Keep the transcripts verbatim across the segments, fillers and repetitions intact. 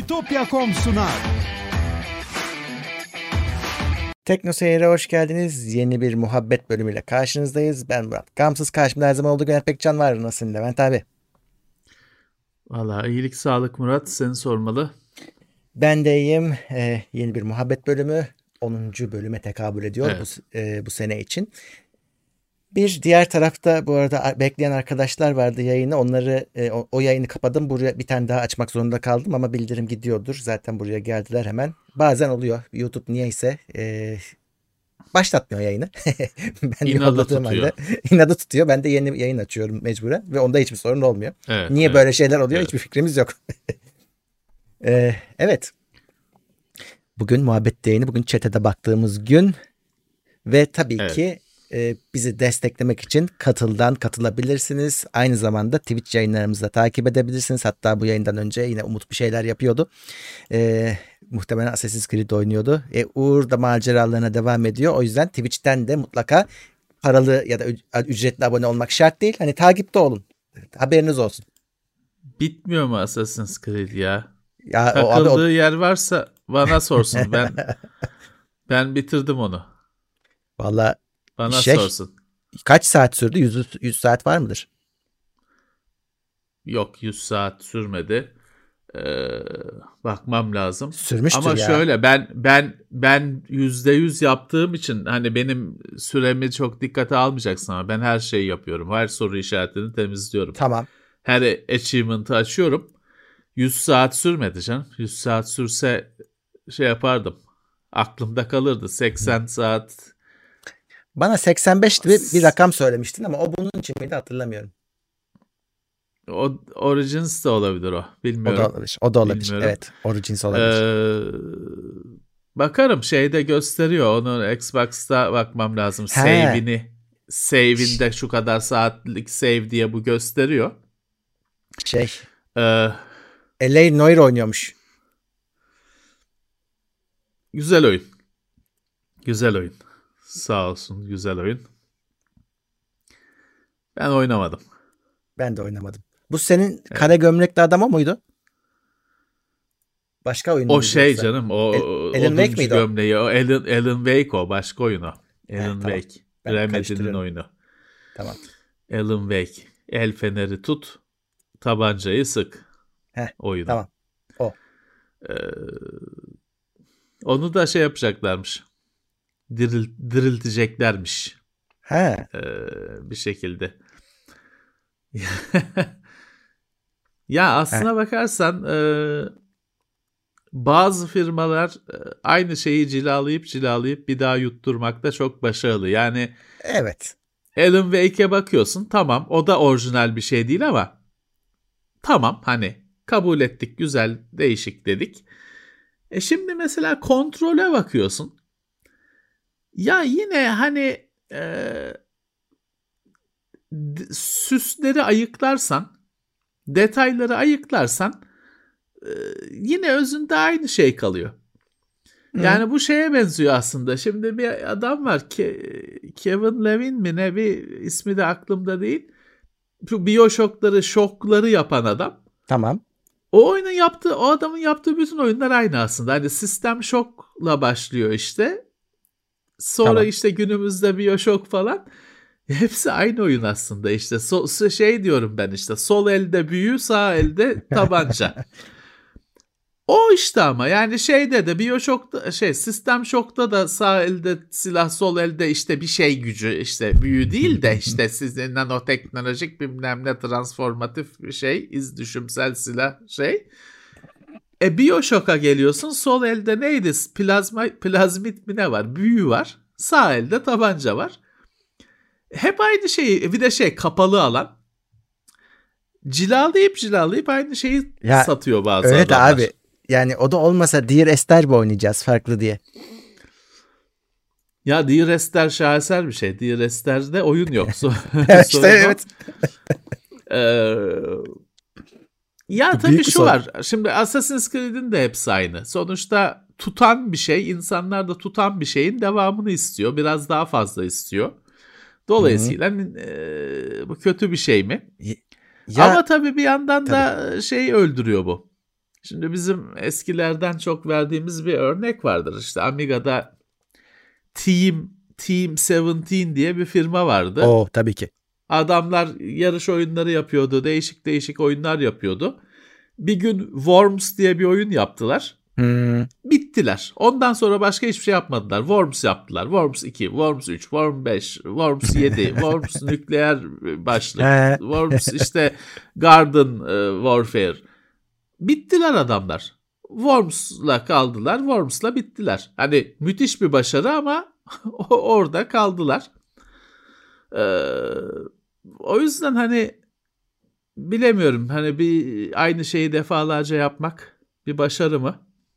Kitopya nokta com sunar. Tekno Seyir'e hoş geldiniz. Yeni bir muhabbet bölümüyle karşınızdayız. Ben Murat Gamsız. Karşımda her zaman olduğu Güner Pekcan var. Nasılsın Levent abi? Valla iyilik sağlık Murat. Seni sormalı. Ben de iyiyim. Ee, yeni bir muhabbet bölümü. onuncu bölüme tekabül ediyor Evet. bu, e, bu sene için. Bir diğer tarafta bu arada bekleyen arkadaşlar vardı yayını. Onları e, o, o yayını kapadım. Buraya bir tane daha açmak zorunda kaldım ama bildirim gidiyordur. Zaten buraya geldiler hemen. Bazen oluyor. YouTube niyeyse e, başlatmıyor yayını. Ben İnadı yolladığım tutuyor. halde inadı tutuyor. Ben de yeni yayın açıyorum mecburen ve onda hiçbir sorun olmuyor. Evet, Niye evet, böyle şeyler oluyor evet. hiçbir fikrimiz yok. Ee, evet. Bugün muhabbet yayını, bugün chat'e baktığımız gün ve tabii Evet. ki e, bizi desteklemek için Katıl'dan katılabilirsiniz. Aynı zamanda Twitch yayınlarımızı da takip edebilirsiniz. Hatta bu yayından önce yine Umut bir şeyler yapıyordu. Ee, muhtemelen Assassin's Creed oynuyordu. E, Uğur da maceralarına devam ediyor. O yüzden Twitch'ten de mutlaka paralı ya da ü- ücretli abone olmak şart değil. Hani takipte olun. Haberiniz olsun. Bitmiyor mu Assassin's Creed ya? Ya o abi Takıldığı o... yer varsa bana sorsun. Ben ben bitirdim onu. Valla Bana şey sorsun. kaç saat sürdü? yüz, yüz saat var mıdır? Yok, yüz saat sürmedi. Ee, bakmam lazım. Sürmüştür Ama ya. şöyle ben ben ben yüzde yüz yaptığım için hani benim süremi çok dikkate almayacaksın ama ben her şeyi yapıyorum. Her soru işaretini temizliyorum. Tamam. Her achievement'ı açıyorum. yüz saat sürmedi canım. yüz saat sürse şey yapardım. Aklımda kalırdı. seksen saat. Bana seksen beş gibi bir rakam söylemiştin ama o bunun için miydi hatırlamıyorum. O Origins de olabilir o. O da Bilmiyorum. olabilir. O da olabilir. Bilmiyorum. Evet. Origins olabilir. Ee, bakarım şeyde gösteriyor. Onu Xbox'ta bakmam lazım. He. Save'ini. Save'inde şu kadar saatlik save diye bu gösteriyor. Şey. Ee, L A Noire oynuyormuş. güzel oyun. Güzel oyun. Sağ olsun, güzel oyun. Ben oynamadım. Ben de oynamadım. Bu senin kara gömlekli adam o muydu? Başka oyun O muydu şey yoksa? canım, o El- Alan Wake oduncu miydi o? gömleği. O Alan, Alan Wake o. Başka oyun o. He, Alan tamam. Wake. Ben Remedy'nin karıştırıyorum. oyunu. Tamam. Alan Wake. El feneri tut, tabancayı sık Heh, oyunu. tamam. O. Ee, onu da şey yapacaklarmış. Diril, dirilteceklermiş. He. Ee, bir şekilde. Ya aslına bakarsan e, bazı firmalar e, aynı şeyi cilalayıp cilalayıp bir daha yutturmakta çok başarılı. Yani Evet. Alan Wake'e bakıyorsun, tamam o da orijinal bir şey değil ama tamam hani kabul ettik, güzel, değişik dedik. E şimdi mesela Kontrol'e bakıyorsun. Ya yine hani e, d- süsleri ayıklarsan, detayları ayıklarsan e, yine özünde aynı şey kalıyor. Hı. Yani bu şeye benziyor aslında. Şimdi bir adam var ki Kevin Levin mi ne, bir ismi de aklımda değil. Şu BioShock'ları, şokları yapan adam. Tamam. O oyunun yaptığı, o adamın yaptığı bütün oyunlar aynı aslında. Hani System Shock'la başlıyor işte. Sonra Tamam. işte günümüzde BioShock falan. Hepsi aynı oyun aslında işte. So, şey diyorum ben işte. Sol elde büyü, sağ elde tabanca. O işte ama yani şeyde de BioShock'ta şey System Shock'ta da sağ elde silah, sol elde işte bir şey gücü, işte büyü değil de işte sizin nanoteknolojik bilmem ne transformatif bir şey, iz düşümsel silah şey. E BioShock'a geliyorsun, sol elde neydi? Plazma, plazmit mi ne var? Büyü var. Sağ elde tabanca var. Hep aynı şeyi, bir de şey kapalı alan. Cilalayıp cilalayıp aynı şeyi Ya, satıyor bazı öyle adamlar. de abi. Yani o da olmasa Dear Esther mi oynayacağız farklı diye? Ya Dear Esther şaheser bir şey. Dear Esther'de oyun yok. Evet, işte evet. Ee, ya Büyük tabii bir şu sorun. var. Şimdi Assassin's Creed'in de hepsi aynı. Sonuçta tutan bir şey, insanlar da tutan bir şeyin devamını istiyor. Biraz daha fazla istiyor. Dolayısıyla e, bu kötü bir şey mi? Ya, Ama tabii bir yandan da şey öldürüyor bu. Şimdi bizim eskilerden çok verdiğimiz bir örnek vardır. İşte Amiga'da Team Team seventeen diye bir firma vardı. Oo, tabii ki. Adamlar yarış oyunları yapıyordu. Değişik değişik oyunlar yapıyordu. Bir gün Worms diye bir oyun yaptılar. Hmm. Bittiler. Ondan sonra başka hiçbir şey yapmadılar. Worms yaptılar. Worms iki, Worms üç, Worms beş, Worms yedi, Worms nükleer başlık, Worms işte Garden Warfare. Bittiler adamlar. Worms'la kaldılar. Worms'la bittiler. Hani müthiş bir başarı ama orada kaldılar. Ee, o yüzden hani bilemiyorum. Hani bir aynı şeyi defalarca yapmak bir başarı mı?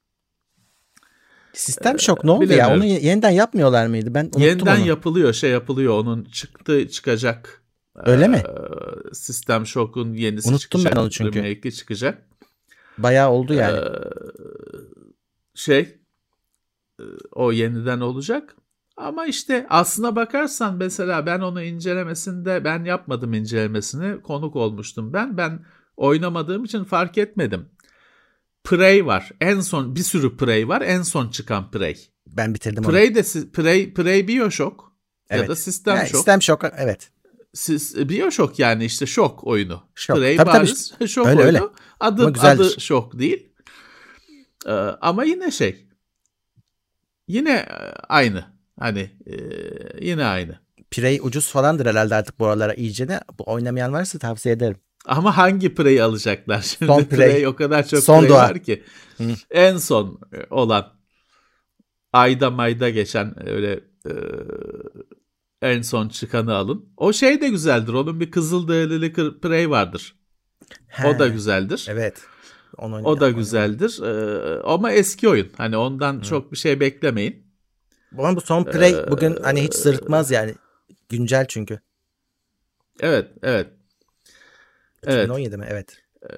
System Shock ne oldu ya? Onu yeniden yapmıyorlar mıydı? Ben unuttum yeniden onu. yapılıyor, şey yapılıyor. Onun çıktı çıkacak. Öyle ee, mi? System Shock'un yenisi unuttum çıkacak. Ben onu çünkü. Remake'i çıkacak. Bayağı oldu yani. Ee, şey o yeniden olacak. Ama işte aslına bakarsan mesela ben onu incelemesinde ben yapmadım incelemesini. Konuk olmuştum ben. Ben oynamadığım için fark etmedim. Prey var. En son bir sürü Prey var. En son çıkan Prey. Ben bitirdim Prey onu. de Prey Prey BioShock evet. ya da System yani Shock. System Shock evet. Siz, BioShock yani işte şok oyunu. Şok. Prey tabii, bariz tabii. şok öyle, oyunu. Öyle. Adı adı şok değil. Ee, ama yine şey. Yine aynı. Hani e, yine aynı. Prey ucuz falandır herhalde artık bu aralara iyice de. Bu oynamayan varsa tavsiye ederim. Ama hangi Prey'i alacaklar? Şimdi son Prey. Prey o kadar çok son Prey doğa. var ki. Hı. En son olan ayda mayda geçen öyle e, en son çıkanı alın. O şey de güzeldir. Onun bir Kızılderili Prey vardır. He. O da güzeldir. Evet. Onu o da güzeldir. Ee, ama eski oyun. Hani ondan Hı. çok bir şey beklemeyin. Ama bu son Prey bugün hani hiç sırıtmaz yani. Güncel çünkü. Evet, evet. iki bin on yedi evet. mi? Evet. Ee,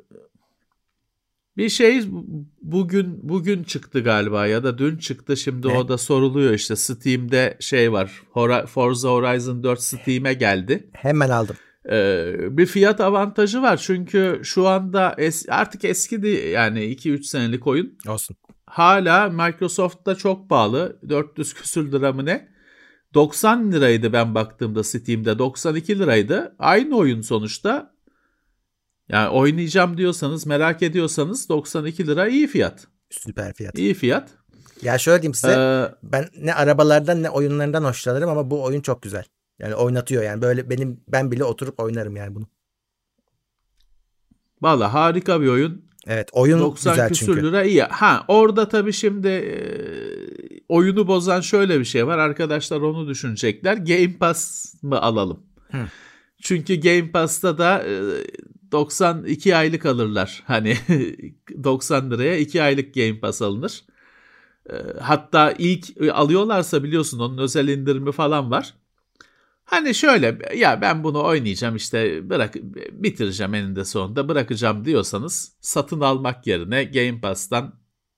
bir şey bugün bugün çıktı galiba ya da dün çıktı. Şimdi ne? O da soruluyor işte. Steam'de şey var. Forza Horizon dört Steam'e geldi. Hemen aldım. Ee, bir fiyat avantajı var. Çünkü şu anda es, artık eskidi yani iki üç senelik oyun. Olsun. Hala Microsoft'ta çok pahalı. dört yüz küsür lira mı ne? doksan liraydı ben baktığımda Steam'de. doksan iki liraydı. Aynı oyun sonuçta. Yani oynayacağım diyorsanız, merak ediyorsanız doksan iki lira iyi fiyat. Süper fiyat. İyi fiyat. Ya şöyle diyeyim size. Ee, ben ne arabalardan ne oyunlarından hoşlanırım ama bu oyun çok güzel. Yani oynatıyor yani. Böyle benim ben bile oturup oynarım yani bunu. Vallahi harika bir oyun. Evet, oyun doksan güzel küsür çünkü. lira iyi. Ha orada tabii şimdi e, oyunu bozan şöyle bir şey var. Arkadaşlar onu düşünecekler. Game Pass mı alalım? Hı. Çünkü Game Pass'ta da e, doksan iki aylık alırlar. Hani doksan liraya iki aylık Game Pass alınır. E, hatta ilk alıyorlarsa biliyorsun onun özel indirimi falan var. Hani şöyle ya ben bunu oynayacağım işte bırak bitireceğim eninde sonunda bırakacağım diyorsanız satın almak yerine Game Pass'tan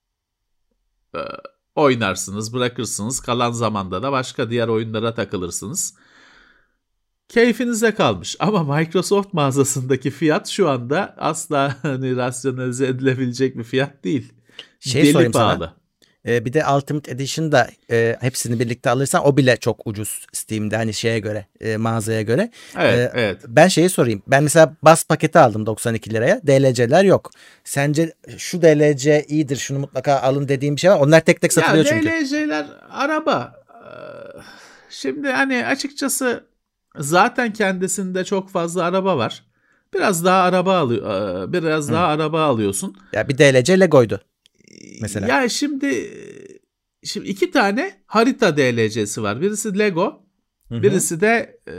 e, oynarsınız, bırakırsınız. Kalan zamanda da başka diğer oyunlara takılırsınız. Keyfinize kalmış ama Microsoft mağazasındaki fiyat şu anda asla hani rasyonalize edilebilecek bir fiyat değil. Şey Deli pahalı. Sana. Bir de Ultimate Edition'da e, hepsini birlikte alırsan o bile çok ucuz Steam'de hani şeye göre e, mağazaya göre. Evet, e, evet. Ben şeyi sorayım. Ben mesela bas paketi aldım doksan iki liraya. D L C'ler yok. Sence şu D L C iyidir şunu mutlaka alın dediğim bir şey var. Onlar tek tek satılıyor ya, çünkü. D L C'ler araba. Şimdi hani açıkçası zaten kendisinde çok fazla araba var. Biraz daha araba alıyor. Biraz Hı. daha araba alıyorsun. Ya bir D L C Lego'ydu. Mesela. Ya şimdi şimdi iki tane harita D L C'si var. Birisi Lego, Hı-hı. birisi de e,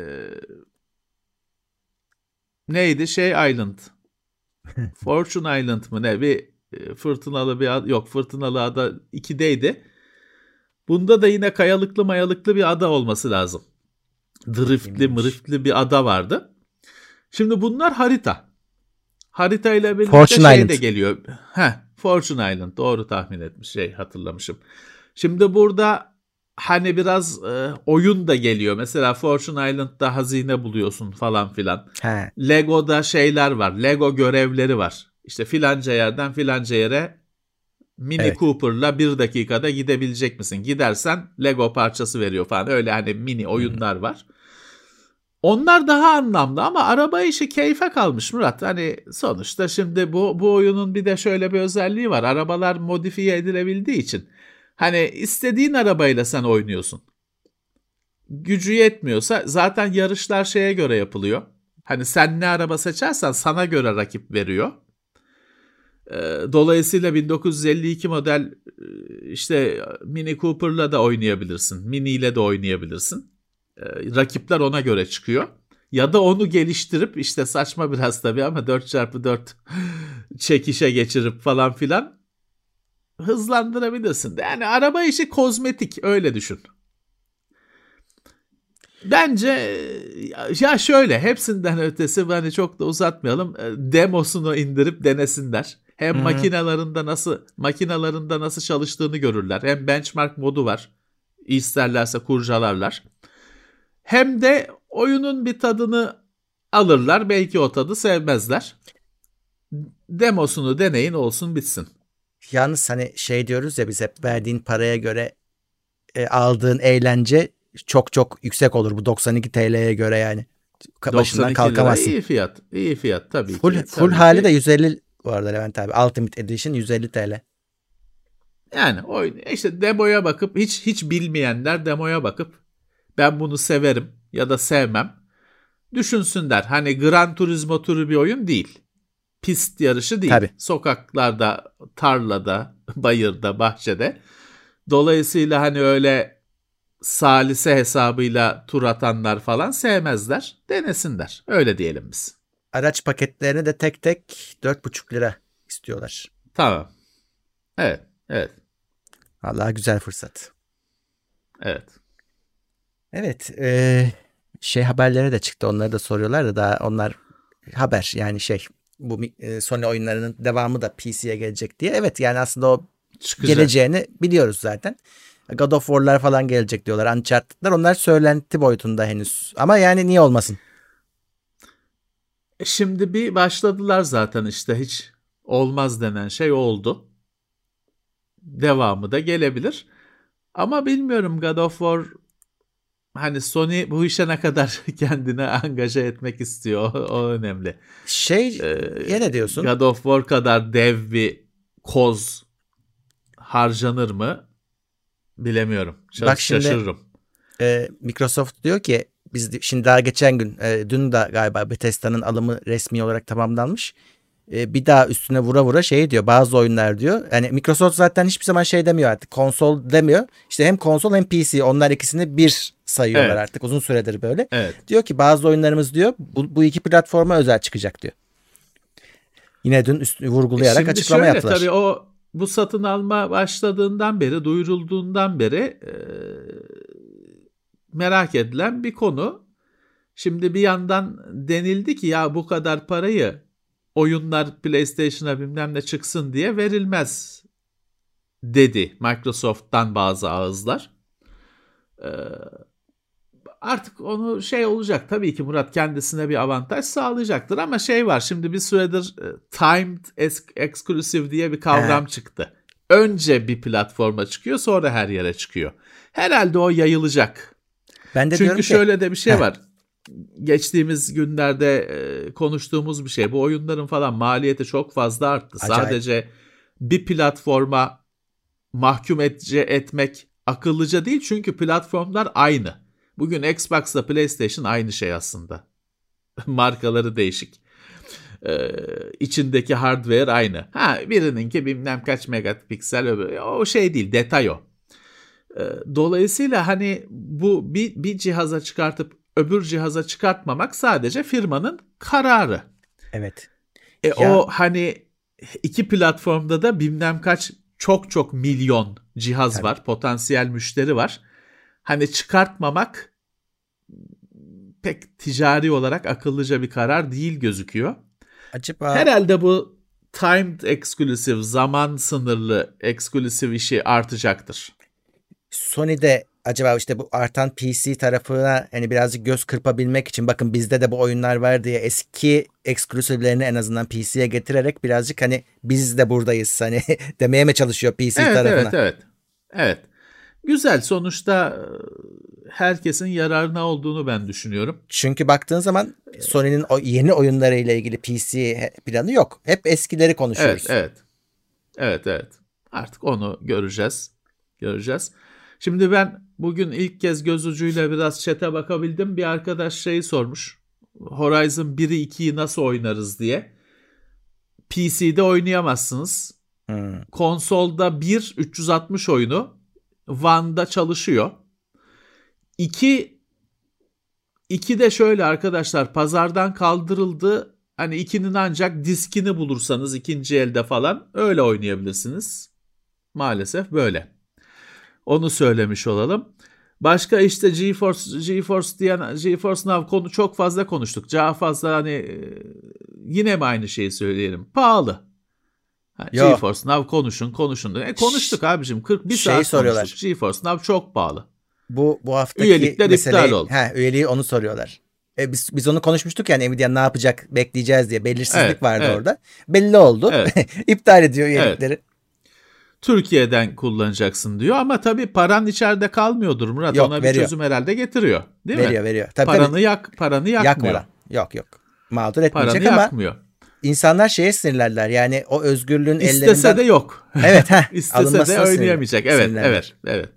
neydi? Şey Island. Fortune Island mı ne? Bir e, fırtınalı bir ada, yok fırtınalı ada ikideydi. Bunda da yine kayalıklı mayalıklı bir ada olması lazım. Driftli mriftli bir ada vardı. Şimdi bunlar harita. Harita ile birlikte Fortune şey Island. de geliyor. Heh, Fortune Island doğru tahmin etmiş şey hatırlamışım. Şimdi burada hani biraz e, oyun da geliyor. Mesela Fortune Island'da hazine buluyorsun falan filan. He. Lego'da şeyler var. Lego görevleri var. işte filanca yerden filanca yere Mini Evet. Cooper'la bir dakikada gidebilecek misin? Gidersen Lego parçası veriyor falan. Öyle hani mini oyunlar var. Onlar daha anlamlı ama araba işi keyfe kalmış Murat. Hani sonuçta şimdi bu bu oyunun bir de şöyle bir özelliği var. Arabalar modifiye edilebildiği için hani istediğin arabayla sen oynuyorsun. Gücü yetmiyorsa zaten yarışlar şeye göre yapılıyor. Hani sen ne araba seçersen sana göre rakip veriyor. Dolayısıyla bin dokuz yüz elli iki model işte Mini Cooper'la da oynayabilirsin. Mini ile de oynayabilirsin. Rakipler ona göre çıkıyor. Ya da onu geliştirip işte saçma biraz tabii ama dört çarpı dört çekişe geçirip falan filan hızlandırabilirsin. Yani araba işi kozmetik, öyle düşün. Bence ya şöyle, hepsinden ötesi, hani çok da uzatmayalım, demosunu indirip denesinler. Hem Hı-hı. makinalarında nasıl makinalarında nasıl çalıştığını görürler. Hem benchmark modu var. İsterlerse kurcalarlar. Hem de oyunun bir tadını alırlar. Belki o tadı sevmezler. Demosunu deneyin, olsun bitsin. Yalnız hani şey diyoruz ya, biz hep verdiğin paraya göre e, aldığın eğlence çok çok yüksek olur bu doksan iki T L'ye göre yani. Başından doksan iki lira kalkamazsın. iyi fiyat. İyi fiyat tabii Full, ki. full tabii hali ki. de yüz elli bu arada Levent abi. Ultimate Edition yüz elli T L. Yani oyun işte, demoya bakıp hiç hiç bilmeyenler demoya bakıp ben bunu severim ya da sevmem düşünsünler. Hani Gran Turismo türü bir oyun değil. Pist yarışı değil. Tabii. Sokaklarda, tarlada, bayırda, bahçede. Dolayısıyla hani öyle salise hesabıyla tur atanlar falan sevmezler. Denesinler. Öyle diyelim biz. Araç paketlerini de tek tek dört buçuk lira istiyorlar. Tamam. Evet. Evet. Vallahi güzel fırsat. Evet. Evet. E, şey haberleri de çıktı. Onları da soruyorlar da daha onlar haber yani şey. Bu e, Sony oyunlarının devamı da P C'ye gelecek diye. Evet yani aslında o Çıkacak. geleceğini biliyoruz zaten. God of War'lar falan gelecek diyorlar. Uncharted'lar, onlar söylenti boyutunda henüz. Ama yani niye olmasın? Şimdi bir başladılar zaten, işte hiç olmaz denen şey oldu. Devamı da gelebilir. Ama bilmiyorum, God of War, hani Sony bu işe ne kadar kendini angaje etmek istiyor, o, o önemli. Şey Ee, ne diyorsun? God of War kadar dev bir koz harcanır mı bilemiyorum. Şaş- Bak şimdi şaşırırım. e, Microsoft diyor ki biz de- şimdi daha geçen gün e, dün de galiba Bethesda'nın alımı resmi olarak tamamlanmış. E, bir daha üstüne vura vura şey diyor, bazı oyunlar diyor. Yani Microsoft zaten hiçbir zaman şey demiyor artık, konsol demiyor. İşte hem konsol hem P C, onlar ikisini bir sayıyorlar Evet. artık, uzun süredir böyle. Evet. Diyor ki bazı oyunlarımız diyor bu, bu iki platforma özel çıkacak diyor. Yine dün üstünü vurgulayarak Şimdi açıklama şöyle, yaptılar. tabii o bu satın alma başladığından beri, duyurulduğundan beri e, merak edilen bir konu. Şimdi bir yandan denildi ki ya bu kadar parayı oyunlar PlayStation'a bilmem ne çıksın diye verilmez dedi Microsoft'tan bazı ağızlar. Ee, artık onu şey olacak tabii ki, Murat kendisine bir avantaj sağlayacaktır ama şey var, şimdi bir süredir e, timed exclusive diye bir kavram He. çıktı. Önce bir platforma çıkıyor, sonra her yere çıkıyor. Herhalde o yayılacak. Ben de Çünkü diyorum ki şöyle de bir şey heh, var. Geçtiğimiz günlerde e, konuştuğumuz bir şey. Bu oyunların falan maliyeti çok fazla arttı. acayip. Sadece bir platforma mahkum etce etmek akıllıca değil. Çünkü platformlar aynı. Bugün Xbox'la PlayStation aynı şey aslında. Markaları değişik. Ee, içindeki hardware aynı. Ha, birininki bilmem kaç megapiksel, öbürü. O şey değil, detay o. Ee, dolayısıyla hani bu bir, bir cihaza çıkartıp öbür cihaza çıkartmamak sadece firmanın kararı. Evet. E Ya o hani iki platformda da bilmem kaç çok çok milyon cihaz tabii. var, potansiyel müşteri var. Hani çıkartmamak pek ticari olarak akıllıca bir karar değil gözüküyor. Acaba Herhalde bu timed exclusive, zaman sınırlı exclusive işi artacaktır. Sony'de acaba işte bu artan P C tarafına hani birazcık göz kırpabilmek için bakın bizde de bu oyunlar var diye eski eksklusivlerini en azından P C'ye getirerek birazcık hani biz de buradayız hani demeye mi çalışıyor P C Evet, tarafına? evet, evet. Evet. Güzel, sonuçta herkesin yararına olduğunu ben düşünüyorum. Çünkü baktığın zaman Sony'nin o yeni oyunlarıyla ilgili P C planı yok. Hep eskileri konuşuyoruz. Evet, evet. Evet, evet. Artık onu göreceğiz. Göreceğiz. Şimdi ben bugün ilk kez göz ucuyla biraz chat'e bakabildim. Bir arkadaş şeyi sormuş. Horizon biri ikiyi nasıl oynarız diye. P C'de oynayamazsınız. Hmm. Konsolda bir üç yüz altmış oyunu One'da çalışıyor. iki iki de şöyle arkadaşlar, pazardan kaldırıldı. Hani ikinin ancak diskini bulursanız ikinci elde falan öyle oynayabilirsiniz. Maalesef böyle. Onu söylemiş olalım. Başka işte GeForce GeForce diyen GeForce Now konu çok fazla konuştuk. Daha fazla hani yine mi aynı şeyi söyleyelim? Pahalı. Ha, GeForce Now konuşun konuşun. E, konuştuk abicim. kırk bir şey saat soruyorlar. konuştuk. GeForce Now çok pahalı. Bu bu haftaki Üyelikler meseleyi, iptal oldu. He, üyeliği onu soruyorlar. E, biz biz onu konuşmuştuk yani Nvidia ne yapacak bekleyeceğiz diye belirsizlik Evet, vardı evet. orada. Belli oldu. Evet. İptal ediyor üyelikleri. Evet. Türkiye'den kullanacaksın diyor ama tabii paran içeride kalmıyordur Murat. Yok, Ona veriyor. bir çözüm herhalde getiriyor. Değil veriyor, mi? Veriyor tabii. Paranı tabii. yak, paranı yakmıyor. Yakmadan. Yok yok. Mağdur etmeyecek Paranı ama yakmıyor. insanlar şeye sinirlerler. Yani o özgürlüğün İstese ellerinden. de yok. Evet. Heh, İstese de oynayamayacak. Sinirler, evet, sinirlerler. evet, evet.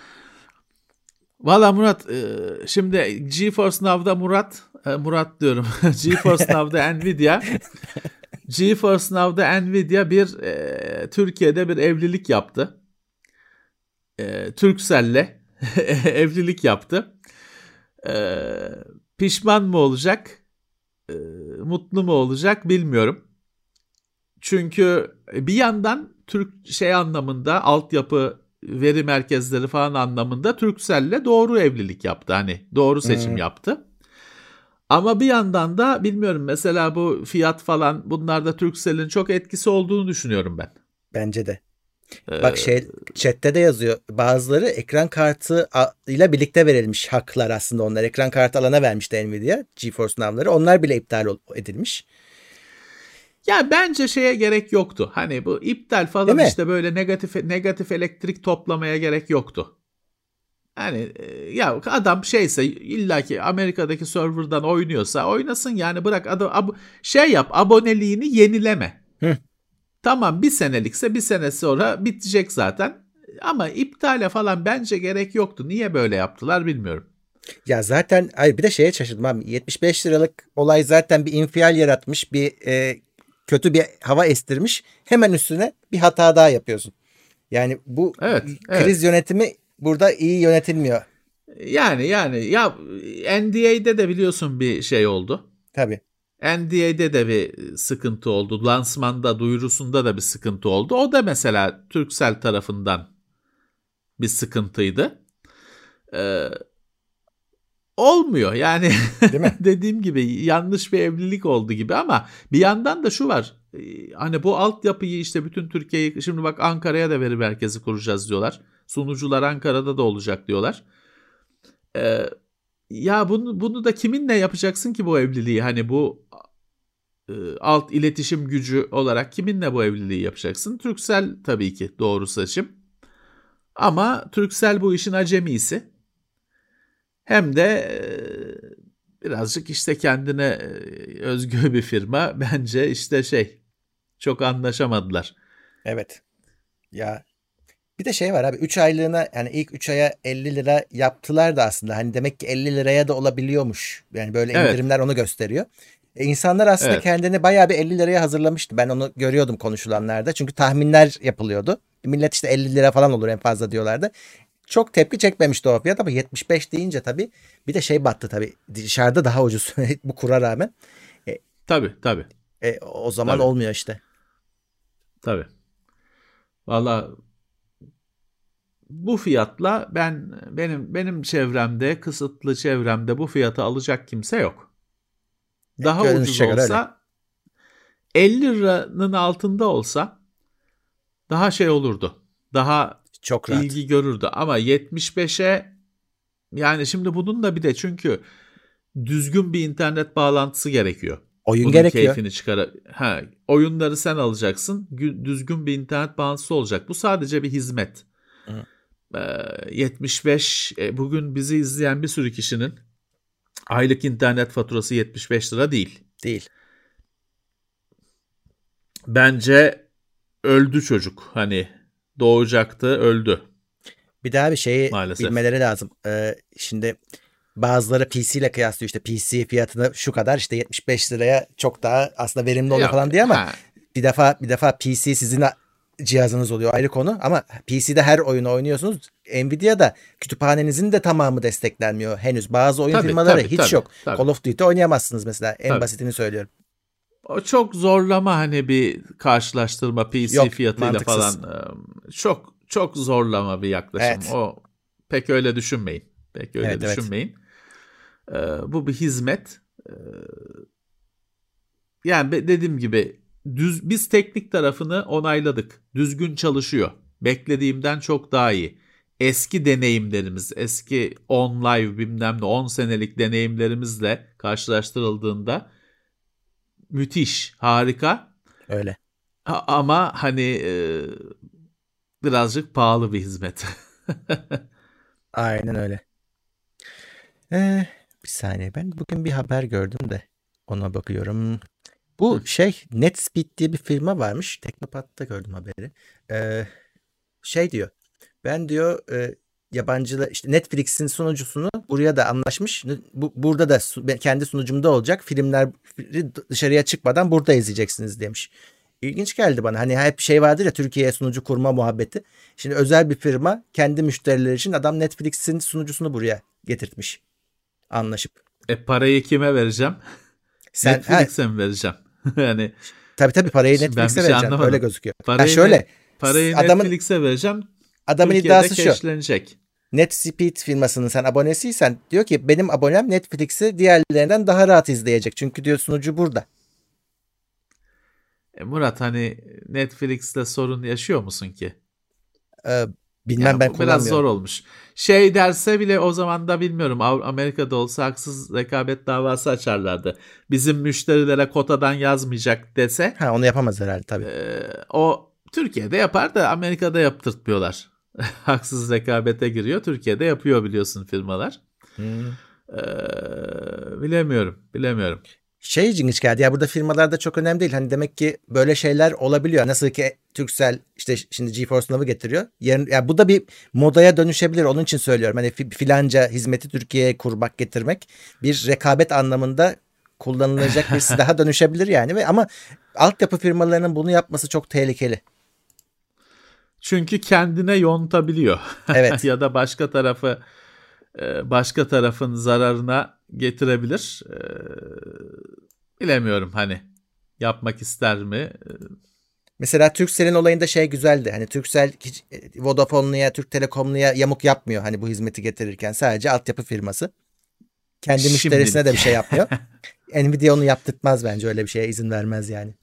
Valla Murat, şimdi GeForce Now'da Murat, Murat diyorum. GeForce Now'da Nvidia, GeForce Now'da Nvidia bir e, Türkiye'de bir evlilik yaptı. E, Turkcell'le evlilik yaptı. E, pişman mı olacak, e, mutlu mu olacak bilmiyorum. Çünkü bir yandan Türk şey anlamında altyapı, veri merkezleri falan anlamında Turkcell'le doğru evlilik yaptı. Hani doğru seçim Hmm. yaptı. Ama bir yandan da bilmiyorum, mesela bu fiyat falan, bunlarda Turkcell'in çok etkisi olduğunu düşünüyorum ben. Bence de. Ee, Bak şey chatte de yazıyor. Bazıları ekran kartı ile birlikte verilmiş haklar aslında onlar. Ekran kartı alana vermişti Nvidia GeForce Now'ları. Onlar bile iptal edilmiş. Ya bence şeye gerek yoktu. Hani bu iptal falan işte böyle negatif negatif elektrik toplamaya gerek yoktu. Hani ya adam şeyse, illaki Amerika'daki serverdan oynuyorsa oynasın yani, bırak adam ab- şey yap, aboneliğini yenileme. Hı. Tamam, bir senelikse bir sene sonra bitecek zaten. Ama iptale falan bence gerek yoktu. Niye böyle yaptılar bilmiyorum. Ya zaten ay bir de şeye şaşırdım abi. yetmiş beş liralık olay zaten bir infial yaratmış, bir e, kötü bir hava estirmiş. Hemen üstüne bir hata daha yapıyorsun. Yani bu Evet, kriz evet. yönetimi burada iyi yönetilmiyor. Yani yani ya N D A'de de biliyorsun bir şey oldu. Tabii. N D A'de de bir sıkıntı oldu. Lansmanda, duyurusunda da bir sıkıntı oldu. O da mesela Turkcell tarafından bir sıkıntıydı. Ee, olmuyor yani. Değil mi? Dediğim gibi yanlış bir evlilik oldu gibi, ama bir yandan da şu var. Hani bu altyapıyı işte bütün Türkiye'yi, şimdi bak Ankara'ya da veri merkezi kuracağız diyorlar. Sunucular Ankara'da da olacak diyorlar. Ee, ya bunu bunu da kiminle yapacaksın ki bu evliliği? Hani bu e, alt iletişim gücü olarak kiminle bu evliliği yapacaksın? Turkcell tabii ki doğru seçim. Ama Turkcell bu işin acemisi. Hem de e, birazcık işte kendine e, özgü bir firma. Bence işte şey, çok anlaşamadılar. Evet. Ya bir de şey var abi, üç aylığına yani ilk üç aya elli lira yaptılar da aslında hani demek ki elli liraya da olabiliyormuş. Yani böyle Evet, indirimler onu gösteriyor. E insanlar aslında evet. kendini bayağı bir elli liraya hazırlamıştı. Ben onu görüyordum konuşulanlarda. Çünkü tahminler yapılıyordu. Millet işte elli lira falan olur en fazla diyorlardı. Çok tepki çekmemişti o fiyat ama yetmiş beş deyince tabii bir de şey battı tabii. Dışarıda daha ucuz bu kura rağmen. E, Tabii, tabii, e, o zaman tabii, olmuyor işte. tabii. Valla bu fiyatla ben benim benim çevremde, kısıtlı çevremde bu fiyatı alacak kimse yok. E, Daha ucuz görünüşe göre öyle. olsa, elli liranın altında olsa daha şey olurdu. Daha Çok rahat. ilgi görürdü ama yetmiş beşe Yani şimdi bunun da bir de çünkü düzgün bir internet bağlantısı gerekiyor. Oyun Bunun gerekiyor. keyfini çıkar. Ha, oyunları sen alacaksın. Düzgün bir internet bağlantısı olacak. Bu sadece bir hizmet. Hı. Ee, yetmiş beş e, bugün bizi izleyen bir sürü kişinin aylık internet faturası yetmiş beş lira değil. Değil. Bence öldü çocuk. Hani doğacaktı, öldü. Bir daha bir şeyi Maalesef. bilmeleri lazım. Ee, şimdi bazıları P C ile kıyaslıyor, işte P C fiyatını şu kadar, işte yetmiş beş liraya çok daha aslında verimli oluyor Yok, falan diye, ama ha. bir defa bir defa P C sizin cihazınız oluyor, ayrı konu, ama P C'de her oyunu oynuyorsunuz. Nvidia'da kütüphanenizin de tamamı desteklenmiyor henüz. Bazı oyun Tabii, firmaları tabii, hiç tabii, yok. tabii. Call of Duty oynayamazsınız mesela, en Tabii. basitini söylüyorum. O çok zorlama, hani bir karşılaştırma P C Yok, fiyatıyla mantıksız. falan, çok çok zorlama bir yaklaşım. Evet. O pek öyle düşünmeyin. Pek öyle Evet, evet. düşünmeyin. Ee, bu bir hizmet. Ee, yani dediğim gibi düz, biz teknik tarafını onayladık. Düzgün çalışıyor. Beklediğimden çok daha iyi. Eski deneyimlerimiz, eski on live bilmem ne on senelik deneyimlerimizle karşılaştırıldığında müthiş, harika. Öyle. Ha, ama hani e, birazcık pahalı bir hizmet. Aynen öyle. Ee, bir saniye, ben bugün bir haber gördüm de ona bakıyorum. Bu şey, NetSpeed diye bir firma varmış. Teknopat'ta gördüm haberi. Ee, şey diyor. Ben diyor e, yabancılar, işte Netflix'in sunucusunu buraya da anlaşmış. Bu, burada da su, kendi sunucumda olacak. Filmler dışarıya çıkmadan burada izleyeceksiniz demiş. İlginç geldi bana. Hani hep şey vardır ya, Türkiye'ye sunucu kurma muhabbeti. Şimdi özel bir firma kendi müşterileri için, adam Netflix'in sunucusunu buraya getirtmiş. Anlaşıp. E parayı kime vereceğim? Sen Netflix'e mi vereceğim? Yani tabii tabii parayı şimdi ben bir Netflix'e şey vereceksin. Öyle anlamadım. gözüküyor. Ha Parayı ne, şöyle. parayı Adamın Netflix'e vereceğim. adamın Türkiye'de iddiası şu. cashlenecek. NetSpeed firmasının sen abonesiysen, diyor ki benim abonem Netflix'i diğerlerinden daha rahat izleyecek. Çünkü diyor sunucu burada. E Murat, hani Netflix'te sorun yaşıyor musun ki? Ee, bilmem, Yani ben bu biraz zor kullanmıyorum. olmuş. Şey derse bile o zaman da bilmiyorum, Amerika'da olsa haksız rekabet davası açarlardı. Bizim müşterilere kotadan yazmayacak dese Ha, onu yapamaz herhalde tabii. e, o Türkiye'de yapar da Amerika'da yaptırtmıyorlar. Haksız rekabete giriyor. Türkiye'de yapıyor biliyorsun firmalar. Hmm. Ee, bilemiyorum, bilemiyorum. Şey ilginç geldi ya, burada firmalarda çok önemli değil. Hani demek ki böyle şeyler olabiliyor. Nasıl ki Turkcell işte şimdi GeForce Now'ı getiriyor. Yarın, ya bu da bir modaya dönüşebilir. Onun için söylüyorum. Hani filanca hizmeti Türkiye'ye kurmak, getirmek bir rekabet anlamında kullanılacak bir silaha dönüşebilir yani. Ve ama altyapı firmalarının bunu yapması çok tehlikeli. Çünkü kendine yontabiliyor. Evet. Ya da başka tarafı başka tarafın zararına getirebilir. Ee, bilemiyorum, hani yapmak ister mi? Mesela Turkcell'in olayında şey güzeldi. Hani Turkcell hiç Vodafone'luya, Türk Telekom'luya yamuk yapmıyor. Hani bu hizmeti getirirken sadece altyapı firması. Kendi müşterisine de Şimdilik. bir şey yapmıyor. Nvidia onu yaptırtmaz bence. Öyle bir şeye izin vermez yani.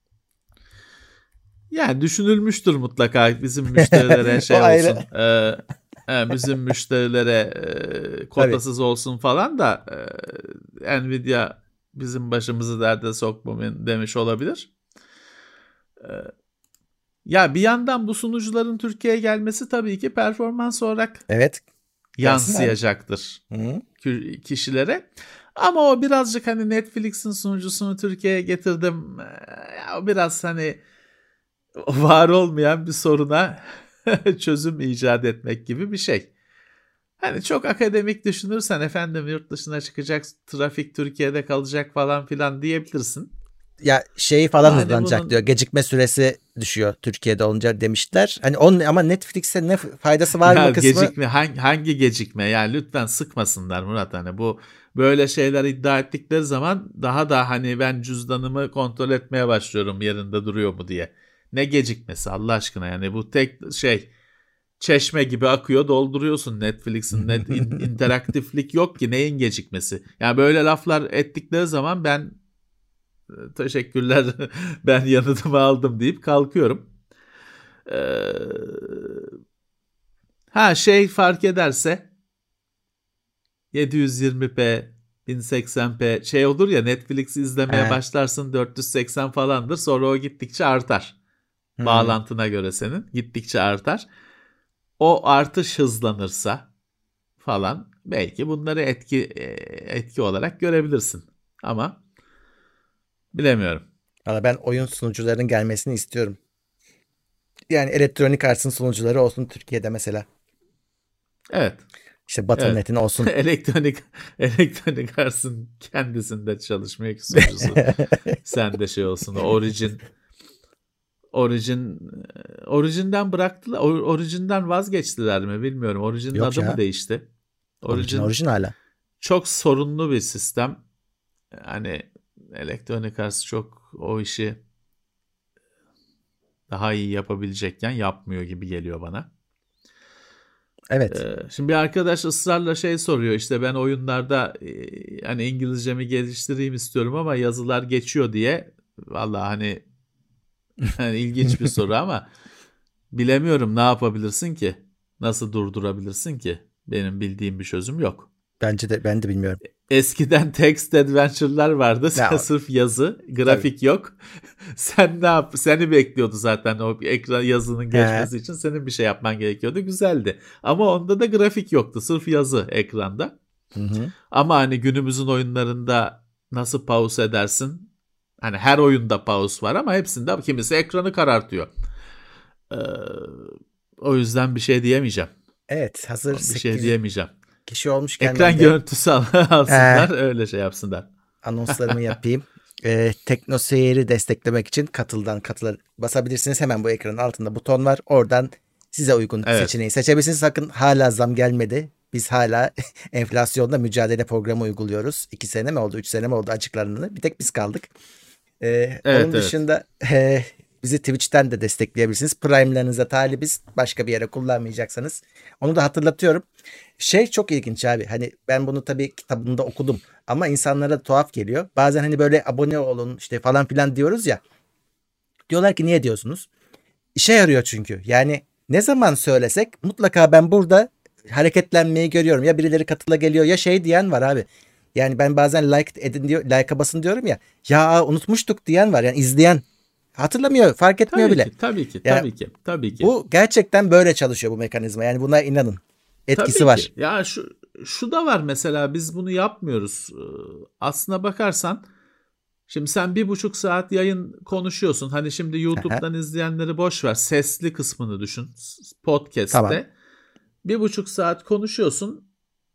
Yani düşünülmüştür mutlaka, bizim müşterilere O şey ayrı. olsun. E, e, bizim müşterilere e, Tabii. kotasız olsun falan da e, Nvidia bizim başımızı derde sokmayın demiş olabilir. E, ya bir yandan bu sunucuların Türkiye'ye gelmesi tabii ki performans olarak Evet. Gelsin abi. yansıyacaktır Hı. kişilere. Ama o birazcık hani Netflix'in sunucusunu Türkiye'ye getirdim. Ya o biraz hani var olmayan bir soruna çözüm icat etmek gibi bir şey. Hani çok akademik düşünürsen, efendim yurt dışına çıkacak, trafik Türkiye'de kalacak falan filan diyebilirsin. Ya şeyi Ama falan hani hızlanacak diyor. bunun Gecikme süresi düşüyor Türkiye'de olunca demişler. Hani onun, ama Netflix'e ne faydası var ya mı kısmı. gecikme, hangi, hangi gecikme, yani lütfen sıkmasınlar Murat, hani bu böyle şeyler iddia ettikleri zaman daha da hani ben cüzdanımı kontrol etmeye başlıyorum yerinde duruyor mu diye. Ne gecikmesi Allah aşkına, yani bu tek şey, çeşme gibi akıyor, dolduruyorsun. Netflix'in net in, interaktiflik yok ki, neyin gecikmesi. Yani böyle laflar ettikleri zaman ben teşekkürler ben yanıtımı aldım deyip kalkıyorum. Ee, ha şey fark ederse yedi yüz yirmi p, bin seksen p şey olur ya, Netflix'i izlemeye He. başlarsın dört yüz seksen falandır, sonra o gittikçe artar. Hmm. Bağlantına göre senin gittikçe artar. O artış hızlanırsa falan belki bunları etki etki olarak görebilirsin. Ama bilemiyorum. Valla ben oyun sunucularının gelmesini istiyorum. Yani Electronic Arts'ın sunucuları olsun Türkiye'de mesela. Evet. İşte Battle nokta net'in Evet. olsun. Elektronik Electronic Arts'ın kendisinde çalışmıyor ki sunucusu. Sen de şey olsun. Origin Origin Origin'den bıraktılar. Or- Origin'den vazgeçtiler mi bilmiyorum. Origin'in Yok adı ya. mı değişti? Origin Origin hala. çok sorunlu bir sistem. Hani Electronic Arts çok o işi daha iyi yapabilecekken yapmıyor gibi geliyor bana. Evet. Ee, şimdi bir arkadaş ısrarla şey soruyor, işte ben oyunlarda e, hani İngilizcemi geliştireyim istiyorum ama yazılar geçiyor diye. Vallahi hani, hani ilginç bir soru ama bilemiyorum, ne yapabilirsin ki? Nasıl durdurabilirsin ki? Benim bildiğim bir çözüm yok. Bence de ben de bilmiyorum. Eskiden text adventure'lar vardı. Ya, Sırf yazı, grafik tabii. Yok. Sen ne yap? Seni bekliyordu zaten o ekran yazının geçmesi He. için, senin bir şey yapman gerekiyordu. Güzeldi. Ama onda da grafik yoktu. Sırf yazı ekranda. Hı hı. Ama hani günümüzün oyunlarında nasıl pause edersin? Hani her oyunda pause var ama hepsinde kimisi ekranı karartıyor. Ee, o yüzden bir şey diyemeyeceğim. Evet, hazır bir şey diyemeyeceğim. Kişi olmuşken ekran de, görüntüsü alsınlar, ee, öyle şey yapsınlar. Anonslarımı yapayım. ee, Tekno Seyir'i desteklemek için katıldan katıla basabilirsiniz. Hemen bu ekranın altında buton var. Oradan size uygun evet. seçeneği seçebilirsiniz. Sakın hala zam gelmedi. Biz hala enflasyonla mücadele programı uyguluyoruz. İki sene mi oldu, üç sene mi oldu açıklandığında. Bir tek biz kaldık. Ee, evet, onun evet. dışında e, bizi Twitch'ten de destekleyebilirsiniz. Prime'larınıza talibiz. Başka bir yere kullanmayacaksanız. Onu da hatırlatıyorum. Şey çok ilginç abi. Hani ben bunu tabii kitabında okudum. Ama insanlara tuhaf geliyor. Bazen hani böyle abone olun işte falan filan diyoruz ya. Diyorlar ki niye diyorsunuz? İşe yarıyor çünkü. Yani ne zaman söylesek mutlaka ben burada hareketlenmeyi görüyorum. Ya birileri katıla geliyor ya şey diyen var abi. Yani ben bazen like edin diyor, like'a basın diyorum ya. Ya unutmuştuk diyen var. Yani izleyen hatırlamıyor, fark etmiyor tabii bile. Ki, tabii ki, yani tabii ki, tabii ki. Bu gerçekten böyle çalışıyor bu mekanizma. Yani buna inanın. Etkisi tabii var. Ki. Ya şu şu da var mesela, biz bunu yapmıyoruz. Aslına bakarsan şimdi sen bir buçuk saat yayın konuşuyorsun. Hani şimdi YouTube'dan izleyenleri boş ver. Sesli kısmını düşün. Podcast'te. Tamam. Bir buçuk saat konuşuyorsun.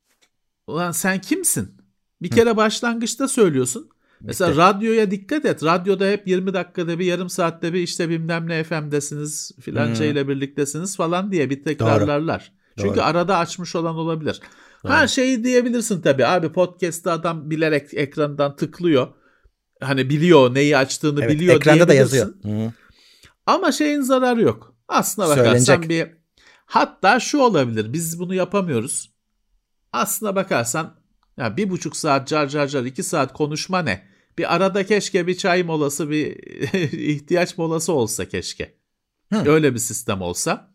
Ulan sen kimsin? Bir kere Hı. başlangıçta söylüyorsun. Mesela Bitti. radyoya dikkat et. Radyoda hep yirmi dakikada bir, yarım saatte bir işte bilmem ne F M'desiniz filanca hmm. ile birliktesiniz falan diye bir tekrarlarlar. Doğru. Çünkü Doğru. arada açmış olan olabilir. Doğru. Ha şeyi diyebilirsin tabii abi, podcast'ta adam bilerek ekrandan tıklıyor. Hani biliyor neyi açtığını evet, biliyor ekranda diyebilirsin. Da yazıyor. Hı. Ama şeyin zararı yok. Aslına bakarsan bir, hatta şu olabilir, biz bunu yapamıyoruz. Aslına bakarsan ya bir buçuk saat car car car iki saat konuşma ne? Bir arada keşke bir çay molası, bir ihtiyaç molası olsa keşke. Hı. Öyle bir sistem olsa.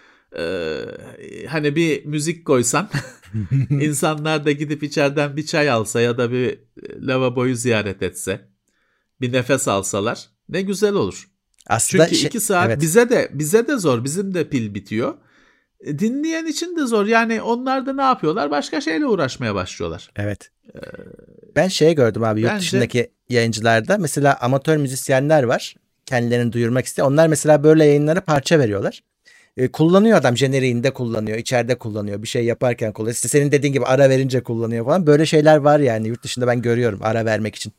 Ee, hani bir müzik koysan insanlar da gidip içeriden bir çay alsa ya da bir lavaboyu ziyaret etse, bir nefes alsalar ne güzel olur. Aslında Çünkü şey, iki saat evet. bize de bize de zor, bizim de pil bitiyor. Dinleyen için de zor. Yani onlar da ne yapıyorlar? Başka şeyle uğraşmaya başlıyorlar. Evet. Ee, ben şey gördüm abi yurt bence... dışındaki yayıncılarda. Mesela amatör müzisyenler var. Kendilerini duyurmak isteyen. Onlar mesela böyle yayınlara parça veriyorlar. Ee, kullanıyor adam. Jeneriğinde kullanıyor. İçeride kullanıyor. Bir şey yaparken kullanıyor. İşte senin dediğin gibi ara verince kullanıyor falan. Böyle şeyler var yani. Yurt dışında ben görüyorum ara vermek için.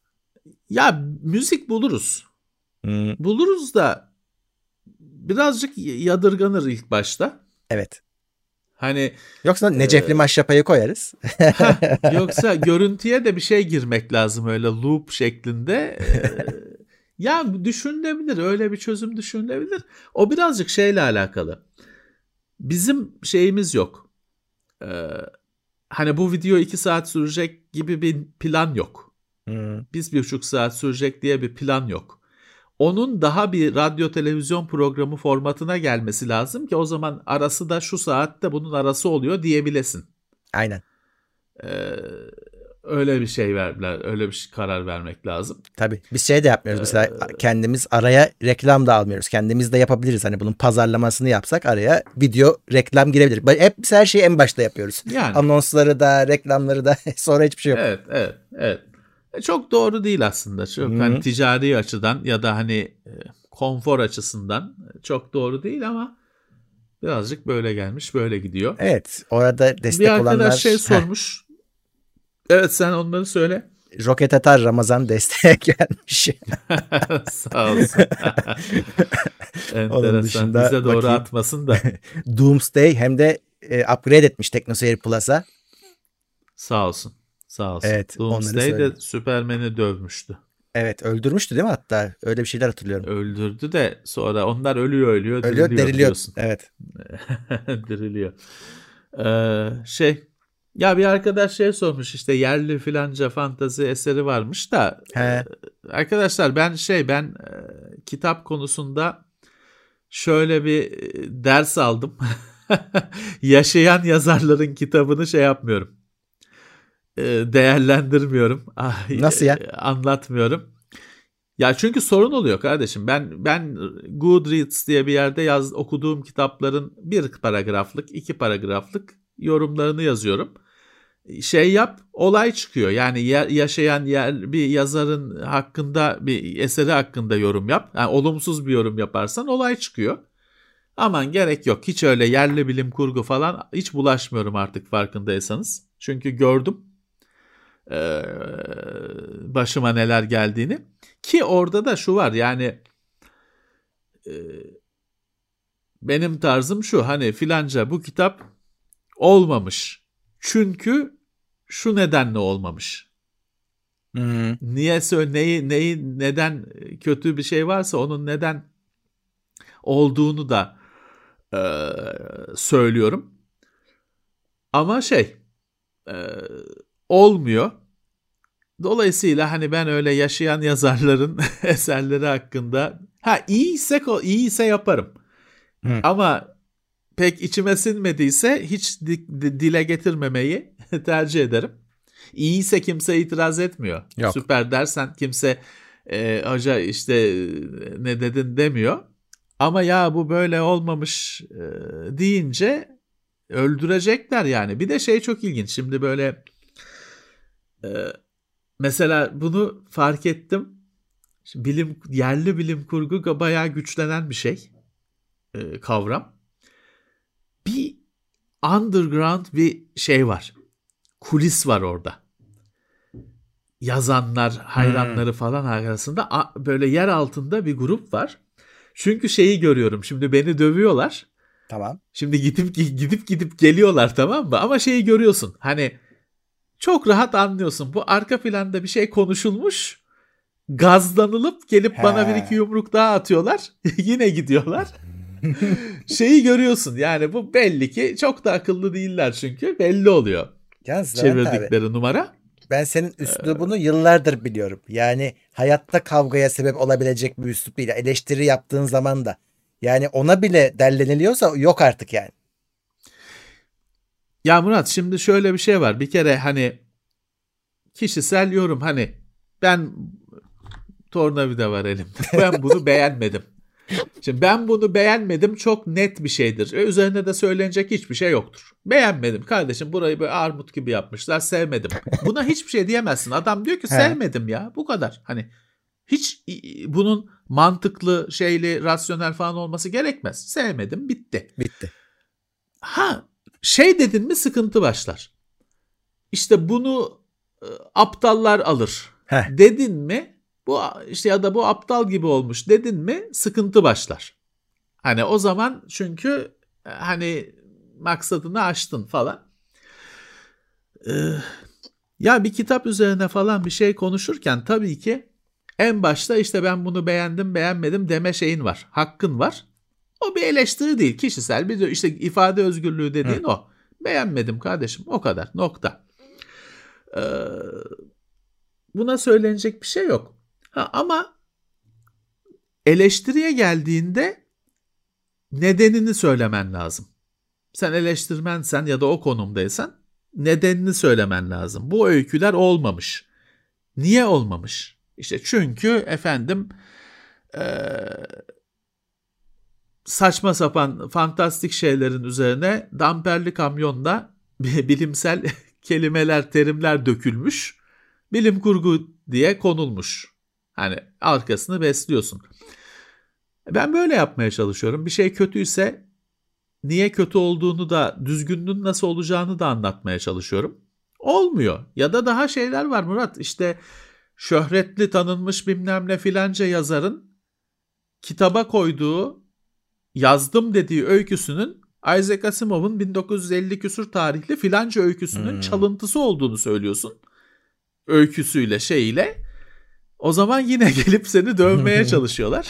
Ya müzik buluruz. Hmm. Buluruz da birazcık yadırganır ilk başta. Evet. Hani yoksa Necefli e, Maşrapa'yı koyarız. heh, yoksa görüntüye de bir şey girmek lazım öyle loop şeklinde. E, ya düşünülebilir, öyle bir çözüm düşünülebilir. O birazcık şeyle alakalı. Bizim şeyimiz yok. E, hani bu video iki saat sürecek gibi bir plan yok. Hmm. Biz bir buçuk saat sürecek diye bir plan yok. Onun daha bir radyo televizyon programı formatına gelmesi lazım ki o zaman arası da şu saatte bunun arası oluyor diyebilesin. Aynen. Ee, öyle bir şey verdiler, öyle bir karar vermek lazım. Tabii. Biz şey de yapmıyoruz. Ee, mesela kendimiz araya reklam da almıyoruz. Kendimiz de yapabiliriz. Hani bunun pazarlamasını yapsak araya video reklam girebilir. Hep biz her şeyi en başta yapıyoruz. Yani. Anonsları da, reklamları da sonra hiçbir şey yok. Evet, evet, evet. Çok doğru değil aslında. Çok hmm. hani ticari açıdan ya da hani konfor açısından çok doğru değil ama birazcık böyle gelmiş, böyle gidiyor. Evet, orada destek bir olanlar... Bir arkadaş şey sormuş. Heh. Evet, sen onları söyle. Roket Atar Ramazan desteğe gelmiş. Sağ olsun. Enteresan. Bize doğru bakayım. Atmasın da. Doomsday hem de e, upgrade etmiş TeknoSeyir Plus'a. Sağ olsun. Sağ olsun. Evet, Doomsday de Superman'i dövmüştü. Evet, öldürmüştü değil mi hatta? Öyle bir şeyler hatırlıyorum. Öldürdü de sonra onlar ölüyor ölüyor, ölüyor diriliyor. Diriliyor, evet. diriliyor. Ee, şey, ya bir arkadaş şey sormuş işte yerli filanca fantazi eseri varmış da. E, arkadaşlar ben şey ben e, kitap konusunda şöyle bir ders aldım. Yaşayan yazarların kitabını şey yapmıyorum. Değerlendirmiyorum. Nasıl ya? Anlatmıyorum. Ya çünkü sorun oluyor kardeşim. Ben ben Goodreads diye bir yerde yaz okuduğum kitapların bir paragraflık, iki paragraflık yorumlarını yazıyorum. Şey yap, olay çıkıyor. Yani yer, yaşayan yer bir yazarın hakkında, bir eseri hakkında yorum yap. Yani olumsuz bir yorum yaparsan olay çıkıyor. Aman gerek yok. Hiç öyle yerli bilim kurgu falan hiç bulaşmıyorum artık farkındaysanız. Çünkü gördüm ee, başıma neler geldiğini. Ki orada da şu var yani e, benim tarzım şu, hani filanca bu kitap olmamış. Çünkü şu nedenle olmamış. Hmm. Niyeyse neyi, neyi neden kötü bir şey varsa onun neden olduğunu da e, söylüyorum. Ama şey e, olmuyor. Dolayısıyla hani ben öyle yaşayan yazarların eserleri hakkında ha iyiyse iyiyse yaparım. Hı. Ama pek içime sinmediyse hiç dile getirmemeyi tercih ederim. İyiyse kimse itiraz etmiyor. Yok. Süper dersen kimse e, hoca işte ne dedin demiyor. Ama ya bu böyle olmamış e, deyince öldürecekler yani. Bir de şey çok ilginç. Şimdi böyle e, mesela bunu fark ettim. Şimdi bilim yerli bilim kurgu bayağı güçlenen bir şey. E, kavram. Bir underground bir şey var. Kulis var orada. Yazanlar, hayranları hmm. falan arasında böyle yer altında bir grup var. Çünkü şeyi görüyorum. Şimdi beni dövüyorlar. Tamam. Şimdi gidip gidip gidip geliyorlar, tamam mı? Ama şeyi görüyorsun. Hani çok rahat anlıyorsun. Bu arka planda bir şey konuşulmuş. Gazlanılıp gelip He. bana bir iki yumruk daha atıyorlar. Yine gidiyorlar. Şeyi görüyorsun. Yani bu belli ki çok da akıllı değiller çünkü. Belli oluyor. Yalnız çevirdikleri abi, numara. Ben senin üslubunu ee, yıllardır biliyorum. Yani hayatta kavgaya sebep olabilecek bir üslup değil. Eleştiri yaptığın zaman da. Yani ona bile derleniliyorsa yok artık yani. Ya Murat, şimdi şöyle bir şey var. Bir kere hani kişisel yorum, hani ben tornavida var elimde. Ben bunu beğenmedim. Şimdi ben bunu beğenmedim çok net bir şeydir. E, üzerine de söylenecek hiçbir şey yoktur. Beğenmedim kardeşim, burayı böyle armut gibi yapmışlar, sevmedim. Buna hiçbir şey diyemezsin. Adam diyor ki sevmedim ya, bu kadar. Hani hiç bunun mantıklı, şeyli, rasyonel falan olması gerekmez. Sevmedim, bitti. Bitti. Ha şey dedin mi sıkıntı başlar. İşte bunu e, aptallar alır. Heh. Dedin mi? Bu işte ya da bu aptal gibi olmuş dedin mi sıkıntı başlar. Hani o zaman çünkü hani maksadını aştın falan. Ee, ya bir kitap üzerine falan bir şey konuşurken tabii ki en başta işte ben bunu beğendim beğenmedim deme şeyin var. Hakkın var. O bir eleştiri değil, kişisel bir işte ifade özgürlüğü dediğin Hı. o. Beğenmedim kardeşim, o kadar, nokta. Ee, buna söylenecek bir şey yok. Ha, ama eleştiriye geldiğinde nedenini söylemen lazım. Sen eleştirmensen ya da o konumdaysan nedenini söylemen lazım. Bu öyküler olmamış. Niye olmamış? İşte çünkü efendim ee, saçma sapan fantastik şeylerin üzerine damperli kamyonla bilimsel kelimeler, terimler dökülmüş. Bilim kurgu diye konulmuş. Hani arkasını besliyorsun. Ben böyle yapmaya çalışıyorum. Bir şey kötüyse niye kötü olduğunu da, düzgünlüğün nasıl olacağını da anlatmaya çalışıyorum. Olmuyor. Ya da daha şeyler var Murat. İşte şöhretli, tanınmış bilmem ne filanca yazarın kitaba koyduğu, yazdım dediği öyküsünün Isaac Asimov'un bin dokuz yüz elli küsur tarihli filanca öyküsünün hmm. çalıntısı olduğunu söylüyorsun. Öyküsüyle, şeyiyle. O zaman yine gelip seni dövmeye çalışıyorlar.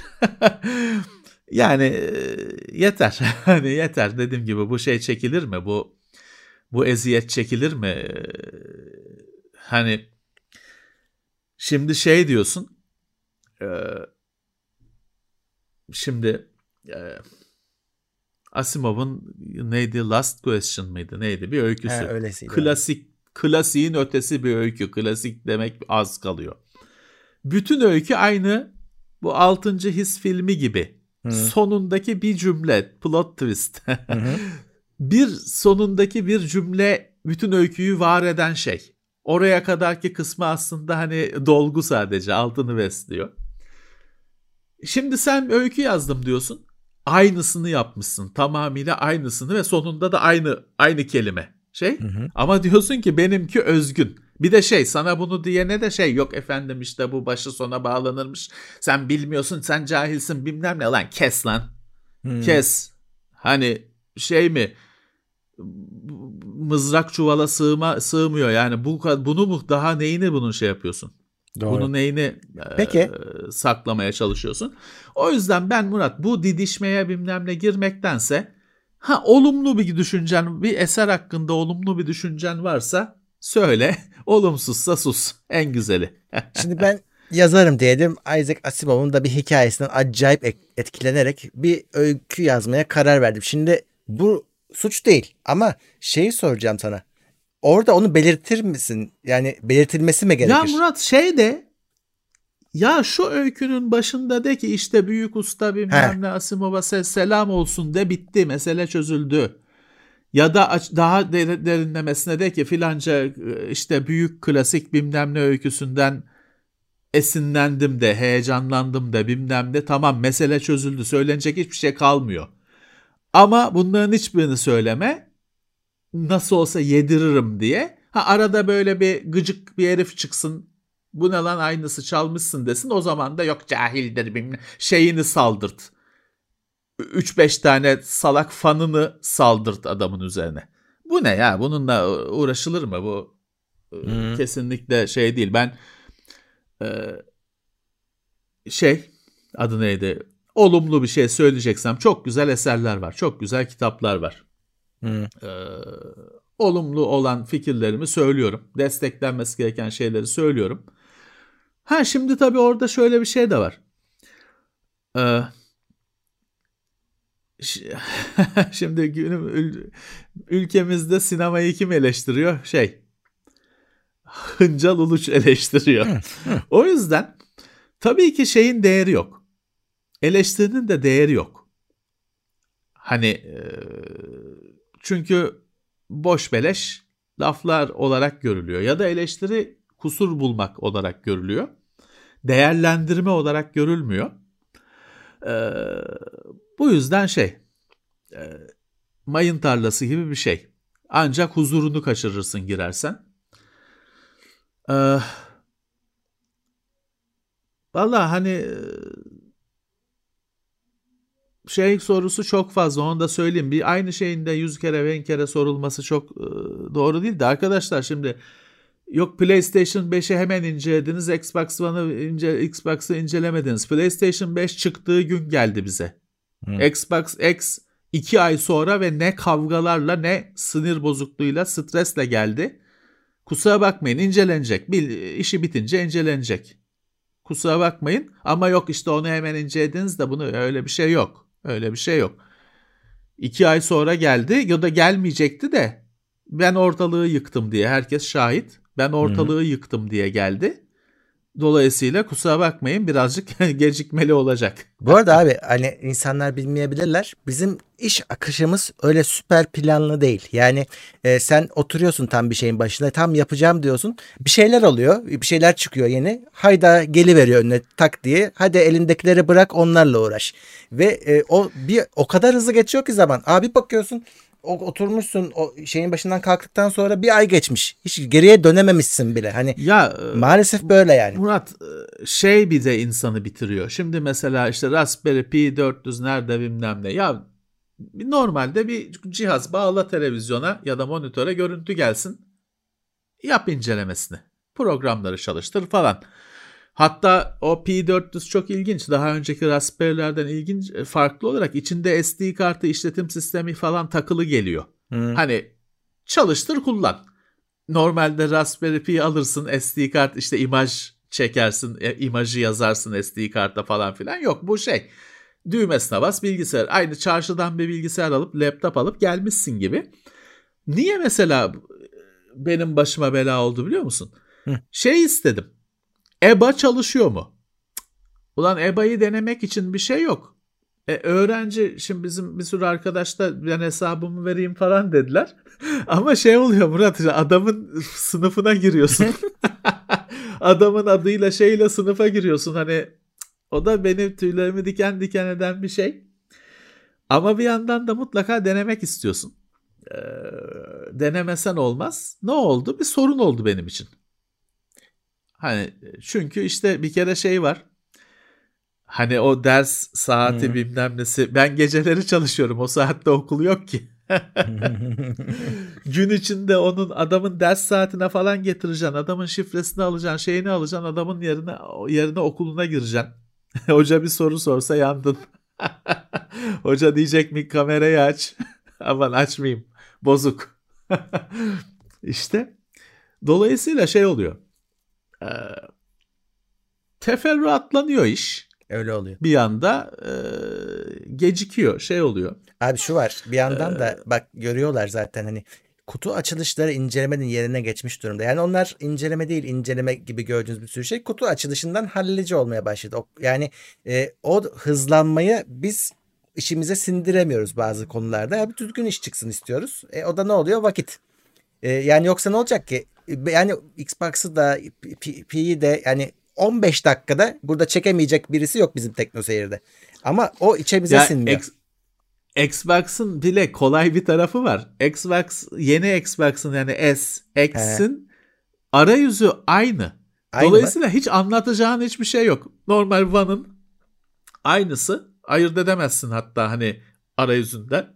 Yani yeter. Hani yeter, dediğim gibi bu şey çekilir mi? Bu bu eziyet çekilir mi? Hani şimdi şey diyorsun. E, şimdi e, Asimov'un neydi? Last Question mıydı? Neydi? Bir öyküsü. He, öylesiydi. Klasik, klasiğin ötesi bir öykü. Klasik demek az kalıyor. Bütün öykü aynı bu altıncı His filmi gibi. Hı. Sonundaki bir cümle, plot twist. Bir sonundaki bir cümle bütün öyküyü var eden şey. Oraya kadarki kısmı aslında hani dolgu, sadece altını besliyor. Şimdi sen öykü yazdım diyorsun. Aynısını yapmışsın. Tamamıyla aynısını ve sonunda da aynı aynı kelime. Şey. Hı hı. Ama diyorsun ki benimki özgün. Bir de şey, sana bunu diyene de şey, yok efendim işte bu başı sona bağlanırmış. Sen bilmiyorsun, sen cahilsin bilmem ne, lan kes lan. Hmm. Kes. Hani şey mi, mızrak çuvala sığma, sığmıyor yani, bu bunu mu daha neyini bunun şey yapıyorsun. Doğru. Bunu neyini Peki. E, saklamaya çalışıyorsun. O yüzden ben Murat bu didişmeye bilmem ne girmektense, ha olumlu bir düşüncen, bir eser hakkında olumlu bir düşüncen varsa söyle, olumsuzsa sus, en güzeli. Şimdi ben yazarım diyelim, Isaac Asimov'un da bir hikayesinden acayip etkilenerek bir öykü yazmaya karar verdim. Şimdi bu suç değil ama şeyi soracağım sana. Orada onu belirtir misin? Yani belirtilmesi mi gerekir? Ya Murat şey de, ya şu öykünün başında de ki işte büyük usta bilmem ne Asimov'a selam olsun de, bitti, mesele çözüldü. Ya da daha derinlemesine de ki filanca işte büyük klasik bilmem ne öyküsünden esinlendim de, heyecanlandım da bilmem ne, tamam mesele çözüldü, söylenecek hiçbir şey kalmıyor. Ama bunların hiçbirini söyleme, nasıl olsa yediririm diye. Ha arada böyle bir gıcık bir herif çıksın, bu ne lan aynısı çalmışsın desin, o zaman da yok cahildir bilmem şeyini saldırt. üç beş tane salak fanını saldırt adamın üzerine. Bu ne ya? Bununla uğraşılır mı? Bu hmm. kesinlikle şey değil. Ben e, şey adı neydi? Olumlu bir şey söyleyeceksem çok güzel eserler var. Çok güzel kitaplar var. Hmm. E, olumlu olan fikirlerimi söylüyorum. Desteklenmesi gereken şeyleri söylüyorum. Ha şimdi tabii orada şöyle bir şey de var. Eee Şimdi günüm ülkemizde sinemayı kim eleştiriyor? Şey, Hıncal Uluç eleştiriyor. O yüzden tabii ki şeyin değeri yok. Eleştirinin de değeri yok. Hani çünkü boş beleş laflar olarak görülüyor ya da eleştiri kusur bulmak olarak görülüyor. Değerlendirme olarak görülmüyor. Ee, bu yüzden şey, e, mayın tarlası gibi bir şey. Ancak huzurunu kaçırırsın girersen. Ee, vallahi hani şey sorusu çok fazla, onu da söyleyeyim. Bir aynı şeyin de yüz kere bin kere sorulması çok e, doğru değil de arkadaşlar, şimdi yok PlayStation beşi hemen incelediniz, Xbox One'ı ince, Xbox'ı incelemediniz. PlayStation beş çıktığı gün geldi bize. Hmm. Xbox X iki ay sonra ve ne kavgalarla ne sinir bozukluğuyla, stresle geldi. Kusura bakmayın, incelenecek. Bir işi bitince incelenecek. Kusura bakmayın ama yok işte onu hemen incelediniz de bunu, öyle bir şey yok. Öyle bir şey yok. İki ay sonra geldi ya da gelmeyecekti de Ben ortalığı yıktım diye, herkes şahit. Ben ortalığı Hı-hı. yıktım diye geldi. Dolayısıyla kusura bakmayın, birazcık gecikmeli olacak. Bu arada abi hani insanlar bilmeyebilirler. Bizim iş akışımız öyle süper planlı değil. Yani e, sen oturuyorsun tam bir şeyin başında, tam yapacağım diyorsun. Bir şeyler oluyor, bir şeyler çıkıyor yeni. Hayda geliveriyor önüne tak diye. Hadi elindekileri bırak, onlarla uğraş. Ve e, o bir o kadar hızlı geçiyor ki zaman. Abi bakıyorsun, o, oturmuşsun o şeyin başından kalktıktan sonra bir ay geçmiş. Hiç geriye dönememişsin bile. Hani Ya maalesef böyle yani. Murat, şey bir de insanı bitiriyor. Şimdi mesela işte Raspberry Pi dört yüz nerede bilmem ne. Ya normalde bir cihaz bağla televizyona ya da monitöre, görüntü gelsin. Yap incelemesini. Programları çalıştır falan. Hatta o Pi dört yüz çok ilginç. Daha önceki Raspberry'lerden ilginç, farklı olarak içinde S D kartı, işletim sistemi falan takılı geliyor. Hı. Hani çalıştır kullan. Normalde Raspberry Pi alırsın, S D kart, işte imaj çekersin, e, imajı yazarsın S D karta falan filan. Yok, bu şey, düğmesine bas bilgisayar. Aynı çarşıdan bir bilgisayar alıp laptop alıp gelmişsin gibi. Niye mesela benim başıma bela oldu biliyor musun? Hı. Şey istedim. E B A çalışıyor mu? Ulan E B A'yı denemek için bir şey yok. E, öğrenci, şimdi bizim bir sürü arkadaş da ben hesabımı vereyim falan dediler. Ama şey oluyor Murat, adamın sınıfına giriyorsun. Adamın adıyla şeyle sınıfa giriyorsun. Hani o da benim tüylerimi diken diken eden bir şey. Ama bir yandan da mutlaka denemek istiyorsun. Ee, denemesen olmaz. Ne oldu? Bir sorun oldu benim için. Hani çünkü işte bir kere şey var. Hani o ders saati Hı. bilmem nesi. Ben geceleri çalışıyorum. O saatte okul yok ki. Gün içinde onun, adamın ders saatine falan getireceksin. Adamın şifresini alacaksın, şeyini alacaksın. Adamın yerine yerine okuluna gireceksin. Hoca bir soru sorsa yandın. Hoca diyecek mi kamerayı aç. Aman açmayayım. Bozuk. İşte dolayısıyla şey oluyor. E, teferruatlanıyor iş. Öyle oluyor. Bir anda e, gecikiyor, şey oluyor. Abi şu var, bir yandan da bak görüyorlar zaten hani kutu açılışları incelemenin yerine geçmiş durumda. Yani onlar inceleme değil, inceleme gibi gördüğünüz bir sürü şey kutu açılışından halledici olmaya başladı. O, yani e, o hızlanmayı biz işimize sindiremiyoruz bazı konularda. Ya bir düzgün iş çıksın istiyoruz. E, o da ne oluyor? Vakit. E, yani yoksa ne olacak ki? E, Yani Xbox'ı da P- P'yi de yani on beş dakikada burada çekemeyecek birisi yok bizim TeknoSeyir'de. Ama o içimize Ya sinmiyor. X, Xbox'ın bile kolay bir tarafı var. Xbox, yeni Xbox'ın yani S, He, X'in arayüzü aynı. aynı mı? Dolayısıyla hiç anlatacağın hiçbir şey yok. Normal One'ın aynısı. Ayırt edemezsin hatta hani arayüzünden.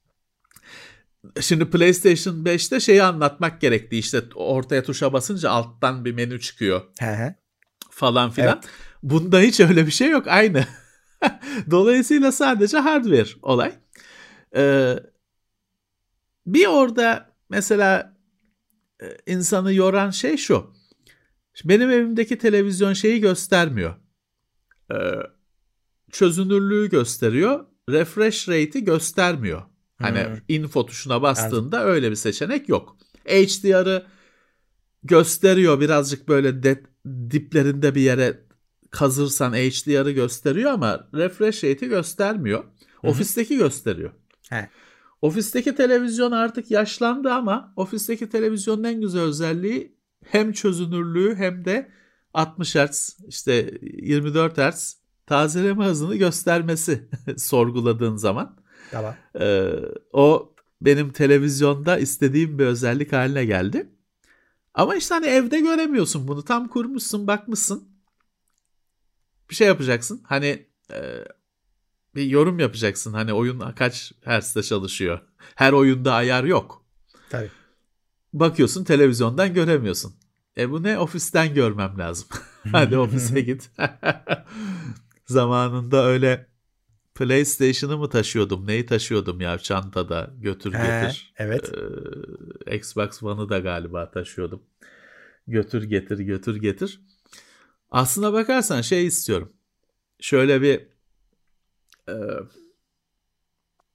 Şimdi PlayStation beşte şeyi anlatmak gerekti. İşte ortaya tuşa basınca alttan bir menü çıkıyor He he. falan filan. Evet. Bunda hiç öyle bir şey yok. Aynı. Dolayısıyla sadece hardware olay. Ee, bir orada mesela e, insanı yoran şey şu. Benim evimdeki televizyon şeyi göstermiyor. Ee, çözünürlüğü gösteriyor. Refresh rate'i göstermiyor. Hani Hmm, info tuşuna anladım. bastığında öyle bir seçenek yok. H D R'ı gösteriyor, birazcık böyle de, diplerinde bir yere kazırsan H D R'ı gösteriyor ama refresh rate'i göstermiyor. Hı hı. Ofisteki gösteriyor. He. Ofisteki televizyon artık yaşlandı ama ofisteki televizyonun en güzel özelliği hem çözünürlüğü hem de altmış hertz, işte yirmi dört hertz tazeleme hızını göstermesi sorguladığın zaman. Tamam. Ee, o benim televizyonda istediğim bir özellik haline geldi. Ama işte hani evde göremiyorsun bunu. Tam kurmuşsun, bakmışsın. Bir şey yapacaksın. Hani e, bir yorum yapacaksın. Hani oyun kaç hertzte çalışıyor. Her oyunda ayar yok. Tabii. Bakıyorsun televizyondan göremiyorsun. E bu ne? Ofisten görmem lazım. Hadi ofise git. Zamanında öyle PlayStation'ı mı taşıyordum? Neyi taşıyordum ya çantada? Götür He, getir. evet. Ee, Xbox One'ı da galiba taşıyordum. Götür getir, götür getir. Aslına bakarsan şey istiyorum. Şöyle bir e,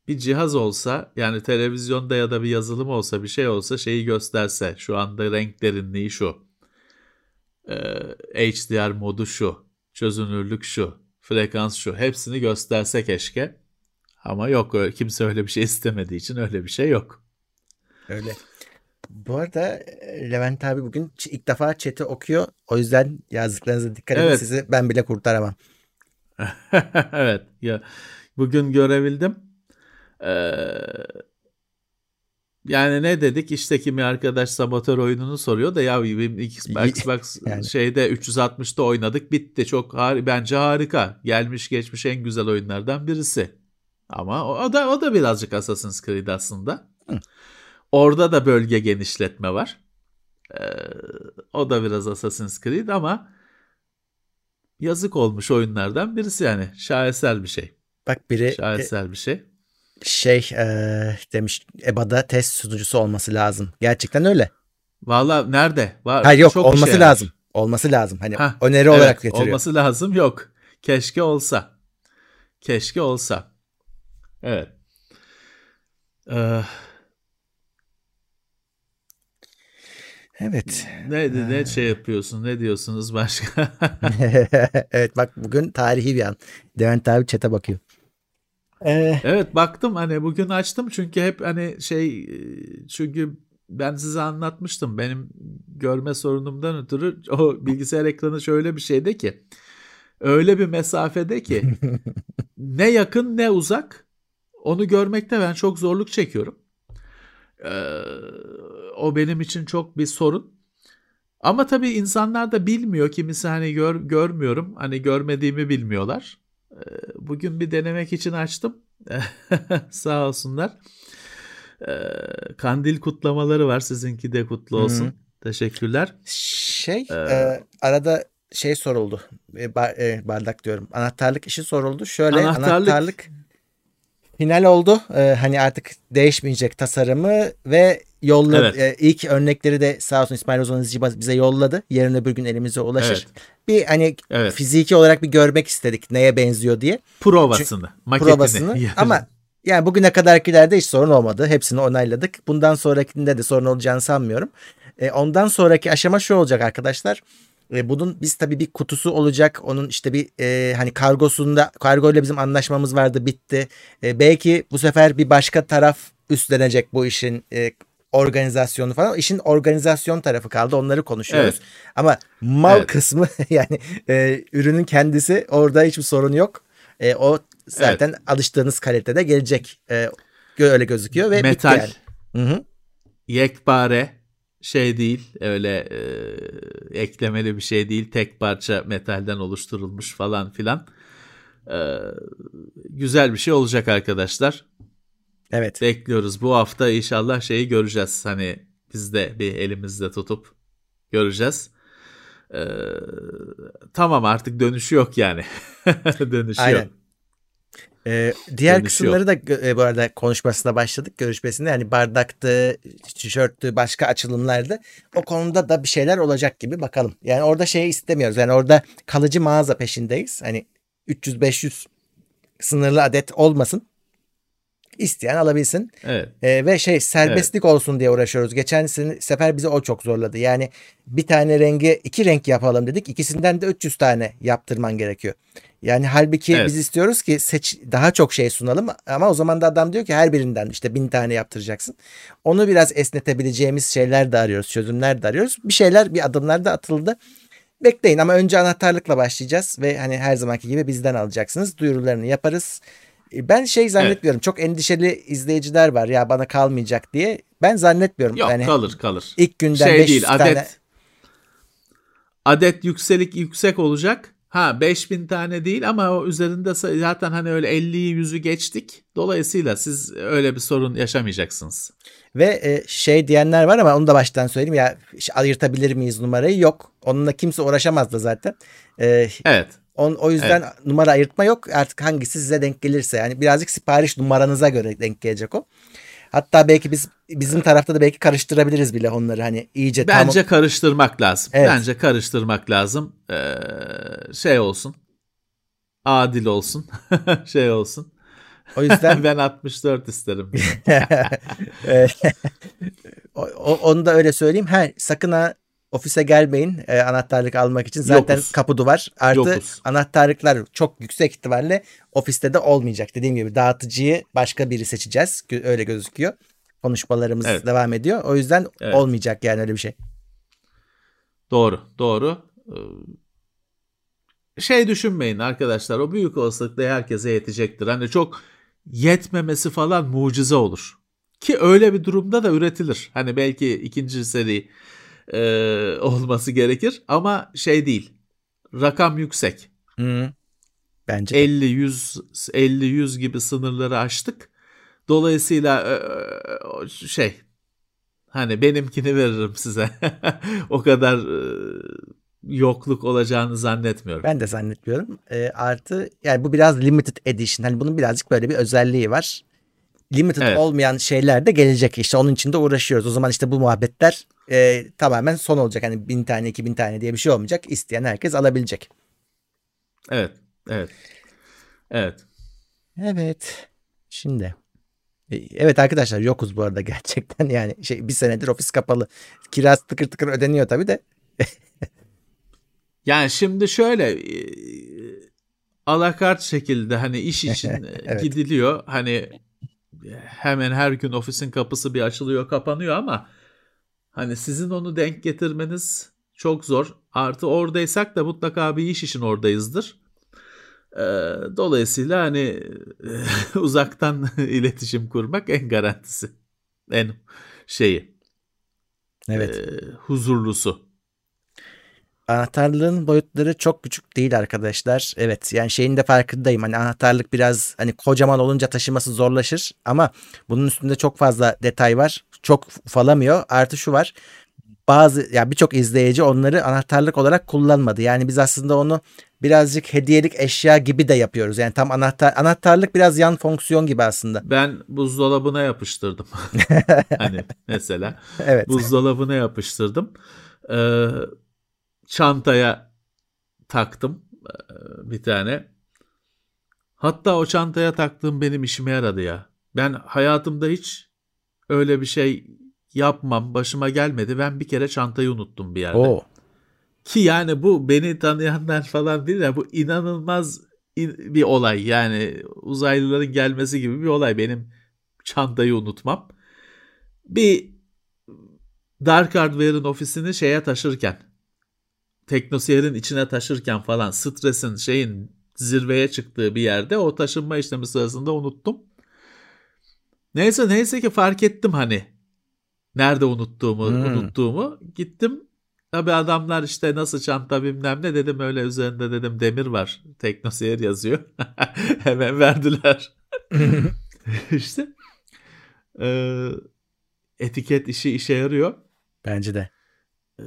bir cihaz olsa, yani televizyonda ya da bir yazılım olsa, bir şey olsa şeyi gösterse, şu anda renk derinliği şu, e, H D R modu şu, çözünürlük şu, frekans şu, hepsini gösterse keşke. Ama yok, öyle, kimse öyle bir şey istemediği için öyle bir şey yok. Öyle. Bu arada Levent abi bugün ilk defa chat'i okuyor. O yüzden yazdıklarınıza dikkat edin. Evet. Sizi ben bile kurtaramam. Evet. Ya bugün görebildim. Ee, yani ne dedik? İşte kimi arkadaş saboteur oyununu soruyor da ya benim Xbox Yani. şeyde üç yüz altmışta oynadık, bitti. Çok har bence harika. Gelmiş geçmiş en güzel oyunlardan birisi. Ama o, o da o da birazcık Assassin's Creed aslında. Hı. Orada da bölge genişletme var. Ee, o da biraz Assassin's Creed ama yazık olmuş oyunlardan birisi yani. Şaheser bir şey. Bak biri Şaheser bir şey. Şey e, demiş, E B A'da test sunucusu olması lazım. Gerçekten öyle. Valla nerede? Var. Hayır yok, Çok olması şey lazım. Var. Olması lazım. Hani Hah, öneri evet, olarak getiriyor. olması lazım, yok. Keşke olsa. Keşke olsa. Evet. Ee, Evet. ne, ne şey yapıyorsun? Ne diyorsunuz başka? Evet bak bugün tarihi bir an. Levent abi chat'e bakıyor. Ee, Evet, baktım hani bugün açtım çünkü hep hani şey, çünkü ben size anlatmıştım, benim görme sorunumdan ötürü o bilgisayar ekranı şöyle bir şeyde ki, öyle bir mesafede ki ne yakın ne uzak, onu görmekte ben çok zorluk çekiyorum. Ee, o benim için çok bir sorun. Ama tabii insanlar da bilmiyor. Kimisi hani gör, görmüyorum, hani görmediğimi bilmiyorlar. Ee, bugün bir denemek için açtım. Sağ olsunlar. Ee, kandil kutlamaları var. Sizinki de kutlu olsun. Hı. Teşekkürler. Şey Ee, e, arada şey soruldu. E, bar, e, bardak diyorum. Anahtarlık işi soruldu. Şöyle anahtarlık. anahtarlık final oldu. Ee, hani artık değişmeyecek tasarımı ve yolladı. Evet. Ee, ilk örnekleri de sağ olsun İsmail Ozan İzci bize yolladı. Yarın öbür gün elimize ulaşır. Evet. Bir hani Evet. fiziki olarak bir görmek istedik neye benziyor diye. Provasını, Çünkü, maketini. provasını. Ama yani bugüne kadarkilerde hiç sorun olmadı. Hepsini onayladık. Bundan sonrakinde de sorun olacağını sanmıyorum. Ee, ondan sonraki aşama şu olacak arkadaşlar. E, bunun biz tabii bir kutusu olacak. Onun işte bir e, hani kargosunda, kargoyla bizim anlaşmamız vardı, bitti. E, belki bu sefer bir başka taraf üstlenecek bu işin e, organizasyonu falan. İşin organizasyon tarafı kaldı. Onları konuşuyoruz. Evet. Ama mal Evet. kısmı yani e, ürünün kendisi, orada hiçbir sorun yok. E, o zaten evet. alıştığınız kalitede gelecek. E, öyle gözüküyor ve metal. bitti yani. Hı hı. Yekpare. Şey değil, öyle e, eklemeli bir şey değil, tek parça metalden oluşturulmuş falan filan. E, güzel bir şey olacak arkadaşlar. Evet. Bekliyoruz, bu hafta inşallah şeyi göreceğiz. Hani biz de bir elimizde tutup göreceğiz. E, tamam, artık dönüşü yok yani. dönüşü Aynen. yok. Ee, diğer Dönüşü kısımları yok. da e, bu arada konuşmasına başladık, görüşmesinde. Yani bardaktı, tişörttü, başka açılımlardı. O konuda da bir şeyler olacak gibi, bakalım. Yani orada şey istemiyoruz. Yani orada kalıcı mağaza peşindeyiz. Hani üç yüz beş yüz sınırlı adet olmasın. İsteyen alabilsin. Evet. Ee, ve şey serbestlik evet. olsun diye uğraşıyoruz. Geçen sefer bizi o çok zorladı. Yani bir tane rengi iki renk yapalım dedik. İkisinden de üç yüz tane yaptırman gerekiyor. Yani halbuki evet. biz istiyoruz ki seç, daha çok şey sunalım. Ama o zaman da adam diyor ki her birinden işte bin tane yaptıracaksın. Onu biraz esnetebileceğimiz şeyler de arıyoruz. Çözümler de arıyoruz. Bir şeyler, bir adımlar da atıldı. Bekleyin ama önce anahtarlıkla başlayacağız. Ve hani her zamanki gibi bizden alacaksınız. Duyurularını yaparız. Ben şey zannetmiyorum. Evet. Çok endişeli izleyiciler var ya bana kalmayacak diye. Ben zannetmiyorum. Yok, yani kalır kalır. İlk günden şey beş yüz değil, adet, tane. Adet yükselik yüksek olacak. Ha, beş bin tane değil ama o üzerinde zaten hani öyle elliyi yüzü geçtik. Dolayısıyla siz öyle bir sorun yaşamayacaksınız. Ve e, şey diyenler var ama onu da baştan söyleyeyim ya, ayırtabilir miyiz numarayı? Yok. Onunla kimse uğraşamazdı zaten. E, evet. On, o yüzden evet. numara ayırtma yok. Artık hangisi size denk gelirse. Yani birazcık sipariş numaranıza göre denk gelecek o. Hatta belki biz bizim tarafta da belki karıştırabiliriz bile onları, hani iyice. Bence tam... karıştırmak lazım. Evet. Bence karıştırmak lazım. Ee, şey olsun. Adil olsun. şey olsun. O yüzden ben altmış dört isterim. o, o, onu da öyle söyleyeyim. Ha, sakın ha ofise gelmeyin e, anahtarlık almak için. Zaten Yokuz. kapı duvar. Artı Yokuz. anahtarlıklar çok yüksek ihtimalle ofiste de olmayacak. Dediğim gibi dağıtıcıyı başka biri seçeceğiz. Öyle gözüküyor. Konuşmalarımız Evet. devam ediyor. O yüzden Evet. olmayacak yani öyle bir şey. Doğru, doğru. Şey düşünmeyin arkadaşlar, o büyük olasılıkla herkese yetecektir. Hani çok yetmemesi falan mucize olur. Ki öyle bir durumda da üretilir. Hani belki ikinci seri e, olması gerekir ama şey değil. Rakam yüksek. Hı, bence de. elli yüz elli yüz gibi sınırları aştık. Dolayısıyla e, şey hani benimkini veririm size. O kadar e, yokluk olacağını zannetmiyorum. Ben de zannetmiyorum. E, artı yani bu biraz limited edition. Hani bunun birazcık böyle bir özelliği var. Limited Evet. olmayan şeyler de gelecek. İşte onun için de uğraşıyoruz. O zaman işte bu muhabbetler e, tamamen son olacak. Hani bin tane, iki bin tane diye bir şey olmayacak. İsteyen herkes alabilecek. Evet, evet, evet. Evet. Şimdi. e, Evet arkadaşlar yokuz bu arada gerçekten. Yani şey bir senedir ofis kapalı. Kiraz tıkır tıkır ödeniyor tabii de. Yani şimdi şöyle e, alakart şekilde hani iş için e, Evet. gidiliyor. Hani hemen her gün ofisin kapısı bir açılıyor, kapanıyor ama hani sizin onu denk getirmeniz çok zor. Artı oradaysak da mutlaka bir iş için oradayızdır. Ee, dolayısıyla hani e, uzaktan iletişim kurmak en garantisi. En şeyi, Evet. e, huzurlusu. Anahtarlığın boyutları çok küçük değil arkadaşlar. Evet yani şeyin de farkındayım. Hani anahtarlık biraz hani kocaman olunca taşıması zorlaşır. Ama bunun üstünde çok fazla detay var. Çok ufalamıyor. Artı şu var. Bazı ya yani birçok izleyici onları anahtarlık olarak kullanmadı. Yani biz aslında onu birazcık hediyelik eşya gibi de yapıyoruz. Yani tam anahtar anahtarlık biraz yan fonksiyon gibi aslında. Ben buzdolabına yapıştırdım. Hani mesela Evet. buzdolabına yapıştırdım. Ee, çantaya taktım ee, bir tane. Hatta o çantaya taktığım benim işime yaradı ya. Ben hayatımda hiç öyle bir şey yapmam, başıma gelmedi. Ben bir kere çantayı unuttum bir yerde. Oo. Ki yani bu beni tanıyanlar falan bilir ya, bu inanılmaz bir olay. Yani uzaylıların gelmesi gibi bir olay, benim çantayı unutmam. Bir Dark Hardware'ın ofisini şeye taşırken, teknoseyrin içine taşırken falan, stresin şeyin zirveye çıktığı bir yerde o taşınma işlemi sırasında unuttum. Neyse neyse ki fark ettim hani nerede unuttuğumu Hmm. unuttuğumu. Gittim. Tabii adamlar işte nasıl çanta bilmem ne, dedim öyle üzerinde dedim demir var. Teknoseyir yazıyor. Hemen verdiler. İşte e, etiket işi işe yarıyor. Bence de. E,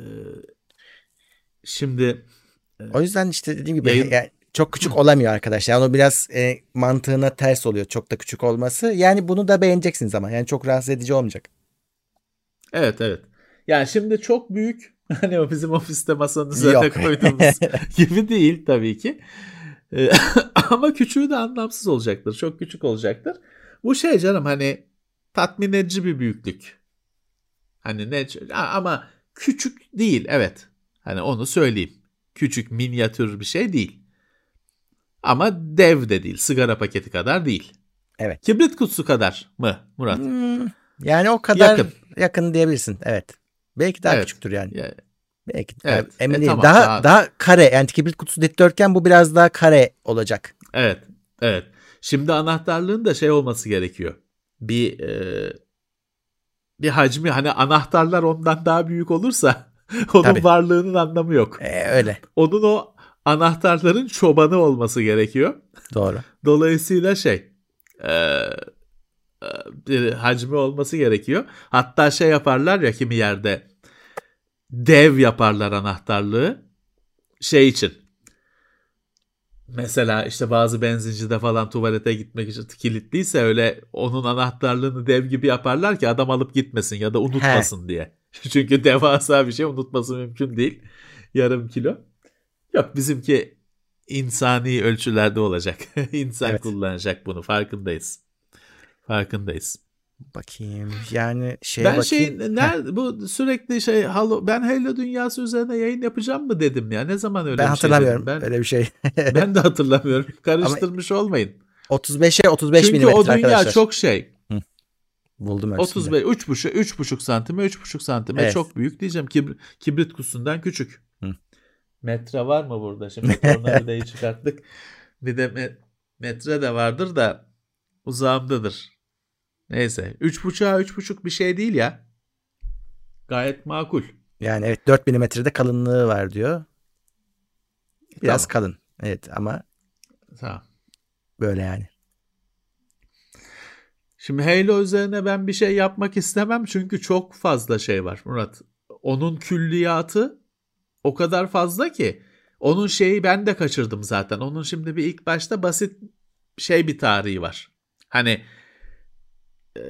şimdi e, O yüzden işte dediğim gibi yayın yani çok küçük olamıyor arkadaşlar. Yani o biraz e, mantığına ters oluyor çok da küçük olması. Yani bunu da beğeneceksiniz ama yani çok rahatsız edici olmayacak. evet evet. Yani şimdi çok büyük, hani o bizim ofiste masanın üzerine Yok. koyduğumuz gibi değil tabii ki. E, ama küçüğü de anlamsız olacaktır. Çok küçük olacaktır. Bu şey canım, hani tatmin edici bir büyüklük. Hani ne ama küçük değil, evet. Hani onu söyleyeyim. Küçük, minyatür bir şey değil. Ama dev de değil. Sigara paketi kadar değil. Evet. Kibrit kutusu kadar mı Murat? Hmm, yani o kadar Yakın. yakın diyebilirsin. Evet. Belki daha Evet. küçüktür yani. Ya- Belki yani Evet. emin E değilim. tamam, Daha daha daha kare yani kibrit kutusu dikdörtgen, bu biraz daha kare olacak. evet. Evet. Şimdi anahtarlığın da şey olması gerekiyor. Bir e, bir hacmi, hani anahtarlar ondan daha büyük olursa onun Tabii. varlığının anlamı yok. Ee, öyle. Onun o anahtarların çobanı olması gerekiyor. Doğru. Dolayısıyla şey e, e, bir hacmi olması gerekiyor. Hatta şey yaparlar ya kimi yerde, dev yaparlar anahtarlığı şey için. Mesela işte bazı benzincide falan tuvalete gitmek için kilitliyse öyle onun anahtarlığını dev gibi yaparlar ki adam alıp gitmesin ya da He. unutmasın diye. Çünkü devasa bir şey, unutması mümkün değil. Yarım kilo. Yok, bizimki insani ölçülerde olacak. İnsan Evet. kullanacak bunu, farkındayız. Farkındayız. Bakayım yani şeye Ben bakayım. şey nerede bu sürekli şey Halo, ben Halo dünyası üzerine yayın yapacağım mı dedim ya. Ne zaman öyle Ben bir şey dedim hatırlamıyorum ben? öyle bir şey. Ben de hatırlamıyorum. Ama Karıştırmış olmayın. otuz beşe otuz beş Çünkü milimetre o dünya arkadaşlar. çok şey. Hı, buldum ölçüsünde. otuz beş üç buçuk üç buçuk santime üç buçuk santime Evet. çok büyük diyeceğim. Kibr- kibrit kutusundan küçük. Hı. Metre var mı burada? Şimdi tornavidayı çıkarttık. Bir de me- metre de vardır da uzağımdadır. Neyse. üç buçuğa üç buçuk bir şey değil ya. Gayet makul. Yani evet dört milimetrede kalınlığı var diyor. Biraz Tamam. kalın. Evet ama Tamam. böyle yani. Şimdi Halo üzerine ben bir şey yapmak istemem çünkü çok fazla şey var Murat. Onun külliyatı o kadar fazla ki onun şeyi ben de kaçırdım zaten. Onun şimdi bir ilk başta basit şey bir tarihi var. Hani e,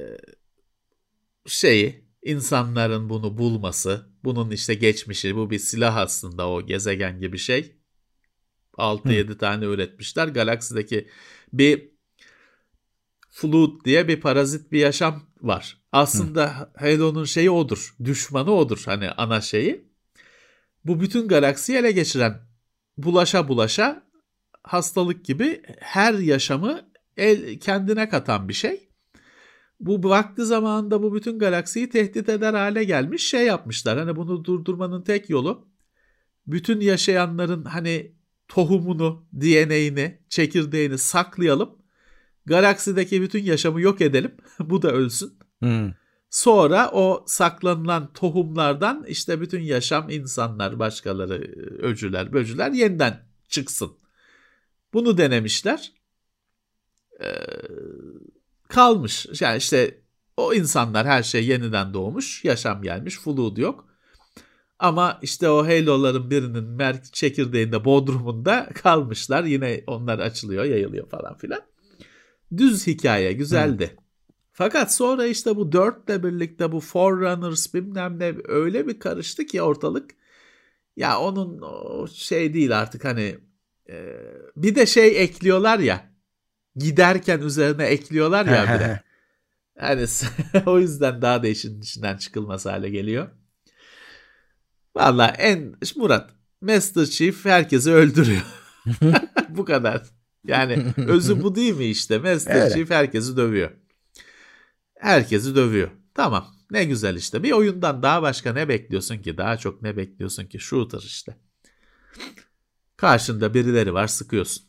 şeyi insanların bunu bulması, bunun işte geçmişi, bu bir silah aslında o gezegen gibi şey. altı yedi tane üretmişler. Galaksideki bir Flood diye bir parazit bir yaşam var. Aslında Halo'nun şeyi odur. Düşmanı odur. Hani ana şeyi. Bu bütün galaksiyi ele geçiren bulaşa bulaşa hastalık gibi her yaşamı el, kendine katan bir şey. Bu vakti zamanında bu bütün galaksiyi tehdit eder hale gelmiş şey yapmışlar. Hani bunu durdurmanın tek yolu bütün yaşayanların hani tohumunu, D N A'ini, çekirdeğini saklayalım. Galaksideki bütün yaşamı yok edelim. Bu da ölsün. Hmm. Sonra o saklanılan tohumlardan işte bütün yaşam, insanlar, başkaları, öcüler, böcüler yeniden çıksın. Bunu denemişler. Ee, kalmış. Yani işte o insanlar her şey yeniden doğmuş. Yaşam gelmiş. Flood yok. Ama işte o Halo'ların birinin mer- çekirdeğinde, bodrumunda kalmışlar. Yine onlar açılıyor, yayılıyor falan filan. Düz hikaye, güzeldi. Hmm. Fakat sonra işte bu dörtle birlikte bu Forerunners bilmem ne öyle bir karıştı ki ortalık. Ya onun o şey değil artık hani e, bir de şey ekliyorlar ya giderken üzerine ekliyorlar ya bir de. Yani o yüzden daha da işin içinden çıkılmaz hale geliyor. Valla en Murat Master Chief herkesi öldürüyor. Bu kadar. Yani özü bu değil mi işte? Master Öyle. Chief herkesi dövüyor. Herkesi dövüyor. Tamam. Ne güzel işte. Bir oyundan daha başka ne bekliyorsun ki? Daha çok ne bekliyorsun ki? Shooter işte. Karşında birileri var, sıkıyorsun.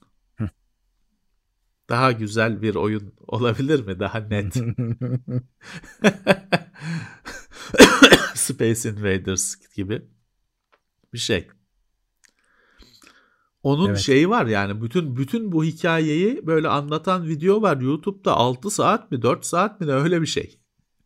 Daha güzel bir oyun olabilir mi? Daha net. Space Invaders gibi bir şey. Onun Evet. şeyi var yani bütün bütün bu hikayeyi böyle anlatan video var YouTube'da altı saat mi dört saat mi ne öyle bir şey.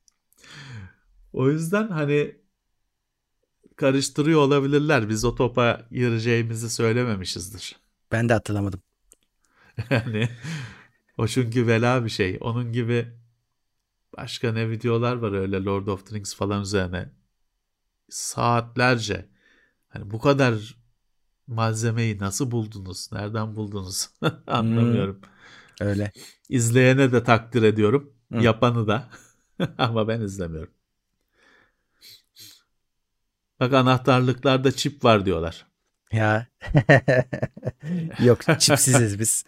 O yüzden hani karıştırıyor olabilirler. Biz o topa gireceğimizi söylememişizdir. Ben de hatırlamadım. Yani o çünkü bela bir şey. Onun gibi başka ne videolar var öyle Lord of the Rings falan üzerine. Saatlerce. Hani bu kadar malzemeyi nasıl buldunuz? Nereden buldunuz? Anlamıyorum. Hmm, öyle. İzleyene de takdir ediyorum. Hı. Yapanı da. Ama ben izlemiyorum. Bak anahtarlıklarda çip var diyorlar. Ya. Yok çipsiziz biz.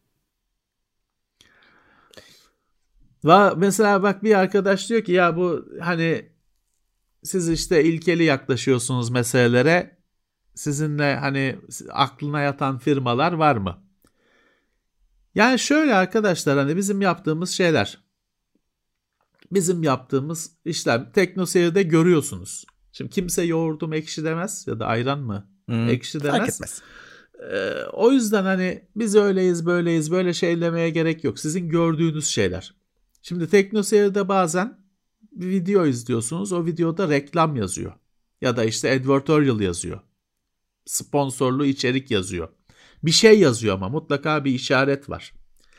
Va mesela bak bir arkadaş diyor ki ya bu hani siz işte ilkeli yaklaşıyorsunuz meselelere. Sizinle hani aklına yatan firmalar var mı? Yani şöyle arkadaşlar hani bizim yaptığımız şeyler. Bizim yaptığımız işler TeknoSeyir'de görüyorsunuz. Şimdi kimse yoğurdum ekşi demez ya da ayran mı Hmm, ekşi demez. fark etmez. Ee, o yüzden hani biz öyleyiz böyleyiz böyle şey demeye gerek yok. Sizin gördüğünüz şeyler. Şimdi TeknoSeyir'de bazen bir video izliyorsunuz. O videoda reklam yazıyor. Ya da işte advertorial yazıyor. Sponsorlu içerik yazıyor. Bir şey yazıyor ama mutlaka bir işaret var.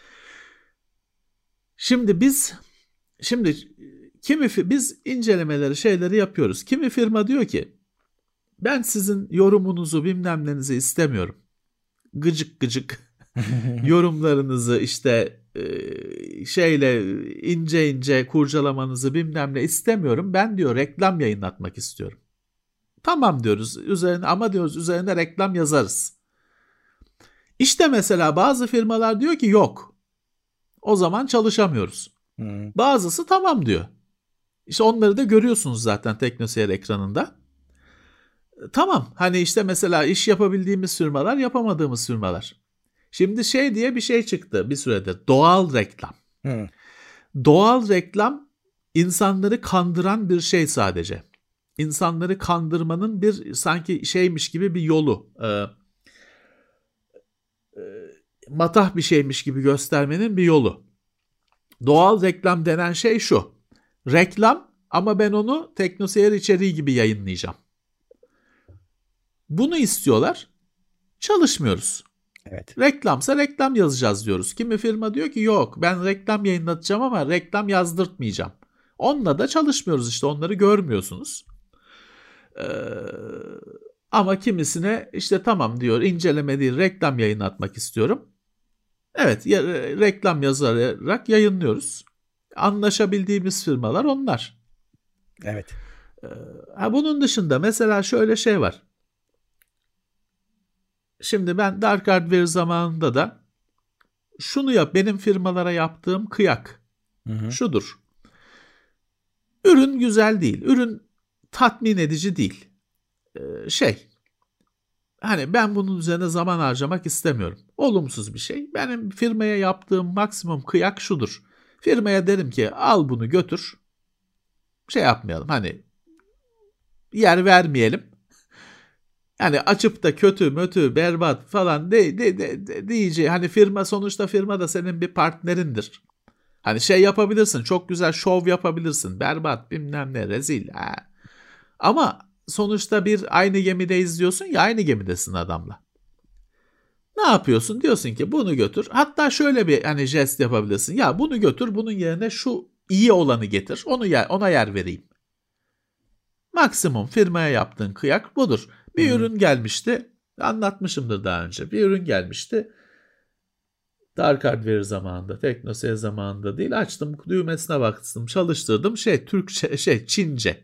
Şimdi biz şimdi kimi biz incelemeleri şeyleri yapıyoruz. Kimi firma diyor ki ben sizin yorumunuzu bilmem nenizi istemiyorum. gıcık gıcık yorumlarınızı işte e, şeyle ince ince kurcalamanızı bilmem ne istemiyorum. Ben diyor reklam yayınlatmak istiyorum. Tamam diyoruz üzerine, ama diyoruz üzerine reklam yazarız. İşte mesela bazı firmalar diyor ki yok. O zaman çalışamıyoruz. Hmm. Bazısı tamam diyor. İşte onları da görüyorsunuz zaten TeknoSeyir ekranında. Tamam, hani işte mesela iş yapabildiğimiz firmalar, yapamadığımız firmalar. Şimdi şey diye bir şey çıktı bir süredir. Doğal reklam. Hmm. Doğal reklam insanları kandıran bir şey sadece. İnsanları kandırmanın bir sanki şeymiş gibi bir yolu. Ee, e, matah bir şeymiş gibi göstermenin bir yolu. Doğal reklam denen şey şu. Reklam ama ben onu TeknoSeyir içeriği gibi yayınlayacağım. Bunu istiyorlar. Çalışmıyoruz. Evet. Reklamsa reklam yazacağız diyoruz. Kimi firma diyor ki yok ben reklam yayınlatacağım ama reklam yazdırtmayacağım. Onunla da çalışmıyoruz, işte onları görmüyorsunuz. Ee, ama kimisine işte tamam diyor, inceleme değil reklam yayınlatmak istiyorum. Evet ya, reklam yazarak yayınlıyoruz. Anlaşabildiğimiz firmalar onlar. Evet. Ee, ha, bunun dışında mesela şöyle şey var. Şimdi ben Dark Hardware zamanında da şunu yap, benim firmalara yaptığım kıyak Hı hı. şudur. Ürün güzel değil, ürün tatmin edici değil. Ee, şey, hani ben bunun üzerine zaman harcamak istemiyorum. Olumsuz bir şey. Benim firmaya yaptığım maksimum kıyak şudur. Firmaya derim ki al bunu götür. Şey yapmayalım, hani yer vermeyelim. Yani açıp da kötü, mötü, berbat falan de, de, de, de, diyeceği, hani firma sonuçta, firma da senin bir partnerindir. Hani şey yapabilirsin, çok güzel şov yapabilirsin, berbat bilmem ne, rezil. Ha. Ama sonuçta bir aynı gemideyiz diyorsun ya, aynı gemidesin adamla. Ne yapıyorsun? Diyorsun ki bunu götür. Hatta şöyle bir hani jest yapabilirsin. Ya bunu götür, bunun yerine şu iyi olanı getir. Onu yer, ona yer vereyim. Maksimum firmaya yaptığın kıyak budur. Bir Hı-hı. ürün gelmişti. Anlatmışımdır daha önce. Bir ürün gelmişti. Dark Hardware zamanında, TeknoSeyir zamanında değil. Açtım, düğmesine baktım, çalıştırdım. Şey Türkçe, şey Çince.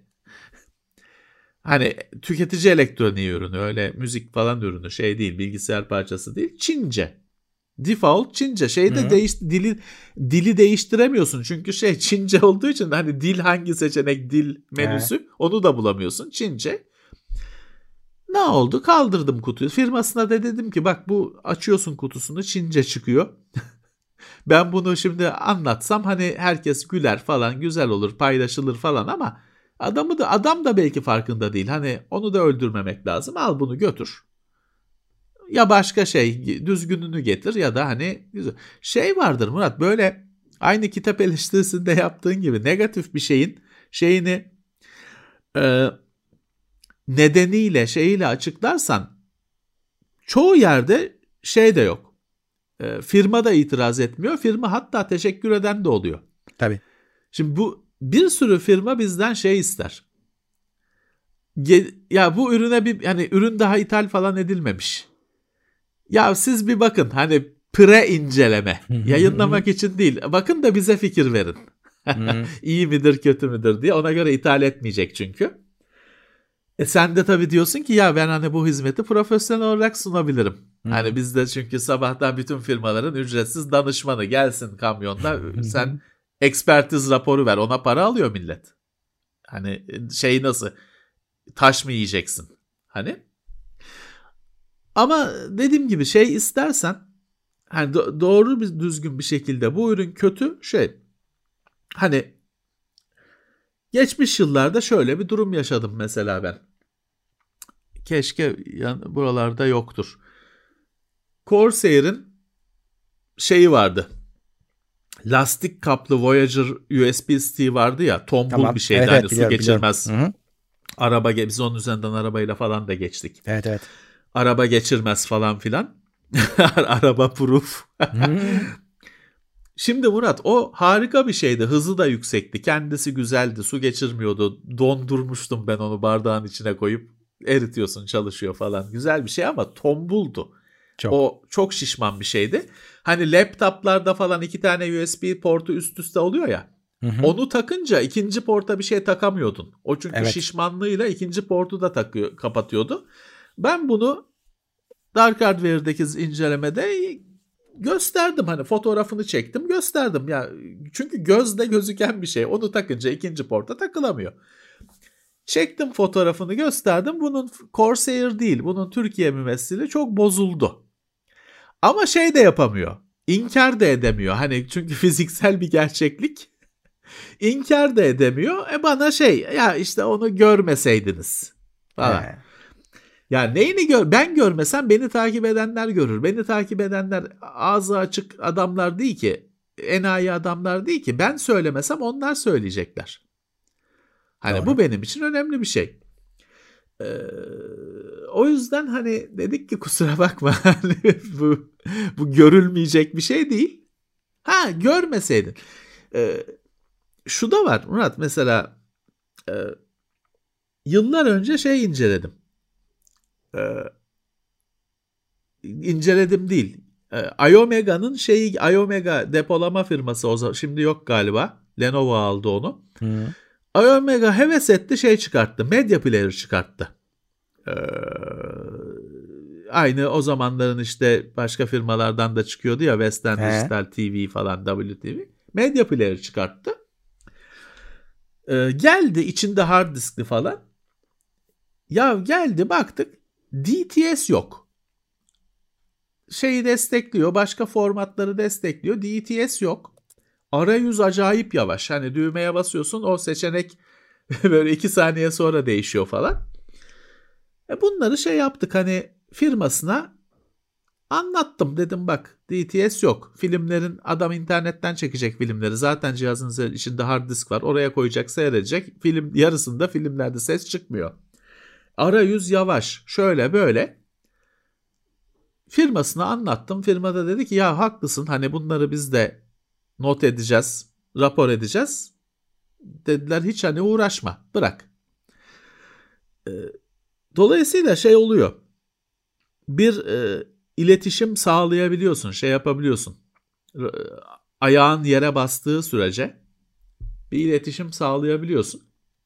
Hani tüketici elektroniği ürünü, öyle müzik falan ürünü, şey değil, bilgisayar parçası değil. Çince. Default Çince. Şeyde Hı-hı. değiş, dili dili değiştiremiyorsun. Çünkü şey Çince olduğu için hani dil, hangi seçenek dil menüsü, Evet. onu da bulamıyorsun. Çince. Ne oldu? Kaldırdım kutuyu. Firmasına da dedim ki bak, bu açıyorsun kutusunu, Çince çıkıyor. Ben bunu şimdi anlatsam hani herkes güler falan, güzel olur, paylaşılır falan, ama adamı da adam da belki farkında değil. Hani onu da öldürmemek lazım. Al bunu götür. Ya başka şey düzgününü getir ya da hani güzel. Şey vardır Murat, böyle aynı kitap eleştirisinde yaptığın gibi negatif bir şeyin şeyini e, nedeniyle şeyiyle açıklarsan çoğu yerde şey de yok. E, firma da itiraz etmiyor. Firma hatta teşekkür eden de oluyor. Tabii. Şimdi bu bir sürü firma bizden şey ister. Ge- ya bu ürüne bir, hani ürün daha ithal falan edilmemiş. Ya siz bir bakın, hani pre inceleme yayınlamak için değil. Bakın da bize fikir verin. İyi midir kötü müdür diye, ona göre ithal etmeyecek çünkü. E sen de tabii diyorsun ki ya ben hani bu hizmeti profesyonel olarak sunabilirim. Hani bizde çünkü sabahtan bütün firmaların ücretsiz danışmanı gelsin kamyonla, sen ekspertiz raporu ver, ona para alıyor millet. Hani şey nasıl, taş mı yiyeceksin? Hani ama dediğim gibi şey istersen, hani do- doğru bir düzgün bir şekilde bu ürün kötü şey, hani geçmiş yıllarda şöyle bir durum yaşadım mesela ben. Keşke yan, buralarda yoktur. Corsair'in şeyi vardı. Lastik kaplı Voyager U S B stick vardı ya, tombul Tamam. bir şeydi, Evet, hani evet, su biliyorum, biliyorum. geçirmez. Hı-hı. Araba, biz onun üzerinden arabayla falan da geçtik. Evet, evet. Araba geçirmez falan filan. Araba proof. Şimdi Murat, o harika bir şeydi. Hızı da yüksekti. Kendisi güzeldi. Su geçirmiyordu. Dondurmuştum ben onu bardağın içine koyup. Eritiyorsun, çalışıyor falan. Güzel bir şey ama tombuldu. Çok. O çok şişman bir şeydi. Hani laptoplarda falan iki tane U S B portu üst üste oluyor ya. Hı hı. Onu takınca ikinci porta bir şey takamıyordun. O çünkü evet. şişmanlığıyla ikinci portu da takıyor, kapatıyordu. Ben bunu Dark Hardware'daki incelemede gösterdim, hani fotoğrafını çektim, gösterdim ya, çünkü gözle gözüken bir şey, onu takınca ikinci porta takılamıyor. Çektim fotoğrafını, gösterdim. Bunun Corsair değil, bunun Türkiye mümessili çok bozuldu. Ama şey de yapamıyor, İnkar da edemiyor. Hani çünkü fiziksel bir gerçeklik. İnkar da edemiyor. E bana şey, ya işte onu görmeseydiniz falan. He. Ya neyini gör? Ben görmesem beni takip edenler görür. Beni takip edenler ağzı açık adamlar değil ki. Enayi adamlar değil ki. Ben söylemesem onlar söyleyecekler. Hani doğru. Bu benim için önemli bir şey. Ee, o yüzden hani dedik ki kusura bakma. bu bu görülmeyecek bir şey değil. Ha, görmeseydin. Ee, şu da var Murat, mesela e, yıllar önce şey inceledim. Ee, inceledim değil. Ee, iOmega'nın şeyi, iOmega depolama firması, o zaman şimdi yok galiba. Lenovo aldı onu. Hı. iOmega heves etti, şey çıkarttı. Media Player çıkarttı. Ee, aynı o zamanların işte başka firmalardan da çıkıyordu ya, Western He. Digital T V falan, W T V. Media Player çıkarttı. Ee, geldi içinde hard diskli falan. Ya geldi baktık, D T S yok. Şeyi destekliyor, başka formatları destekliyor. D T S yok. Arayüz acayip yavaş. Hani düğmeye basıyorsun, o seçenek böyle iki saniye sonra değişiyor falan. E bunları şey yaptık, hani firmasına anlattım, dedim bak D T S yok. Filmlerin, adam internetten çekecek filmleri. Zaten cihazın içinde hard disk var. Oraya koyacak, seyredecek. Film yarısında filmlerde ses çıkmıyor. Arayüz yavaş. Şöyle böyle. Firmasına anlattım. Firma da dedi ki ya haklısın, hani bunları biz de not edeceğiz, rapor edeceğiz. Dediler hiç hani uğraşma, bırak. E, dolayısıyla şey oluyor. Bir e, iletişim sağlayabiliyorsun, şey yapabiliyorsun. E, ayağın yere bastığı sürece bir iletişim sağlayabiliyorsun.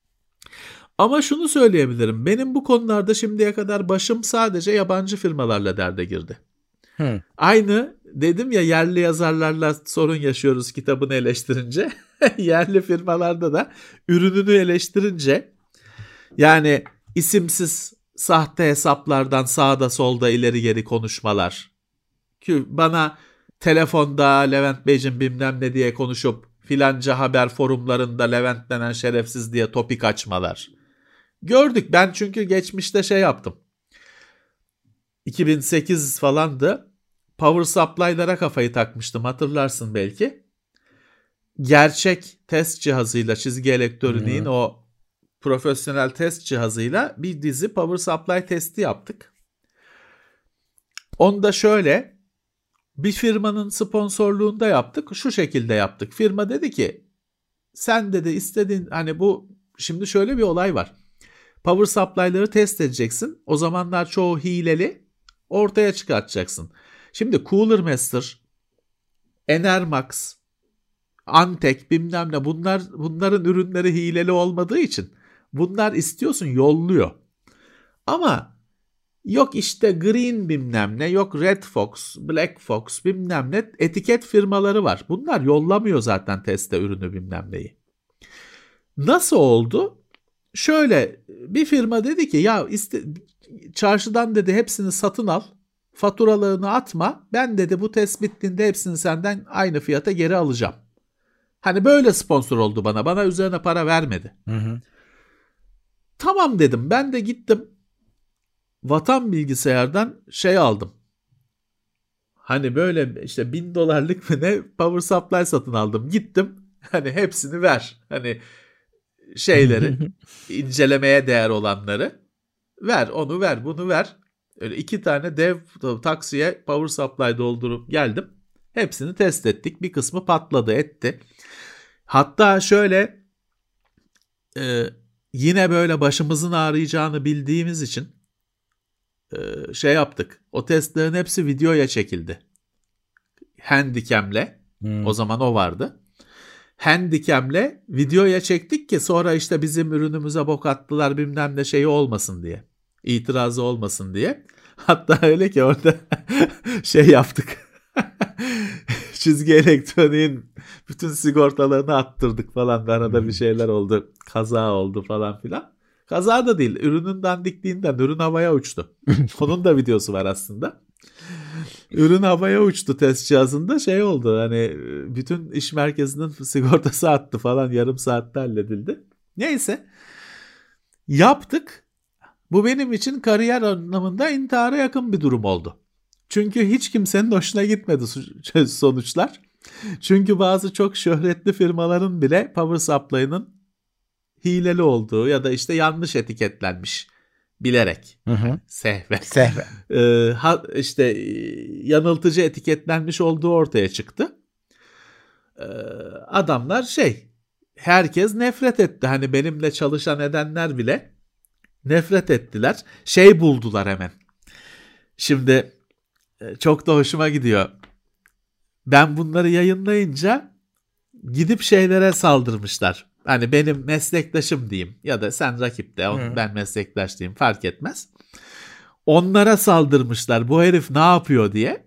Ama şunu söyleyebilirim. Benim bu konularda şimdiye kadar başım sadece yabancı firmalarla derde girdi. Hmm. Aynı dedim ya, yerli yazarlarla sorun yaşıyoruz kitabını eleştirince. Yerli firmalarda da ürününü eleştirince, yani isimsiz sahte hesaplardan sağda solda ileri geri konuşmalar. Ki bana telefonda Levent Beyciğim bilmem ne diye konuşup filanca haber forumlarında Levent denen şerefsiz diye topik açmalar. Gördük. Ben çünkü geçmişte şey yaptım. iki bin sekiz falandı. Power supply'lara kafayı takmıştım. Hatırlarsın belki. Gerçek test cihazıyla, çizgi elektroniğin hmm. o profesyonel test cihazıyla bir dizi power supply testi yaptık. Onu da şöyle bir firmanın sponsorluğunda yaptık. Şu şekilde yaptık. Firma dedi ki sen dedi istediğin, hani bu şimdi şöyle bir olay var. Power supply'ları test edeceksin. O zamanlar çoğu hileli, ortaya çıkartacaksın. Şimdi Cooler Master, Enermax, Antek bilmem ne, bunlar bunların ürünleri hileli olmadığı için bunlar istiyorsun yolluyor. Ama yok işte Green bilmem ne, yok Red Fox, Black Fox bilmem ne etiket firmaları var. Bunlar yollamıyor zaten teste ürünü bilmem neyi. Nasıl oldu? Şöyle bir firma dedi ki ya iste, çarşıdan dedi hepsini satın al, faturalarını atma, ben dedi bu test bittiğinde hepsini senden aynı fiyata geri alacağım. Hani böyle sponsor oldu bana, bana üzerine para vermedi. Hı hı. Tamam dedim, ben de gittim Vatan Bilgisayar'dan şey aldım. Hani böyle işte bin dolarlık mı ne power supply satın aldım, gittim hani hepsini ver, hani şeyleri incelemeye değer olanları ver, onu ver, bunu ver. Öyle iki tane dev taksiye power supply doldurup geldim. Hepsini test ettik. Bir kısmı patladı etti. Hatta şöyle e, yine böyle başımızın ağrıyacağını bildiğimiz için e, şey yaptık. O testlerin hepsi videoya çekildi. Handycam'le. Hmm. O zaman o vardı. Handycam'le videoya çektik ki sonra işte bizim ürünümüze bok attılar bilmem ne şeyi olmasın diye. İtirazı olmasın diye. Hatta öyle ki orada şey yaptık. Çizgi Elektronik'in bütün sigortalarını attırdık falan. Arada bir şeyler oldu. Kaza oldu falan filan. Kaza da değil. Ürünün dandikliğinden ürün havaya uçtu. Onun da videosu var aslında. Ürün havaya uçtu test cihazında, şey oldu hani bütün iş merkezinin sigortası attı falan, yarım saatte halledildi. Neyse yaptık. Bu benim için kariyer anlamında intihara yakın bir durum oldu. Çünkü hiç kimsenin hoşuna gitmedi sonuçlar. Çünkü bazı çok şöhretli firmaların bile power supply'ının hileli olduğu ya da işte yanlış etiketlenmiş bilerek. Hı hı. Sehve. Sehve. Ee, ha, işte yanıltıcı etiketlenmiş olduğu ortaya çıktı. Ee, adamlar şey, herkes nefret etti. Hani benimle çalışan edenler bile nefret ettiler. Şey buldular hemen. Şimdi çok da hoşuma gidiyor. Ben bunları yayınlayınca gidip şeylere saldırmışlar. Hani benim meslektaşım diyeyim ya da sen rakip de, hmm. ben meslektaş diyeyim, fark etmez. Onlara saldırmışlar. Bu herif ne yapıyor diye.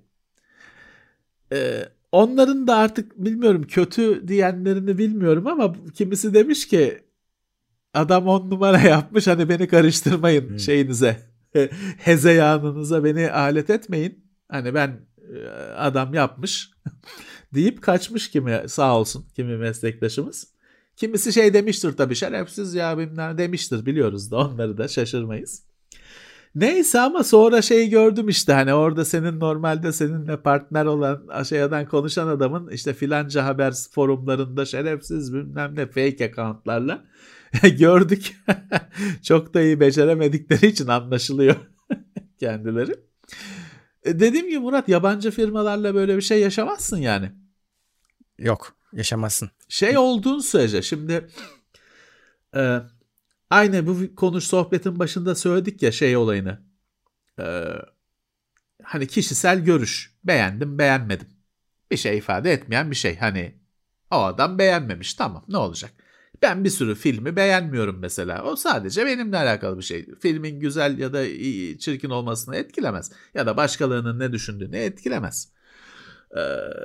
Ee, onların da artık bilmiyorum, kötü diyenlerini bilmiyorum ama kimisi demiş ki adam on numara yapmış, hani beni karıştırmayın hmm. şeyinize. Hezeyanınıza beni alet etmeyin. Hani ben adam yapmış deyip kaçmış kimi, sağ olsun kimi meslektaşımız. Kimisi şey demiştir tabii, şerefsiz ya bilmem demiştir, biliyoruz da onları da şaşırmayız. Neyse ama sonra şey gördüm işte, hani orada senin normalde seninle partner olan aşağıdan konuşan adamın işte filanca haber forumlarında şerefsiz bilmem ne fake accountlarla gördük. Çok da iyi beceremedikleri için anlaşılıyor kendileri. Dediğim gibi Murat, yabancı firmalarla böyle bir şey yaşamazsın yani. Yok, yaşamazsın. Şey olduğun sürece şimdi e, aynı bu konuş sohbetin başında söyledik ya şey olayını. E, hani kişisel görüş, beğendim beğenmedim. Bir şey ifade etmeyen bir şey. Hani o adam beğenmemiş, tamam, ne olacak? Ben bir sürü filmi beğenmiyorum mesela. O sadece benimle alakalı bir şey. Filmin güzel ya da iyi, çirkin olmasını etkilemez. Ya da başkalarının ne düşündüğünü etkilemez. Ee,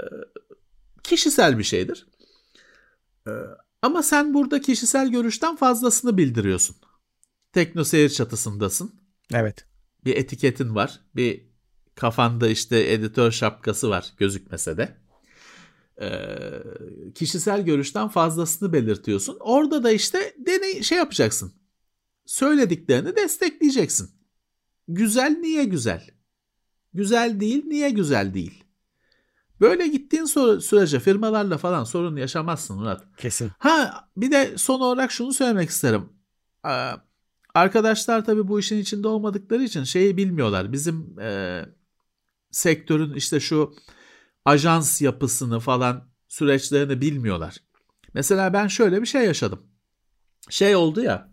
kişisel bir şeydir. Ee, ama sen burada kişisel görüşten fazlasını bildiriyorsun. Teknoseyir çatısındasın. Evet. Bir etiketin var. Bir kafanda işte editör şapkası var, gözükmese de. Ee, kişisel görüşten fazlasını belirtiyorsun. Orada da işte deney şey yapacaksın. Söylediklerini destekleyeceksin. Güzel, niye güzel? Güzel değil, niye güzel değil? Böyle gittiğin sürece firmalarla falan sorun yaşamazsın Murat. Kesin. Ha bir de son olarak şunu söylemek isterim. Ee, arkadaşlar tabii bu işin içinde olmadıkları için şeyi bilmiyorlar. Bizim e, sektörün işte şu ajans yapısını falan, süreçlerini bilmiyorlar. Mesela ben şöyle bir şey yaşadım. Şey oldu ya,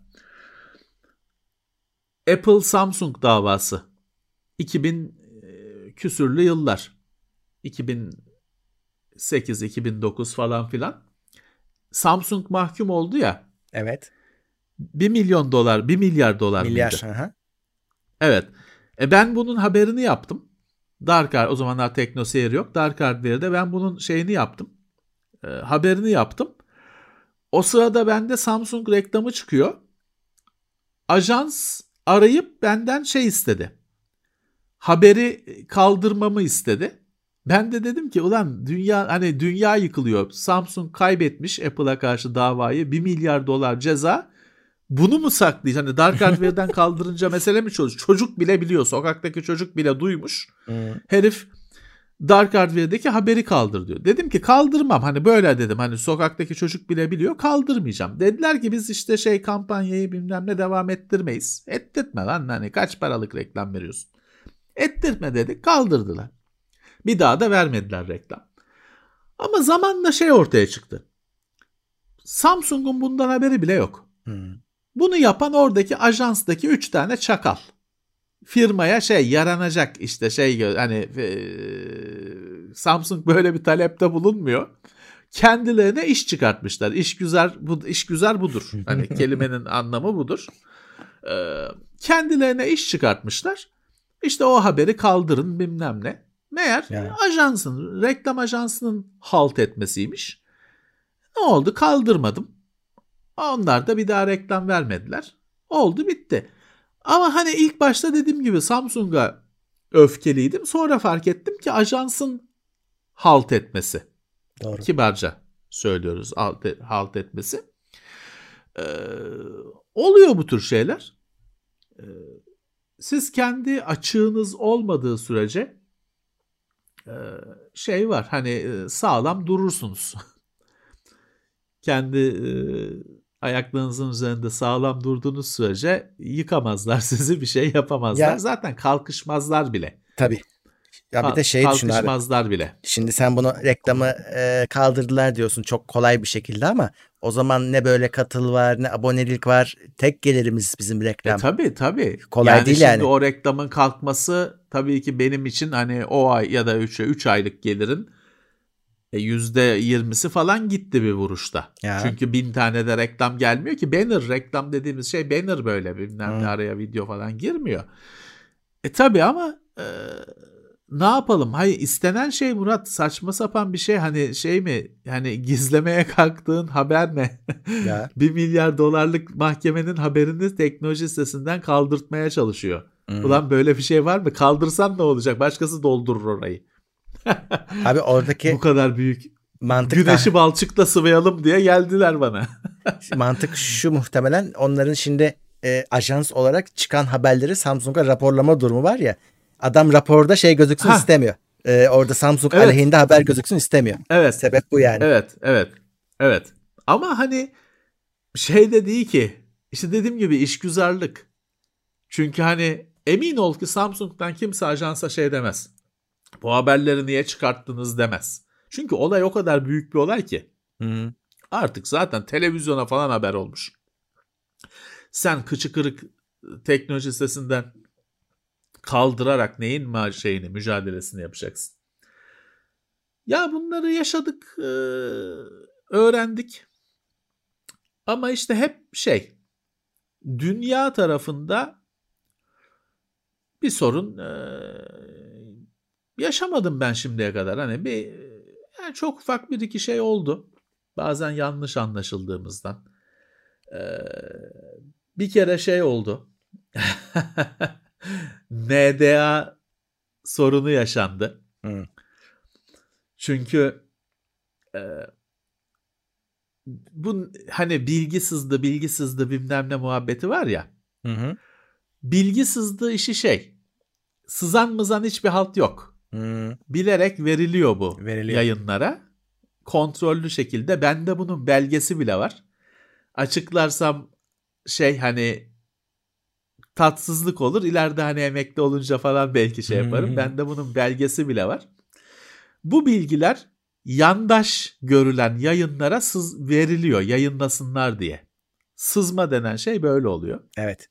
Apple Samsung davası. iki bin küsürlü yıllar. iki bin sekiz iki bin dokuz falan filan. Samsung mahkum oldu ya. Evet. bir milyon dolar, bir milyar dolar Milyar, mıydı? Aha. Evet. E ben bunun haberini yaptım. Dark Hardware, o zamanlar TeknoSeyir yok. Dark Hardware'de ben bunun şeyini yaptım. E, haberini yaptım. O sırada bende Samsung reklamı çıkıyor. Ajans arayıp benden şey istedi. Haberi kaldırmamı istedi. Ben de dedim ki ulan dünya hani dünya yıkılıyor. Samsung kaybetmiş Apple'a karşı davayı. bir milyar dolar ceza. Bunu mu saklayacağız? Hani Dark Hardware'den kaldırınca mesele mi çocuk? Çocuk bile biliyor. Sokaktaki çocuk bile duymuş. Hmm. Herif Dark Hardware'deki haberi kaldır diyor. Dedim ki kaldırmam. Hani böyle dedim. Hani sokaktaki çocuk bile biliyor. Kaldırmayacağım. Dediler ki biz işte şey kampanyayı bilmem ne devam ettirmeyiz. Ettirtme lan. Hani kaç paralık reklam veriyorsun? Ettirtme dedik. Kaldırdılar. Bir daha da vermediler reklam. Ama zamanla şey ortaya çıktı. Samsung'un bundan haberi bile yok. Hmm. Bunu yapan oradaki ajanstaki üç tane çakal. firmaya şey yaranacak işte şey hani e, Samsung böyle bir talepte bulunmuyor. Kendilerine iş çıkartmışlar. İşgüzar bu işgüzar budur. Hani kelimenin anlamı budur. Ee, kendilerine iş çıkartmışlar. İşte o haberi kaldırın bilmem ne. Meğer yani. ajansın, reklam ajansının halt etmesiymiş. Ne oldu? Kaldırmadım. Onlar da bir daha reklam vermediler. Oldu bitti. Ama hani ilk başta dediğim gibi Samsung'a öfkeliydim. Sonra fark ettim ki ajansın halt etmesi. Doğru. Kibarca söylüyoruz halt, halt etmesi. Ee, oluyor bu tür şeyler. Ee, siz kendi açığınız olmadığı sürece e, şey var hani e, sağlam durursunuz. kendi e, ayaklarınızın üzerinde sağlam durduğunuz sürece yıkamazlar sizi, bir şey yapamazlar. Ya, zaten kalkışmazlar bile. Tabii. Ya bir de şey düşün abi. Kalkışmazlar bile. Şimdi sen bunu reklamı e, kaldırdılar diyorsun çok kolay bir şekilde ama o zaman ne böyle katıl var ne abonelik var. Tek gelirimiz bizim reklam. E, tabii tabii. Kolay yani değil şimdi yani. O reklamın kalkması tabii ki benim için hani o ay ya da üç aylık gelirin yüzde yirmisi falan gitti bir vuruşta. Ya. Çünkü bin tane de reklam gelmiyor ki. Banner reklam dediğimiz şey banner böyle bilmem hmm. ne araya video falan girmiyor. E tabii ama e, ne yapalım? Hayır, istenen şey Murat saçma sapan bir şey hani şey mi yani gizlemeye kalktığın haber ne? Ya. bir milyar dolarlık mahkemenin haberini teknoloji sitesinden kaldırtmaya çalışıyor. Hmm. Ulan böyle bir şey var mı? Kaldırsan ne olacak? Başkası doldurur orayı. Abi oradaki bu kadar büyük mantık güneşi da... balçıkla sıvayalım diye geldiler bana. Mantık şu muhtemelen onların şimdi e, ajans olarak çıkan haberleri Samsung'a raporlama durumu var ya. Adam raporda şey gözüksün ha. istemiyor. E, orada Samsung evet. aleyhinde haber gözüksün istemiyor. Evet. Sebep bu yani. Evet, evet. Evet. Ama hani şey de değil ki. İşte dediğim gibi işgüzarlık. Çünkü hani emin ol ki Samsung'dan kimse ajansa şey demez. Bu haberleri niye çıkarttınız demez. Çünkü olay o kadar büyük bir olay ki. Hı. Artık zaten televizyona falan haber olmuş. Sen kıçı kırık teknoloji sitesinden kaldırarak neyin ma- şeyini, mücadelesini yapacaksın. Ya bunları yaşadık, e- öğrendik. Ama işte hep şey, dünya tarafında bir sorun e- yaşamadım ben şimdiye kadar. Hani bir yani çok ufak bir iki şey oldu. Bazen yanlış anlaşıldığımızdan. Ee, bir kere şey oldu. N D A sorunu yaşandı. Hı. Çünkü e, bu hani bilgi sızdı, bilgi sızdı bilmem ne muhabbeti var ya. Hı hı. Bilgi sızdığı işi şey. Sızan mızan hiçbir halt yok. Hmm. Bilerek veriliyor bu veriliyor. yayınlara. Kontrollü şekilde. Bende bunun belgesi bile var. Açıklarsam şey hani tatsızlık olur. İleride hani emekli olunca falan belki şey yaparım. Hmm. Bende bunun belgesi bile var. Bu bilgiler yandaş görülen yayınlara sız veriliyor. Yayınlasınlar diye. Sızma denen şey böyle oluyor. Evet.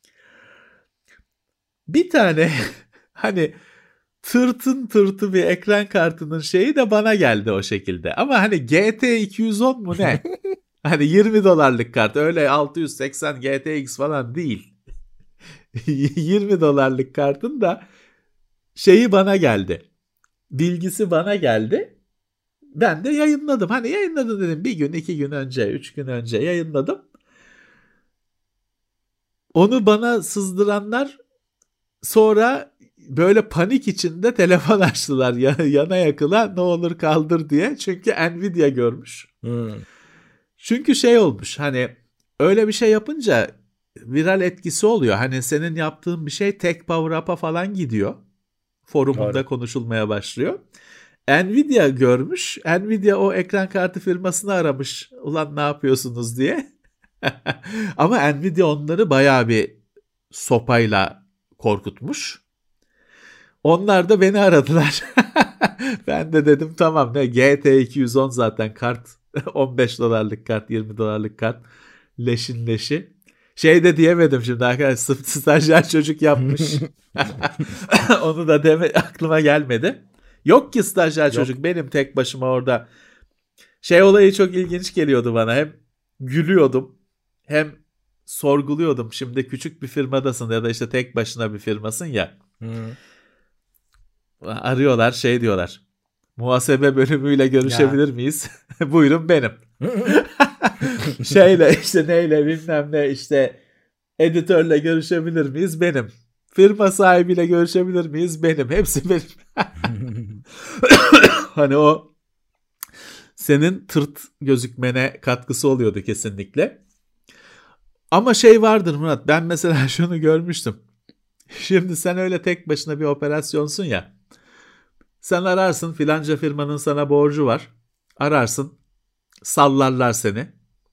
Bir tane hani tırtın tırtı bir ekran kartının şeyi de bana geldi o şekilde. Ama hani G T iki yüz on mu ne? Hani yirmi dolarlık kart, öyle altı yüz seksen G T X falan değil. yirmi dolarlık kartın da şeyi bana geldi. Bilgisi bana geldi. Ben de yayınladım. Hani yayınladım dedim. Bir gün, iki gün önce, üç gün önce yayınladım. Onu bana sızdıranlar sonra böyle panik içinde telefon açtılar yana yakıla, ne olur kaldır diye. Çünkü Nvidia görmüş. Hmm. Çünkü şey olmuş, hani öyle bir şey yapınca viral etkisi oluyor. Hani senin yaptığın bir şey Tech Power Up'a falan gidiyor. Forumunda Doğru. konuşulmaya başlıyor. Nvidia görmüş. Nvidia o ekran kartı firmasını aramış. Ulan ne yapıyorsunuz diye. Ama Nvidia onları bayağı bir sopayla korkutmuş. Onlar da beni aradılar. Ben de dedim tamam ne G T iki yüz on zaten kart on beş dolarlık kart, yirmi dolarlık kart, leşin leşi. Şey de diyemedim şimdi arkadaşlar, stajyer çocuk yapmış. Onu da deme, aklıma gelmedi. Yok ki stajyer Yok. çocuk, benim tek başıma orada. Şey olayı çok ilginç geliyordu bana. Hem gülüyordum hem sorguluyordum. Şimdi küçük bir firmadasın ya da işte tek başına bir firmasın ya. Hmm. Arıyorlar, şey diyorlar. Muhasebe bölümüyle görüşebilir ya. miyiz? Buyurun, benim. Şeyle işte neyle bilmem ne işte editörle görüşebilir miyiz? Benim. Firma sahibiyle görüşebilir miyiz? Benim. Hepsi benim. Hani o senin tırt gözükmene katkısı oluyordu kesinlikle. Ama şey vardır Murat, ben mesela şunu görmüştüm. Şimdi sen öyle tek başına bir operasyonsun ya. Sen ararsın, filanca firmanın sana borcu var. Ararsın, sallarlar seni.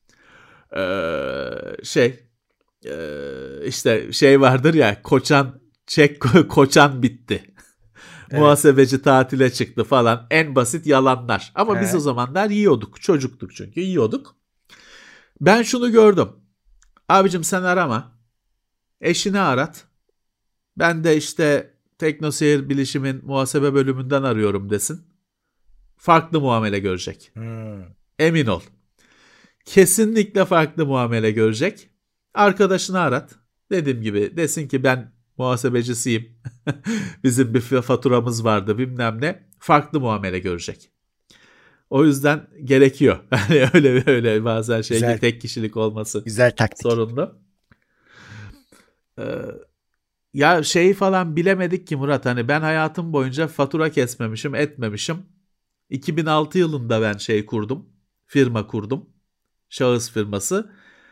Ee, şey e, işte şey vardır ya, koçan çek koçan bitti. Evet. Muhasebeci tatile çıktı falan. En basit yalanlar. Ama evet. Biz o zamanlar yiyorduk. Çocuktuk çünkü, yiyorduk. Ben şunu gördüm. Abicim sen arama. Eşini arat. Ben de işte Teknoseyir Bilişim'in muhasebe bölümünden arıyorum desin. Farklı muamele görecek. Hmm. Emin ol. Kesinlikle farklı muamele görecek. Arkadaşını arat. Dediğim gibi desin ki ben muhasebecisiyim. Bizim bir faturamız vardı bilmem ne. Farklı muamele görecek. O yüzden gerekiyor. Yani öyle öyle bazen şey güzel, tek kişilik olması güzel taktik. Sorunlu. Ee, ya şeyi falan bilemedik ki Murat. Hani ben hayatım boyunca fatura kesmemişim, etmemişim. iki bin altı yılında ben şey kurdum. Firma kurdum. Şahıs firması.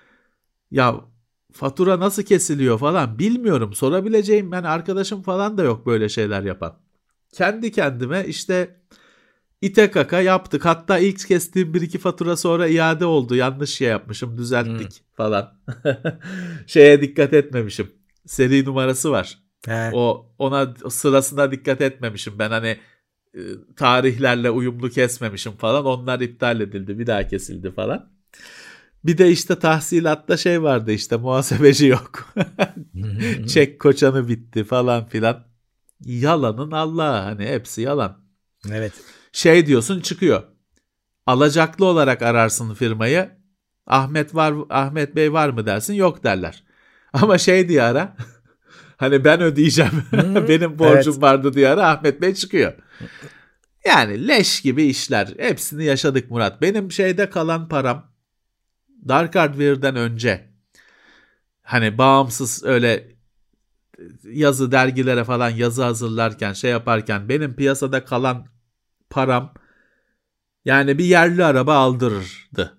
Ya fatura nasıl kesiliyor falan bilmiyorum. Sorabileceğim ben arkadaşım falan da yok böyle şeyler yapan. Kendi kendime işte ite kaka yaptık. Hatta ilk kestiğim bir iki fatura sonra iade oldu. Yanlış şey yapmışım, düzelttik hmm. falan. Şeye dikkat etmemişim. Seri numarası var. He. O ona sırasına dikkat etmemişim. Ben hani tarihlerle uyumlu kesmemişim falan. Onlar iptal edildi. Bir daha kesildi falan. Bir de işte tahsilatta şey vardı, işte muhasebeci yok. Çek koçanı bitti falan filan. Yalanın Allah'ı, hani hepsi yalan. Evet. Şey diyorsun, çıkıyor. Alacaklı olarak ararsın firmayı. Ahmet var, Ahmet Bey var mı dersin, yok derler. Ama şey diye ara. Hani ben ödeyeceğim. Benim borcum evet. vardı diye ara, Ahmet Bey çıkıyor. Yani leş gibi işler. Hepsini yaşadık Murat. Benim şeyde kalan param Dark Hardware'den önce, hani bağımsız öyle yazı dergilere falan yazı hazırlarken şey yaparken benim piyasada kalan param yani bir yerli araba aldırırdı.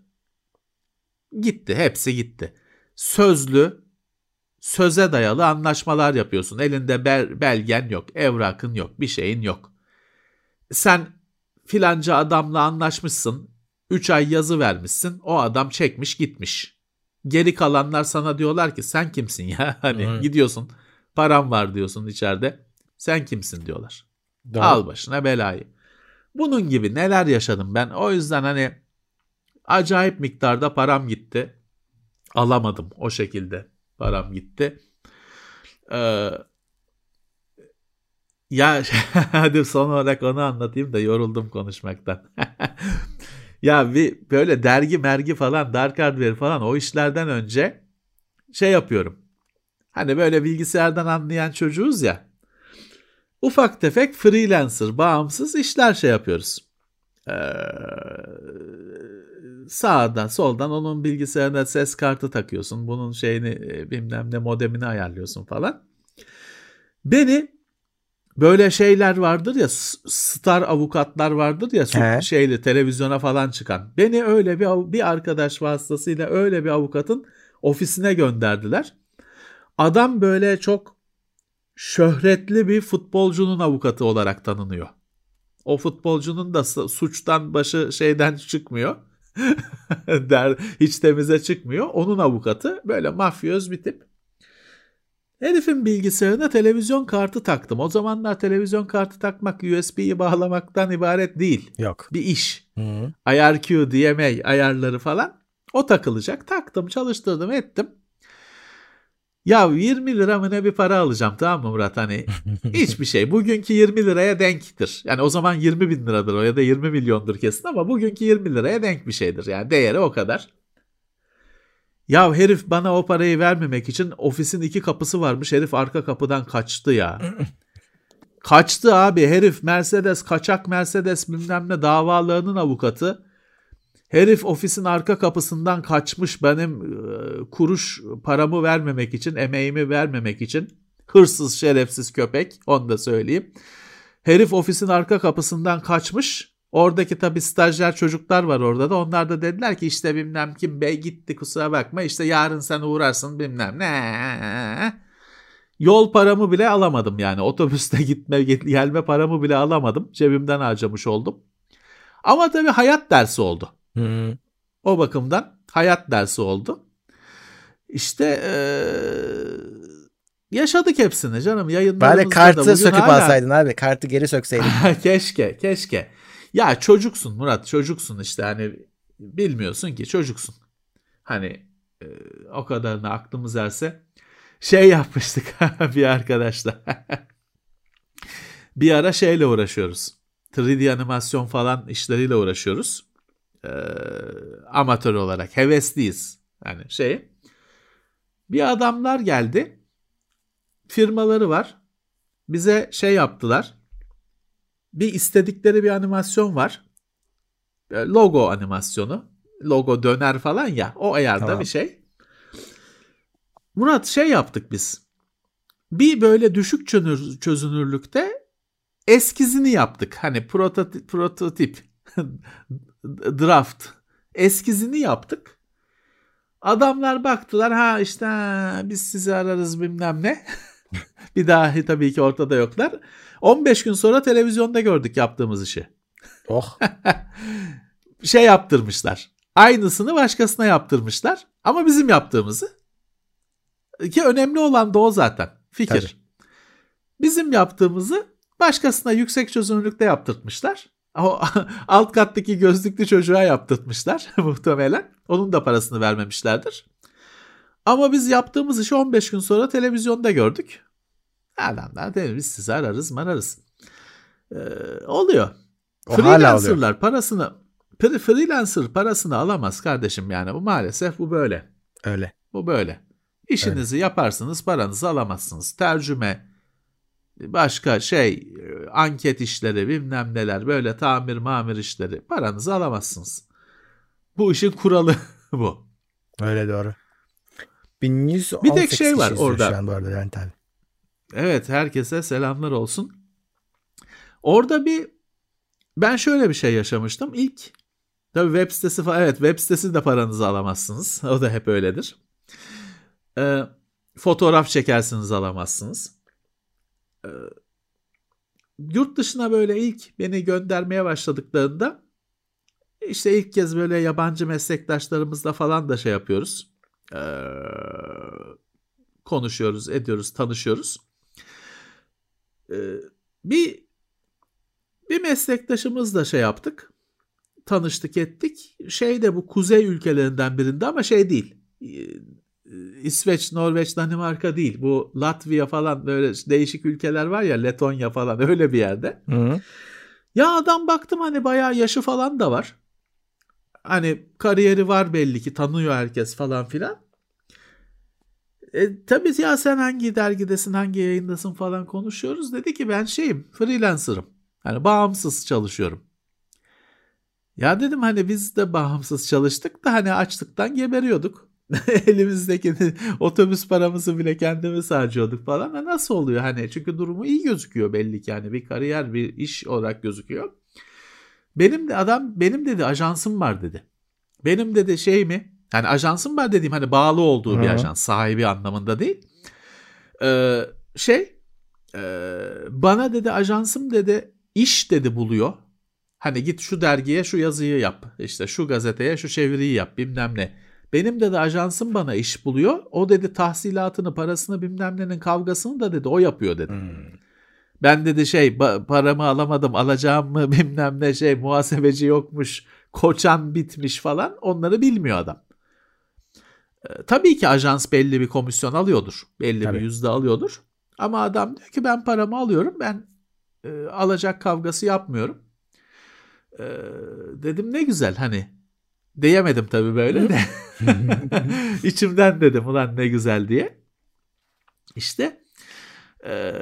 Gitti, hepsi gitti. Sözlü, söze dayalı anlaşmalar yapıyorsun. Elinde bel- belgen yok, evrakın yok, bir şeyin yok. Sen filanca adamla anlaşmışsın. üç ay yazı vermişsin. O adam çekmiş gitmiş. Geri kalanlar sana diyorlar ki sen kimsin ya? Hani Hı. gidiyorsun, param var diyorsun içeride. Sen kimsin diyorlar. Doğru. Al başına belayı. Bunun gibi neler yaşadım ben. O yüzden hani acayip miktarda param gitti. Alamadım, o şekilde param gitti. Ee, ya hadi son olarak onu anlatayım da yoruldum konuşmaktan. Ya bir böyle dergi mergi falan, Dark Hardware falan, o işlerden önce şey yapıyorum. Hani böyle bilgisayardan anlayan çocuğuz ya. Ufak tefek freelancer, bağımsız işler şey yapıyoruz. Ee, sağdan soldan onun bilgisayarına ses kartı takıyorsun. Bunun şeyini bilmem ne modemini ayarlıyorsun falan. Beni böyle şeyler vardır ya, star avukatlar vardır ya, He. şeyli televizyona falan çıkan. Beni öyle bir bir arkadaş vasıtasıyla öyle bir avukatın ofisine gönderdiler. Adam böyle çok şöhretli bir futbolcunun avukatı olarak tanınıyor. O futbolcunun da suçtan başı şeyden çıkmıyor. Der, hiç temize çıkmıyor. Onun avukatı böyle mafyöz bir tip. Herifin bilgisayarına televizyon kartı taktım. O zamanlar televizyon kartı takmak U S B'yi bağlamaktan ibaret değil. Yok. Bir iş. Hı-hı. I R Q, D M A ayarları falan. O takılacak. Taktım, çalıştırdım, ettim. Ya yirmi lira mı ne bir para alacağım, tamam mı Murat? Hani hiçbir şey. Bugünkü yirmi liraya denktir. Yani o zaman yirmi bin liradır o ya da yirmi milyondur kesin ama bugünkü yirmi liraya denk bir şeydir. Yani değeri o kadar. Ya herif bana o parayı vermemek için ofisin iki kapısı varmış. Herif arka kapıdan kaçtı ya. Kaçtı abi herif, Mercedes, kaçak Mercedes bilmem ne davalığının avukatı. Herif ofisin arka kapısından kaçmış benim e, kuruş paramı vermemek için, emeğimi vermemek için. Hırsız, şerefsiz köpek, onu da söyleyeyim. Herif ofisin arka kapısından kaçmış. Oradaki tabii stajyer çocuklar var orada da. Onlar da dediler ki işte bilmem kim bey gitti, kusura bakma, işte yarın sen uğrarsın bilmem ne. Yol paramı bile alamadım yani. Otobüste gitme gelme paramı bile alamadım. Cebimden harcamış oldum. Ama tabii hayat dersi oldu. Hmm. O bakımdan hayat dersi oldu. İşte ee, yaşadık hepsini canım. Yayınlarımızda Bari kartı da söküp hala... alsaydın abi. Kartı geri sökseydin. keşke, keşke. Ya çocuksun Murat, çocuksun işte, hani bilmiyorsun ki, çocuksun. Hani e, o kadarını aklımız erse şey yapmıştık bir arkadaşla. Bir ara şeyle uğraşıyoruz. üç D animasyon falan işleriyle uğraşıyoruz. Ee, amatör olarak hevesliyiz. Yani şey. Bir adamlar geldi. Firmaları var. Bize şey yaptılar. Bir istedikleri bir animasyon var. Logo animasyonu. Logo döner falan ya. O ayarda tamam. Bir şey. Murat şey yaptık biz. Bir böyle düşük çözünürlükte eskizini yaptık. Hani prototip, prototip draft eskizini yaptık. Adamlar baktılar, ha işte ha, biz sizi ararız bilmem ne. Bir daha tabii ki ortada yoklar. on beş gün sonra televizyonda gördük yaptığımız işi. Oh. Şey yaptırmışlar. Aynısını başkasına yaptırmışlar. Ama bizim yaptığımızı. Ki önemli olan da o zaten. Fikir. Tabii. Bizim yaptığımızı başkasına yüksek çözünürlükte yaptırtmışlar. O alt kattaki gözlüklü çocuğa yaptırtmışlar muhtemelen. Onun da parasını vermemişlerdir. Ama biz yaptığımız işi on beş gün sonra televizyonda gördük. Adamlar dedi biz sizi ararız mararız. Ee, oluyor. O Freelancer'lar parasını freelancer parasını alamaz kardeşim yani. Bu maalesef bu böyle. Öyle. Bu böyle. İşinizi Öyle. yaparsınız, paranızı alamazsınız. Tercüme, başka şey, anket işleri, bilmem neler, böyle tamir mamir işleri, paranızı alamazsınız. Bu işin kuralı bu. Öyle doğru. bin yüz on bir tek şey var orada. Şu an bu arada Levent abi. Evet, herkese selamlar olsun. Orada bir ben şöyle bir şey yaşamıştım. İlk tabii web sitesi falan, evet web sitesi de paranızı alamazsınız. O da hep öyledir. Ee, fotoğraf çekersiniz alamazsınız. Ee, yurt dışına böyle ilk beni göndermeye başladıklarında işte ilk kez böyle yabancı meslektaşlarımızla falan da şey yapıyoruz. Ee, konuşuyoruz, ediyoruz, tanışıyoruz. Ee, bir bir meslektaşımızla şey yaptık. Tanıştık ettik. Şey de bu kuzey ülkelerinden birinde ama şey değil. İsveç, Norveç, Danimarka değil. Bu Latvia falan böyle değişik ülkeler var ya, Letonya falan öyle bir yerde. Hı. Ya adam baktım hani bayağı yaşı falan da var. Hani kariyeri var belli ki, tanıyor herkes falan filan. E, tabii ya sen hangi dergidesin, hangi yayındasın falan konuşuyoruz. Dedi ki ben şeyim, freelancer'ım. Hani bağımsız çalışıyorum. Ya dedim hani biz de bağımsız çalıştık da hani açlıktan geberiyorduk. Elimizdeki otobüs paramızı bile kendimiz harcıyorduk falan. Ha, nasıl oluyor hani? Çünkü durumu iyi gözüküyor belli ki, yani bir kariyer, bir iş olarak gözüküyor. Benim de adam benim dedi ajansım var dedi. Benim dedi şey mi? Yani ajansım var dediğim hani bağlı olduğu Hı. bir ajans, sahibi anlamında değil. Ee, şey e, bana dedi ajansım dedi iş dedi buluyor. Hani git şu dergiye şu yazıyı yap. İşte şu gazeteye şu çeviriyi yap bilmem ne. Benim dedi ajansım bana iş buluyor. O dedi tahsilatını, parasını bilmem nenin kavgasını da dedi o yapıyor dedi. Hmm. Ben dedi şey ba- paramı alamadım, alacağım mı bilmem ne şey, muhasebeci yokmuş, koçan bitmiş falan, onları bilmiyor adam. E, tabii ki ajans belli bir komisyon alıyordur. Belli Tabii. bir yüzde alıyordur. Ama adam diyor ki ben paramı alıyorum. Ben e, alacak kavgası yapmıyorum. E, dedim ne güzel hani. Diyemedim tabii böyle de. İçimden dedim ulan ne güzel diye. İşte e,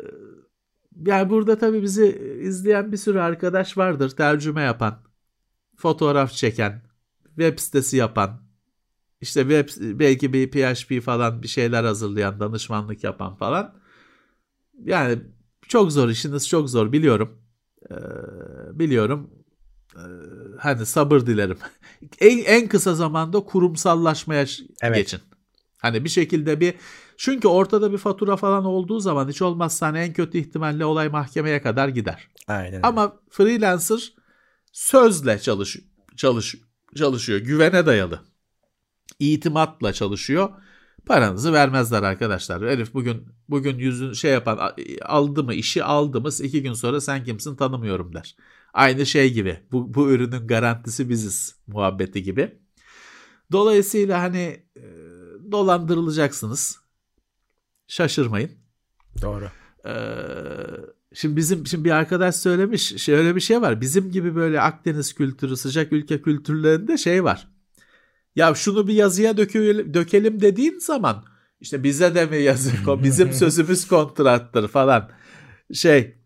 yani burada tabii bizi izleyen bir sürü arkadaş vardır. Tercüme yapan, fotoğraf çeken, web sitesi yapan, işte web, belki bir P H P falan bir şeyler hazırlayan, danışmanlık yapan falan. Yani çok zor, işiniz çok zor biliyorum. Ee, biliyorum. Ee, hani sabır dilerim. en, en kısa zamanda kurumsallaşmaya Evet. geçin. Hani bir şekilde bir, çünkü ortada bir fatura falan olduğu zaman hiç olmazsa hani en kötü ihtimalle olay mahkemeye kadar gider. Aynen öyle. Ama freelancer sözle çalış, çalış, çalışıyor. Güvene dayalı. İtimatla çalışıyor. Paranızı vermezler arkadaşlar. Herif bugün bugün yüzün şey yapan aldı mı işi aldı mı iki gün sonra sen kimsin tanımıyorum der. Aynı şey gibi. Bu, bu ürünün garantisi biziz muhabbeti gibi. Dolayısıyla hani e, dolandırılacaksınız. Şaşırmayın. Doğru. Ee, şimdi bizim şimdi bir arkadaş söylemiş şöyle bir şey var. Bizim gibi böyle Akdeniz kültürü, sıcak ülke kültürlerinde şey var. Ya şunu bir yazıya dökelim, dökelim dediğin zaman işte bize de mi yazık bizim sözümüz kontrattır falan. Şey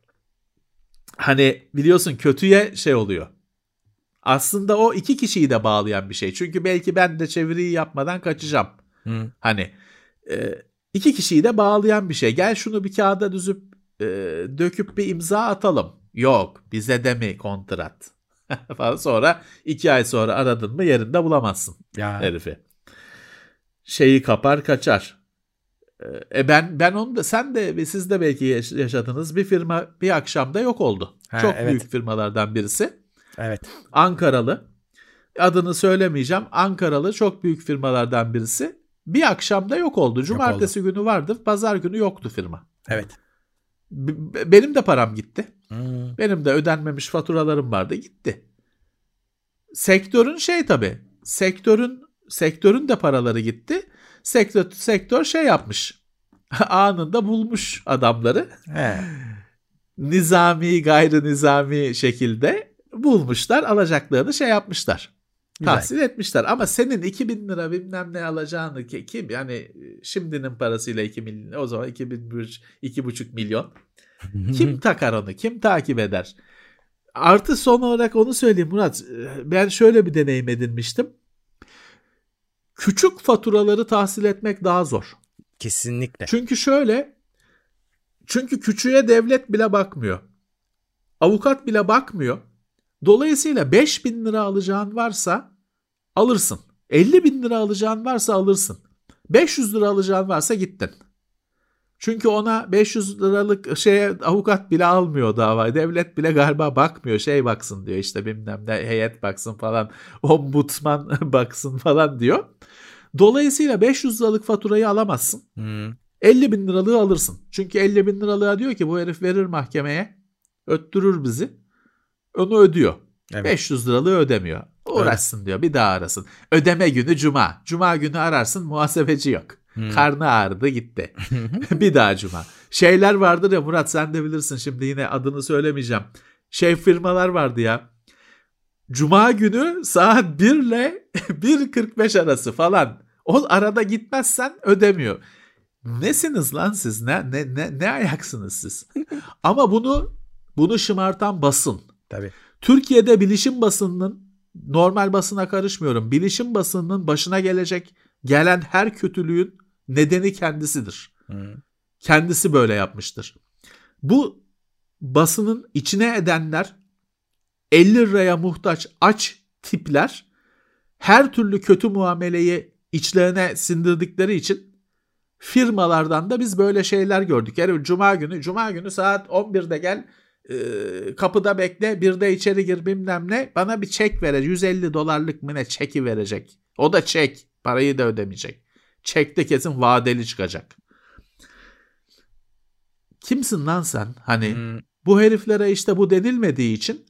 hani biliyorsun kötüye şey oluyor. Aslında o iki kişiyi de bağlayan bir şey. Çünkü belki ben de çeviriyi yapmadan kaçacağım. Hı. Hani e, iki kişiyi de bağlayan bir şey. Gel şunu bir kağıda düzüp e, döküp bir imza atalım. Yok bize de mi kontrat? falan. Sonra iki ay sonra aradın mı yerinde bulamazsın Ya. herifi. Şeyi kapar kaçar. E ben ben onu da sen de ve siz de belki yaşadınız. Bir firma bir akşamda yok oldu. Ha, Çok evet. büyük firmalardan birisi. Evet. Ankaralı. Adını söylemeyeceğim. Ankaralı çok büyük firmalardan birisi. Bir akşamda yok oldu. Cumartesi günü vardı. Pazar günü yoktu firma. Evet. B- benim de param gitti. Hmm. Benim de ödenmemiş faturalarım vardı. Gitti. Sektörün şey tabii. Sektörün sektörün de paraları gitti. Sektör sektör şey yapmış. Anında bulmuş adamları. He. Nizami, gayri nizami şekilde bulmuşlar. Alacaklarını şey yapmışlar. Güzel. Tahsil etmişler. Ama senin iki bin lira bilmem ne alacağını kim yani şimdinin parasıyla iki milyon o zaman iki bin iki buçuk milyon kim takar onu? Kim takip eder? Artı son olarak onu söyleyeyim Murat. Ben şöyle bir deneyim edinmiştim. Küçük faturaları tahsil etmek daha zor. Kesinlikle. Çünkü şöyle çünkü küçüğe devlet bile bakmıyor. Avukat bile bakmıyor. Dolayısıyla beş bin lira alacağın varsa alırsın. elli bin lira alacağın varsa alırsın. beş yüz lira alacağın varsa gittin. Çünkü ona beş yüz liralık şeye avukat bile almıyor davayı. Devlet bile galiba bakmıyor. Şey baksın diyor işte bilmem ne heyet baksın falan. Ombudsman baksın falan diyor. Dolayısıyla beş yüz liralık faturayı alamazsın. Hmm. elli bin liralığı alırsın. Çünkü elli bin liralığa diyor ki bu herif verir mahkemeye. Öttürür bizi. Onu ödüyor. Evet. beş yüz liralığı ödemiyor. Uğraşsın diyor bir daha arasın. Ödeme günü cuma. Cuma günü ararsın muhasebeci yok. Hmm. Karnı ağrıdı gitti. bir daha cuma. Şeyler vardır ya Murat sen de bilirsin şimdi yine adını söylemeyeceğim. Şey firmalar vardı ya. Cuma günü saat bir ile bir kırk beş arası falan. O arada gitmezsen ödemiyor. Nesiniz lan siz? Ne ne ne, ne ayaksınız siz? Ama bunu bunu şımartan basın. Tabii. Türkiye'de bilişim basınının normal basına karışmıyorum. Bilişim basınının başına gelecek gelen her kötülüğün nedeni kendisidir. Hmm. Kendisi böyle yapmıştır. Bu basının içine edenler elli liraya muhtaç aç tipler her türlü kötü muameleyi içlerine sindirdikleri için firmalardan da biz böyle şeyler gördük. Yani cuma günü cuma günü saat on birde gel e, kapıda bekle birde içeri gir bilmem ne bana bir çek verecek yüz elli dolarlık mı ne çeki verecek. O da çek parayı da ödemeyecek. Çekte kesin vadeli çıkacak. Kimsin lan sen? Hani hmm. bu heriflere işte bu denilmediği için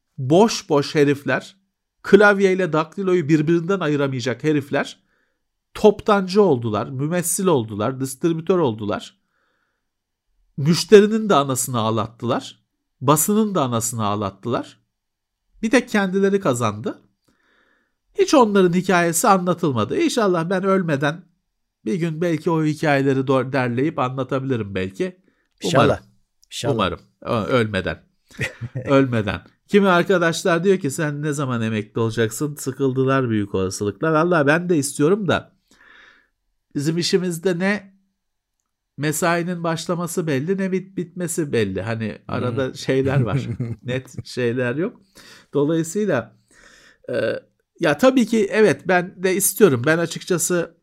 boş boş herifler klavyeyle daktiloyu birbirinden ayıramayacak herifler toptancı oldular, mümessil oldular, distribütör oldular. Müşterinin de anasını ağlattılar. Basının da anasını ağlattılar. Bir tek kendileri kazandı. Hiç onların hikayesi anlatılmadı. İnşallah ben ölmeden bir gün belki o hikayeleri derleyip anlatabilirim belki. Umarım. İnşallah. İnşallah. Umarım. Ölmeden. Ölmeden. Kimi arkadaşlar diyor ki sen ne zaman emekli olacaksın? Sıkıldılar büyük olasılıkla. Vallahi ben de istiyorum da bizim işimizde ne mesainin başlaması belli ne bit bitmesi belli. Hani arada hmm. şeyler var. Net şeyler yok. Dolayısıyla e, ya tabii ki evet ben de istiyorum. Ben açıkçası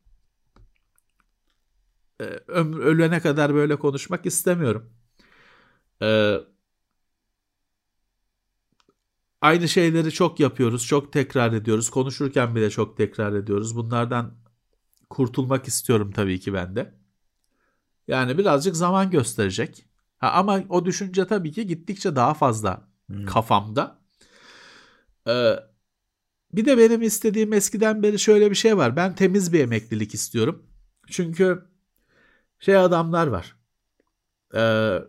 e, ömür ölene kadar böyle konuşmak istemiyorum. E, aynı şeyleri çok yapıyoruz. Çok tekrar ediyoruz. Konuşurken bile çok tekrar ediyoruz. Bunlardan kurtulmak istiyorum tabii ki ben de. Yani birazcık zaman gösterecek. Ha, ama o düşünce tabii ki gittikçe daha fazla hmm. kafamda. Ee, bir de benim istediğim eskiden beri şöyle bir şey var. Ben temiz bir emeklilik istiyorum. Çünkü şey adamlar var. Ee,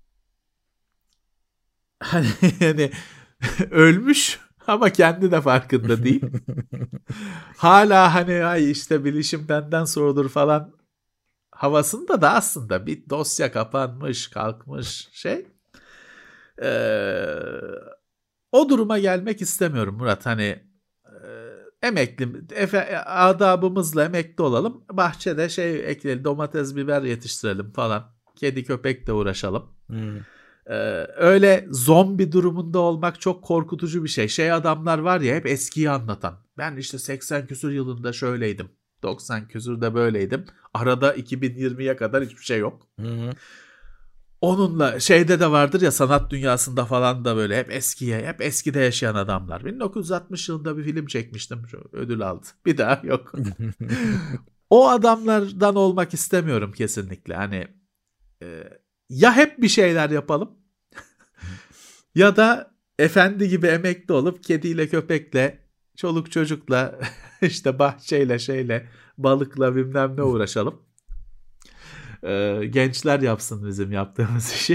hani yani ölmüş ama kendi de farkında değil. Hala hani ay işte bilişim benden sorulur falan havasında da aslında bir dosya kapanmış, kalkmış şey. Ee, o duruma gelmek istemiyorum Murat. Hani e, emekli, efe, adabımızla emekli olalım. Bahçede şey ekleyelim, domates, biber yetiştirelim falan. Kedi, köpekle uğraşalım. Hmm. Ee, öyle zombi durumunda olmak çok korkutucu bir şey. Şey adamlar var ya hep eskiyi anlatan. Ben işte seksen küsur yılında şöyleydim. doksan küsürde böyleydim. Arada iki bin yirmiye kadar hiçbir şey yok. Hı hı. Onunla şeyde de vardır ya sanat dünyasında falan da böyle hep eskiye, hep eskide yaşayan adamlar. bin dokuz yüz altmış yılında bir film çekmiştim. Şu ödül aldı. Bir daha yok. O adamlardan olmak istemiyorum kesinlikle. Hani e, ya hep bir şeyler yapalım ya da efendi gibi emekli olup kediyle köpekle çoluk çocukla işte bahçeyle şeyle balıkla bilmem ne uğraşalım. Ee, gençler yapsın bizim yaptığımız işi.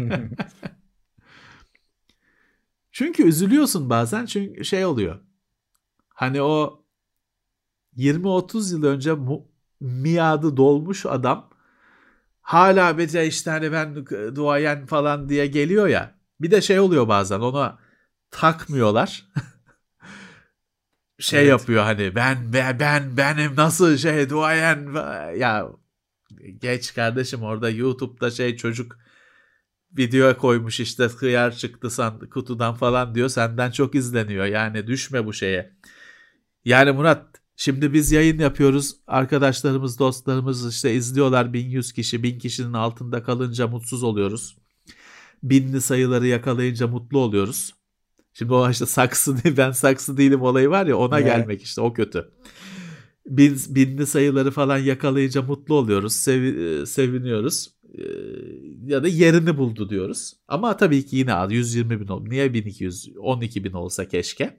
Çünkü üzülüyorsun bazen çünkü şey oluyor. Hani o yirmi otuz yıl önce mu- miadı dolmuş adam hala bece işte hani ben duayen falan diye geliyor ya. Bir de şey oluyor bazen ona takmıyorlar. şey evet. yapıyor hani ben ben ben benim nasıl şey duayen ya geç kardeşim orada YouTube'da şey çocuk video koymuş işte hıyar çıktı san, kutudan falan diyor senden çok izleniyor yani düşme bu şeye. Yani Murat şimdi biz yayın yapıyoruz arkadaşlarımız dostlarımız işte izliyorlar bin yüz kişi bin kişinin altında kalınca mutsuz oluyoruz. Binli sayıları yakalayınca mutlu oluyoruz. Şimdi o işte saksı değil ben saksı değilim olayı var ya ona evet. gelmek işte o kötü. Bin, binli sayıları falan yakalayınca mutlu oluyoruz, sev, seviniyoruz ee, ya da yerini buldu diyoruz. Ama tabii ki yine az yüz yirmi bin oldu. Niye bin iki yüz on iki bin olsa keşke.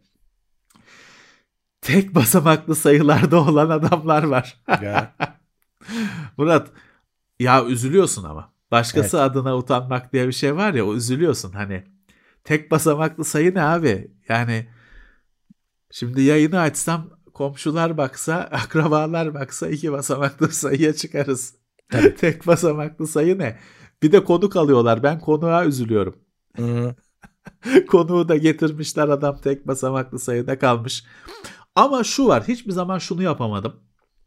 Tek basamaklı sayılarda olan adamlar var. Murat ya üzülüyorsun ama. Başkası evet. adına utanmak diye bir şey var ya o üzülüyorsun hani. Tek basamaklı sayı ne abi? Yani şimdi yayını açsam komşular baksa, akrabalar baksa iki basamaklı sayıya çıkarız. Tabii. Tek basamaklı sayı ne? Bir de konuk alıyorlar. Ben konuğa üzülüyorum. Konuğu da getirmişler adam tek basamaklı sayıda kalmış. Ama şu var hiçbir zaman şunu yapamadım.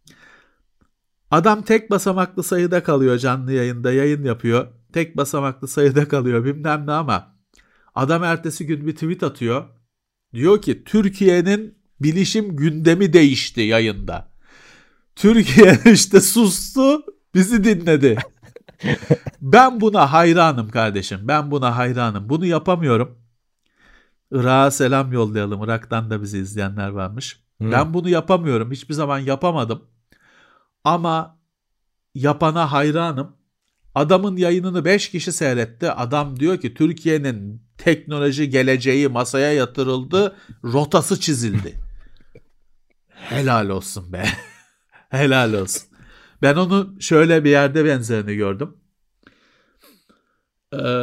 Adam tek basamaklı sayıda kalıyor canlı yayında yayın yapıyor. Tek basamaklı sayıda kalıyor bilmem ne ama adam ertesi gün bir tweet atıyor. Diyor ki Türkiye'nin bilişim gündemi değişti yayında. Türkiye işte sustu bizi dinledi. Ben buna hayranım kardeşim. Ben buna hayranım. Bunu yapamıyorum. Irak'a selam yollayalım. Irak'tan da bizi izleyenler varmış. Hmm. Ben bunu yapamıyorum. Hiçbir zaman yapamadım. Ama yapana hayranım. Adamın yayınını beş kişi seyretti. Adam diyor ki Türkiye'nin teknoloji geleceği masaya yatırıldı. Rotası çizildi. Helal olsun be. Helal olsun. Ben onu şöyle bir yerde benzerini gördüm. Ee,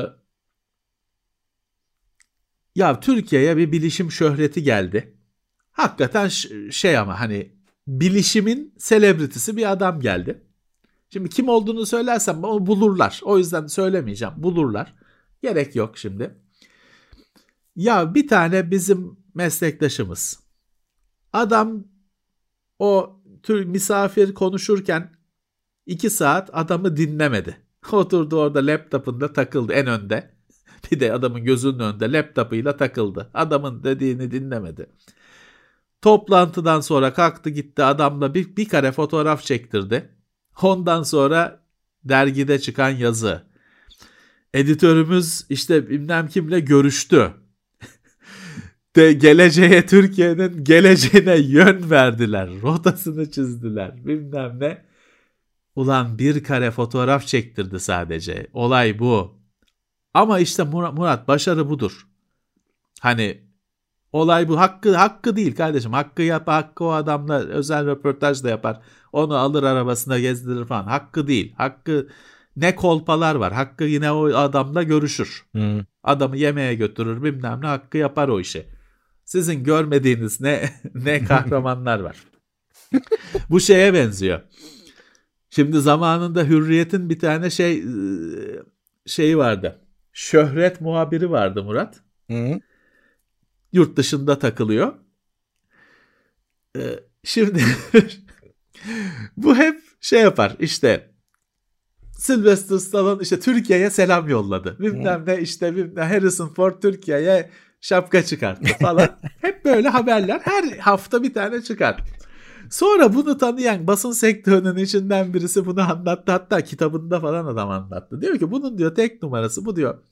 ya Türkiye'ye bir bilişim şöhreti geldi. Hakikaten şey ama hani bilişimin selebritisi bir adam geldi. Şimdi kim olduğunu söylersem onu bulurlar. O yüzden söylemeyeceğim. Bulurlar. Gerek yok şimdi. Ya bir tane bizim meslektaşımız. Adam o tür misafir konuşurken iki saat adamı dinlemedi. Oturdu orada laptopunda takıldı en önde. Bir de adamın gözünün önünde laptopuyla takıldı. Adamın dediğini dinlemedi. Toplantıdan sonra kalktı gitti adamla bir, bir kare fotoğraf çektirdi. Ondan sonra dergide çıkan yazı. Editörümüz işte bilmem kimle görüştü. De geleceğe Türkiye'nin geleceğine yön verdiler. Rotasını çizdiler. Bilmem ne. Ulan bir kare fotoğraf çektirdi sadece. Olay bu. Ama işte Murat, Murat başarı budur. Hani olay bu. Hakkı hakkı değil kardeşim. Hakkı yap, hakkı o adamla özel röportaj da yapar. Onu alır arabasına gezdirir falan. Hakkı değil. Hakkı ne kolpalar var. Hakkı yine o adamla görüşür. Hmm. Adamı yemeğe götürür bilmem ne. Hakkı yapar o işi. Sizin görmediğiniz ne ne kahramanlar var. Bu şeye benziyor. Şimdi zamanında Hürriyet'in bir tane şey şeyi vardı. Şöhret muhabiri vardı Murat. Hı. Yurt dışında takılıyor. Ee, şimdi bu hep şey yapar işte Sylvester Stallone işte Türkiye'ye selam yolladı. Bilmem ne işte bilmem Harrison Ford Türkiye'ye şapka çıkarttı falan. Hep böyle haberler her hafta bir tane çıkar. Sonra bunu tanıyan basın sektörünün içinden birisi bunu anlattı. Hatta kitabında falan adam anlattı. Diyor ki bunun diyor tek numarası bu diyor.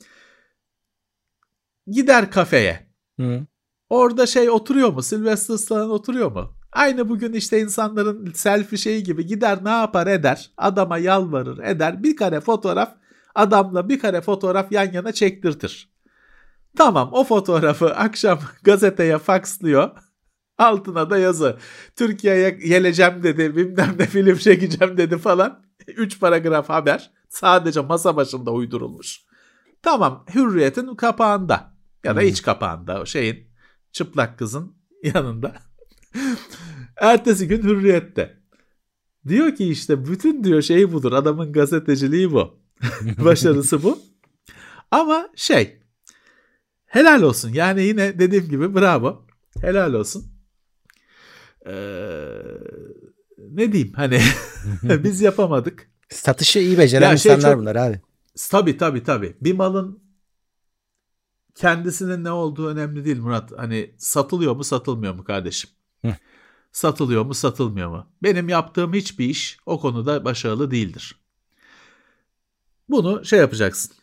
Gider kafeye. Hı. Orada şey oturuyor mu? Sylvester Stallone oturuyor mu? Aynı bugün işte insanların selfie şeyi gibi gider ne yapar eder. Adama yalvarır eder. Bir kare fotoğraf adamla bir kare fotoğraf yan yana çektirtir. Tamam o fotoğrafı akşam gazeteye fakslıyor. Altına da yazı. Türkiye'ye geleceğim dedi. Bilmem ne film çekeceğim dedi falan. Üç paragraf haber. Sadece masa başında uydurulmuş. Tamam Hürriyet'in kapağında. Ya da hmm. iç kapağında. O şeyin çıplak kızın yanında. Ertesi gün Hürriyet'te. Diyor ki işte bütün diyor şeyi budur. Adamın gazeteciliği bu. Başarısı bu. Ama şey helal olsun. Yani yine dediğim gibi bravo. Helal olsun. Ee, ne diyeyim hani biz yapamadık. Satışı iyi beceren ya insanlar şey çok, bunlar abi. Tabii tabii tabii. Bir malın kendisinin ne olduğu önemli değil Murat. Hani satılıyor mu satılmıyor mu kardeşim? Hı. Satılıyor mu satılmıyor mu? Benim yaptığım hiçbir iş o konuda başarılı değildir. Bunu şey yapacaksın.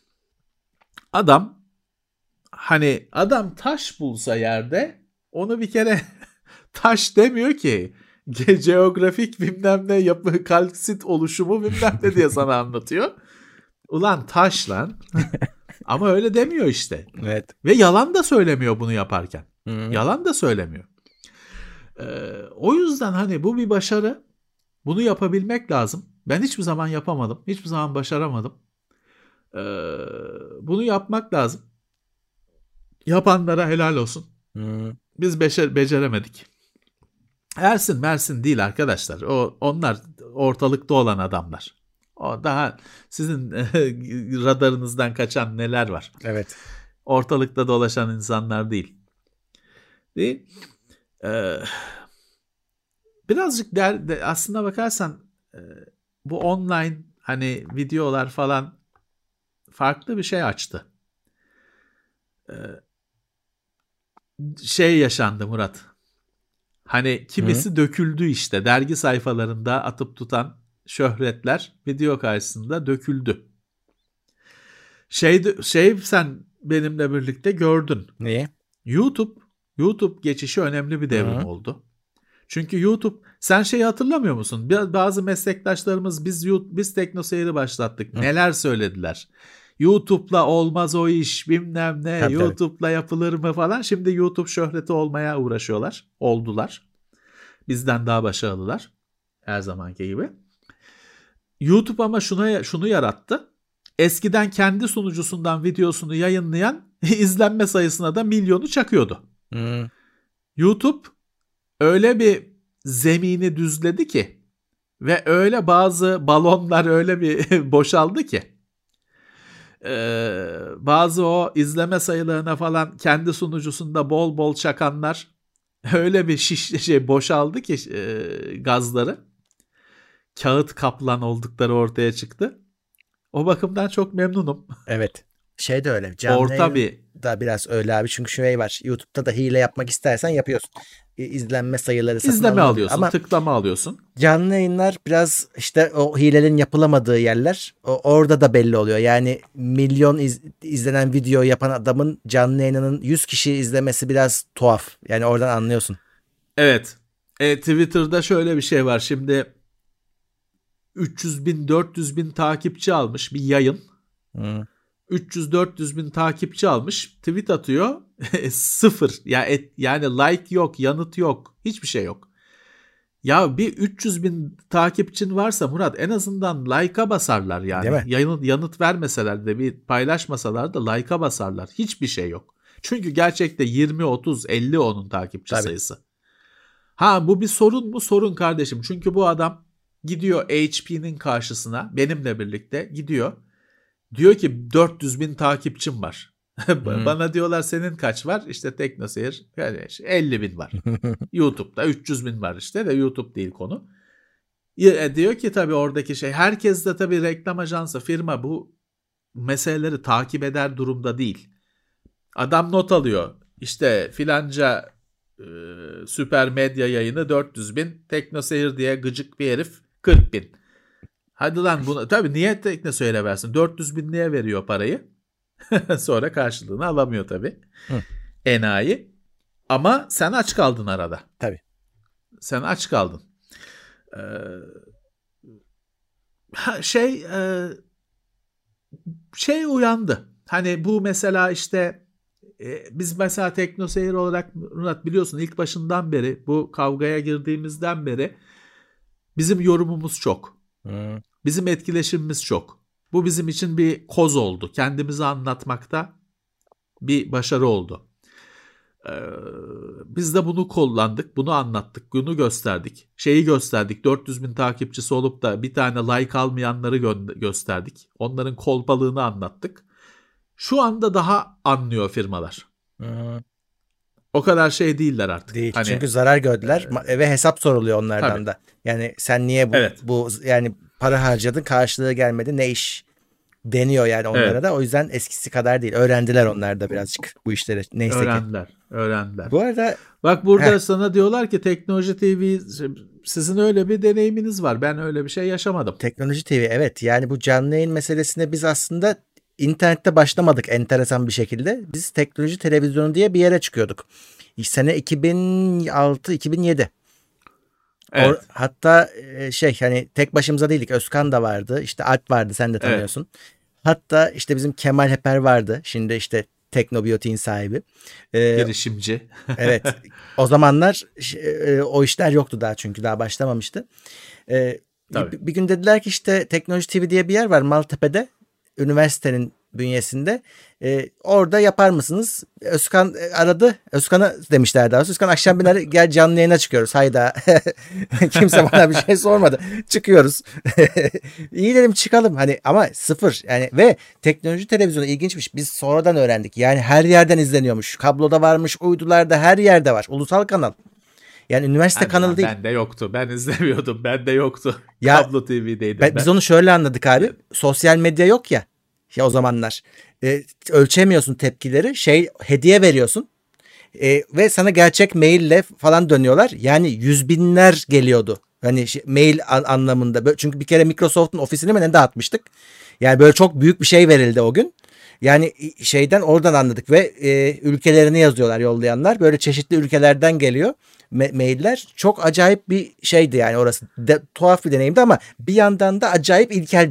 Adam hani adam taş bulsa yerde onu bir kere taş demiyor ki. Ge- geografik bilmem ne yapı kalsit oluşumu bilmem ne diye sana anlatıyor. Ulan taş lan. Ama öyle demiyor işte. Evet. Ve yalan da söylemiyor bunu yaparken. Hmm. Yalan da söylemiyor. Ee, o yüzden hani bu bir başarı. Bunu yapabilmek lazım. Ben hiçbir zaman yapamadım. Hiçbir zaman başaramadım. Ee, bunu yapmak lazım. Yapanlara helal olsun. Hmm. Biz beşer, beceremedik. Ersin Mersin değil arkadaşlar. O onlar ortalıkta olan adamlar. O daha sizin radarınızdan kaçan neler var. Evet. Ortalıkta dolaşan insanlar değil. Değil. Ee, birazcık der, de, aslına bakarsan e, bu online hani videolar falan farklı bir şey açtı. Ee, şey yaşandı Murat. Hani kimisi Hı? döküldü işte. Dergi sayfalarında atıp tutan şöhretler video karşısında döküldü. Şey, şey sen benimle birlikte gördün. Niye? YouTube YouTube geçişi önemli bir devrim Hı? oldu. Çünkü YouTube sen şeyi hatırlamıyor musun? Bazı meslektaşlarımız biz biz TeknoSeyir'i başlattık. Hı? Neler söylediler? YouTube'la olmaz o iş bilmem ne. Tabii, YouTube'la tabii. yapılır mı falan. Şimdi YouTube şöhreti olmaya uğraşıyorlar. Oldular. Bizden daha başarılılar. her zamanki gibi. YouTube ama şuna şunu yarattı. Eskiden kendi sunucusundan videosunu yayınlayan izlenme sayısına da milyonu çakıyordu. Hmm. YouTube öyle bir zemini düzledi ki ve öyle bazı balonlar öyle bir boşaldı ki ee, bazı o izleme sayılarına falan kendi sunucusunda bol bol çakanlar öyle bir şiş şey boşaldı ki e, gazları, kağıt kaplan oldukları ortaya çıktı. O bakımdan çok memnunum. Evet. Şey de öyle. Canlı Orta bir da biraz öyle abi. Çünkü şey var. YouTube'da da hile yapmak istersen yapıyorsun. İzlenme sayıları satın izleme alınıyor. alıyorsun, Ama tıklama alıyorsun. canlı yayınlar biraz işte o hilelerin yapılamadığı yerler. O, orada da belli oluyor. Yani milyon iz, izlenen video yapan adamın canlı yayınının yüz kişi izlemesi biraz tuhaf. Yani oradan anlıyorsun. Evet. E, Twitter'da şöyle bir şey var. Şimdi üç yüz bin dört yüz bin takipçi almış bir yayın. Hmm. üç yüz dört yüz bin takipçi almış. Tweet atıyor. Sıfır. Ya et, yani like yok, yanıt yok. Hiçbir şey yok. Ya bir üç yüz bin takipçin varsa Murat en azından like'a basarlar yani. Değil mi? Yanıt, yanıt vermeseler de bir paylaşmasalar da like'a basarlar. Hiçbir şey yok. Çünkü gerçekte yirmi, otuz, elli onun takipçi Tabii. sayısı. Ha bu bir sorun mu? Sorun kardeşim. Çünkü bu adam gidiyor H P'nin karşısına benimle birlikte gidiyor. Diyor ki dört yüz bin takipçim var. Bana diyorlar senin kaç var? İşte TeknoSeyir yani elli bin var. YouTube'da üç yüz bin var işte de YouTube değil konu. E, diyor ki tabii oradaki şey herkes de tabii reklam ajansı firma bu meseleleri takip eder durumda değil. Adam not alıyor. İşte filanca e, süper medya yayını dört yüz bin. TeknoSeyir diye gıcık bir herif kırk bin. Hadi lan bunu tabii niye TeknoSeyir'e versin? dört yüz bin niye veriyor parayı? Sonra karşılığını alamıyor tabii. Hı. Enayi. Ama sen aç kaldın arada. Tabii. Sen aç kaldın. Ee, şey e, şey uyandı. Hani bu mesela işte e, biz mesela TeknoSeyir olarak Murat biliyorsun ilk başından beri bu kavgaya girdiğimizden beri bizim yorumumuz çok. Hmm. Bizim etkileşimimiz çok. Bu bizim için bir koz oldu. Kendimizi anlatmakta bir başarı oldu. Ee, biz de bunu kullandık, bunu anlattık, bunu gösterdik. Şeyi gösterdik, dört yüz bin takipçisi olup da bir tane like almayanları gö- gösterdik. Onların kolpalığını anlattık. Şu anda daha anlıyor firmalar. Hmm. O kadar şey değiller artık. Değil. Hani, Çünkü zarar gördüler e, ve hesap soruluyor onlardan tabii. da. Yani sen niye bu, Evet. bu yani para harcadın karşılığı gelmedi ne iş deniyor yani onlara Evet. da. O yüzden eskisi kadar değil. Öğrendiler onlar da birazcık bu işleri. Neyse Öğrendiler. ki. Öğrendiler. Bu arada bak burada heh. sana diyorlar ki Teknoloji T V sizin öyle bir deneyiminiz var. Ben öyle bir şey yaşamadım. Teknoloji T V evet yani bu canlı yayın meselesine biz aslında internette başlamadık enteresan bir şekilde. Biz teknoloji televizyonu diye bir yere çıkıyorduk. Sene iki bin altı iki bin yedi. Evet. Or, hatta şey hani tek başımıza değildik. Özkan da vardı. İşte Alp vardı sen de tanıyorsun. Evet. Hatta işte bizim Kemal Heper vardı. Şimdi işte Teknobiyotik'in sahibi. Ee, Girişimci. evet. O zamanlar o işler yoktu daha çünkü daha başlamamıştı. Ee, bir, bir gün dediler ki işte Teknoloji T V diye bir yer var Maltepe'de. Üniversitenin bünyesinde. Ee, orada yapar mısınız? Özkan aradı. Özkan'a demişler daha sonra. Özkan akşam biner gel canlı yayına çıkıyoruz. Hayda. Kimse bana bir şey sormadı. Çıkıyoruz. İyi dedim çıkalım. Hani ama sıfır. Yani ve teknoloji televizyonu ilginçmiş. Biz sonradan öğrendik. Yani her yerden izleniyormuş. Kabloda varmış, uydularda her yerde var. Ulusal kanal. Yani üniversite yani kanalı değil. Ben de yoktu. Ben izlemiyordum. Ben de yoktu. Ya, Kablo T V'deydim ben. Biz onu şöyle anladık abi. Evet. Sosyal medya yok ya. Ya o zamanlar. E, ölçemiyorsun tepkileri. Şey hediye veriyorsun. E, ve sana gerçek maille falan dönüyorlar. Yani yüz binler geliyordu. Hani şey, mail an- anlamında. Çünkü bir kere Microsoft'un ofisini mi ne dağıtmıştık. Yani böyle çok büyük bir şey verildi o gün. Yani şeyden oradan anladık ve e, ülkelerini yazıyorlar yollayanlar. Böyle çeşitli ülkelerden geliyor me- mailler. Çok acayip bir şeydi yani orası. De, tuhaf bir deneyimdi ama bir yandan da acayip ilkel bir yer.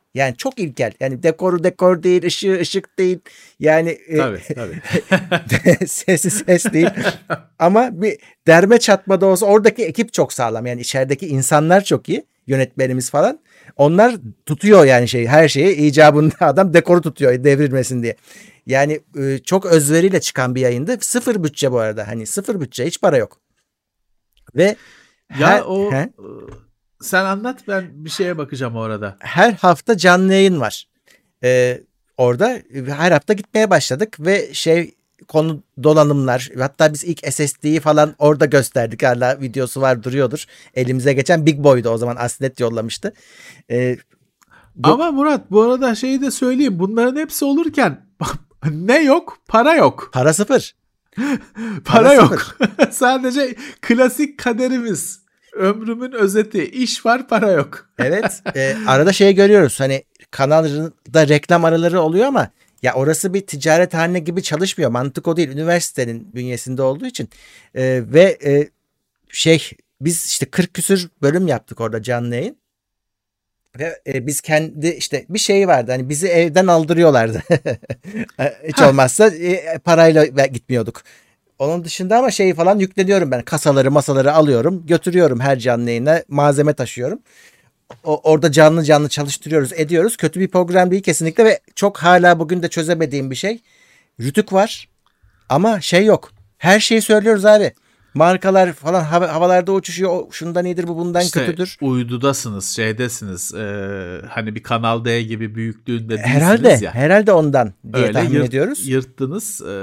Yani çok ilkel. Yani dekoru dekor değil, ışığı ışık değil. Yani tabii, tabii. sesi ses değil. Ama bir derme çatma da olsa oradaki ekip çok sağlam. Yani içerideki insanlar çok iyi. Yönetmenimiz falan. Onlar tutuyor yani şey her şeyi icabında adam dekoru tutuyor devrilmesin diye. Yani çok özveriyle çıkan bir yayındı. Sıfır bütçe bu arada. Hani sıfır bütçe, hiç para yok. Ve ya her, o he? Sen anlat, ben bir şeye bakacağım orada. Her hafta canlı yayın var. Ee, orada her hafta gitmeye başladık ve şey konu dolanımlar, hatta biz ilk S S D'yi falan orada gösterdik. Hala videosu var, duruyordur. Elimize geçen Big Boy'du o zaman, Asnet yollamıştı. Ee, bu... Ama Murat, bu arada şeyi de söyleyeyim. Bunların hepsi olurken ne yok? Para yok. Para sıfır. para, para yok. Sadece klasik kaderimiz. Ömrümün özeti. İş var, para yok. Evet. E, arada şey görüyoruz. Hani kanalda reklam araları oluyor ama ya orası bir ticarethane gibi çalışmıyor. Mantık o değil. Üniversitenin bünyesinde olduğu için. E, ve e, şey biz işte kırk küsür bölüm yaptık orada canlı yayın. Ve e, biz kendi işte bir şey vardı. Hani bizi evden aldırıyorlardı. Hiç olmazsa e, parayla gitmiyorduk. Onun dışında ama şeyi falan yükleniyorum ben. Kasaları masaları alıyorum. Götürüyorum her canlı yayına. Malzeme taşıyorum. O, orada canlı canlı çalıştırıyoruz, ediyoruz. Kötü bir program değil kesinlikle ve çok hala bugün de çözemediğim bir şey. Rütük var ama şey yok. Her şeyi söylüyoruz abi. Markalar falan hava, havalarda uçuşuyor. Şundan iyidir, bu bundan işte kötüdür. Uydudasınız, şeydesiniz. E, hani bir Kanal D gibi büyüklüğünde değilsiniz herhalde, ya. Herhalde ondan diye öyle tahmin yırt, ediyoruz. Yırttınız. E,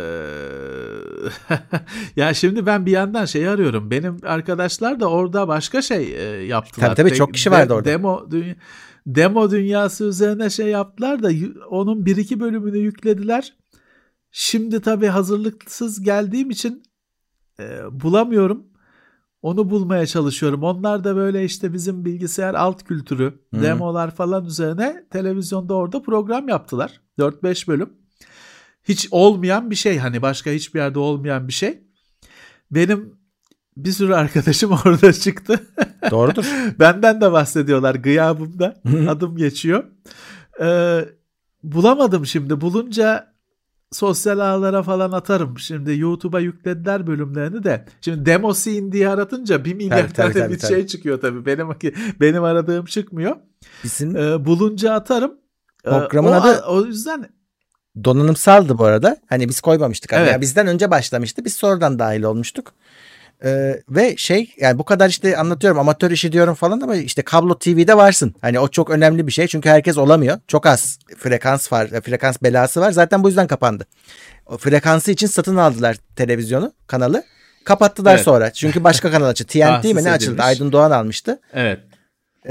ya şimdi ben bir yandan şey arıyorum. Benim arkadaşlar da orada başka şey e, yaptılar. Tabii tabii çok kişi vardı orada. Demo, dünya, demo dünyası üzerine şey yaptılar da onun bir iki bölümünü yüklediler. Şimdi tabii hazırlıksız geldiğim için e, bulamıyorum. Onu bulmaya çalışıyorum. Onlar da böyle işte bizim bilgisayar alt kültürü, Hı. demolar falan üzerine televizyonda orada program yaptılar. dört beş bölüm. Hiç olmayan bir şey, hani başka hiçbir yerde olmayan bir şey. Benim bir sürü arkadaşım orada çıktı. Doğrudur. Benden de bahsediyorlar gıyabımda. Adım geçiyor. Ee, bulamadım şimdi. Bulunca sosyal ağlara falan atarım. Şimdi YouTube'a yüklediler bölümlerini de. Şimdi demo scene diye aratınca bir milyar tabii, tane tabii, bir tabii. şey çıkıyor tabii. Benim benim aradığım çıkmıyor. Bizim ee, bulunca atarım. Programın ee, o, adı o yüzden donanımsaldı bu arada. Hani biz koymamıştık. Evet. Yani bizden önce başlamıştı. Biz sonradan dahil olmuştuk. Ee, ve şey yani bu kadar işte anlatıyorum, amatör işi diyorum falan ama işte kablo T V'de varsın. Hani o çok önemli bir şey çünkü herkes olamıyor. Çok az frekans var, frekans belası var. Zaten bu yüzden kapandı. O frekansı için satın aldılar televizyonu, kanalı. Kapattılar evet. sonra. Çünkü başka kanal açıldı. T N T mi ne açıldı? Aydın Doğan almıştı. Evet. Ee,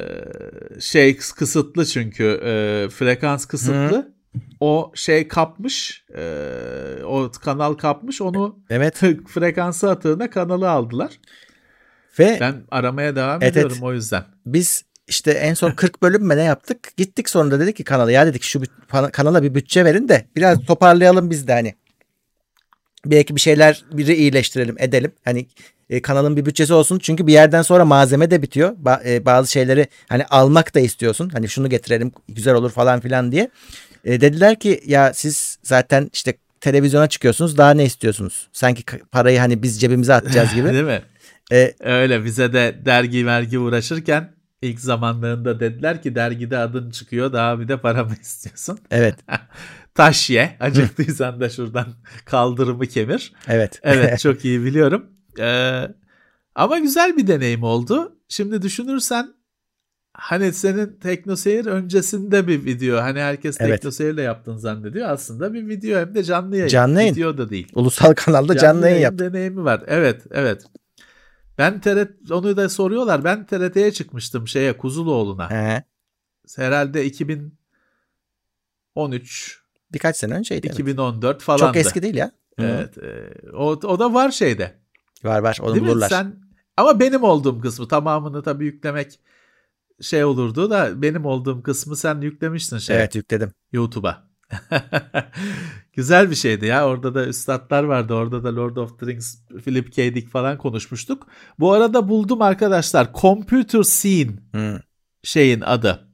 ee, şey kısıtlı çünkü e, frekans kısıtlı. Hı. O şey kapmış, e, o kanal kapmış, onu evet. frekansı atığına kanalı aldılar. Ve ben aramaya devam evet, ediyorum o yüzden. Biz işte en son kırk bölüm mü ne yaptık? Gittik sonra dedik ki kanala, ya dedik şu kanala bir bütçe verin de biraz toparlayalım biz de hani. Belki bir şeyler biri iyileştirelim, edelim. Hani e, kanalın bir bütçesi olsun. Çünkü bir yerden sonra malzeme de bitiyor. Ba- e, bazı şeyleri hani almak da istiyorsun. Hani şunu getirelim güzel olur falan filan diye. E, dediler ki ya siz zaten işte televizyona çıkıyorsunuz, daha ne istiyorsunuz? Sanki parayı hani biz cebimize atacağız gibi. Değil mi? E, Öyle bize de dergi vergi uğraşırken ilk zamanlarında dediler ki dergide adın çıkıyor, daha bir de para mı istiyorsun? Evet. Taş ye, acıktıysan da şuradan kaldırımı kemir. Evet. Evet, çok iyi biliyorum. Ee, ama güzel bir deneyim oldu. Şimdi düşünürsen hani senin TeknoSeyir öncesinde bir video. Hani herkes evet. TeknoSeyir'le yaptığını zannediyor. Aslında bir video, hem de canlı yayın. Canlı yayın. Video da değil. Ulusal kanalda canlı, canlı yayın yaptım. Deneyimi var. Evet, evet. Ben T R T, onu da soruyorlar. Ben T R T'ye çıkmıştım şeye, Kuzuloğlu'na. He. Herhalde iki bin on üç birkaç sene önceydi. iki bin on dört evet. falandı. Çok eski değil ya. Evet. E, o, o da var şeyde. Var var. Onu değil bulurlar. Sen, ama benim olduğum kısmı tamamını tabii yüklemek şey olurdu da benim olduğum kısmı sen yüklemiştin şey. Evet, yükledim. YouTube'a. Güzel bir şeydi ya. Orada da üstadlar vardı. Orada da Lord of the Rings, Philip K. Dick falan konuşmuştuk. Bu arada buldum arkadaşlar. Computer Scene hmm. şeyin adı.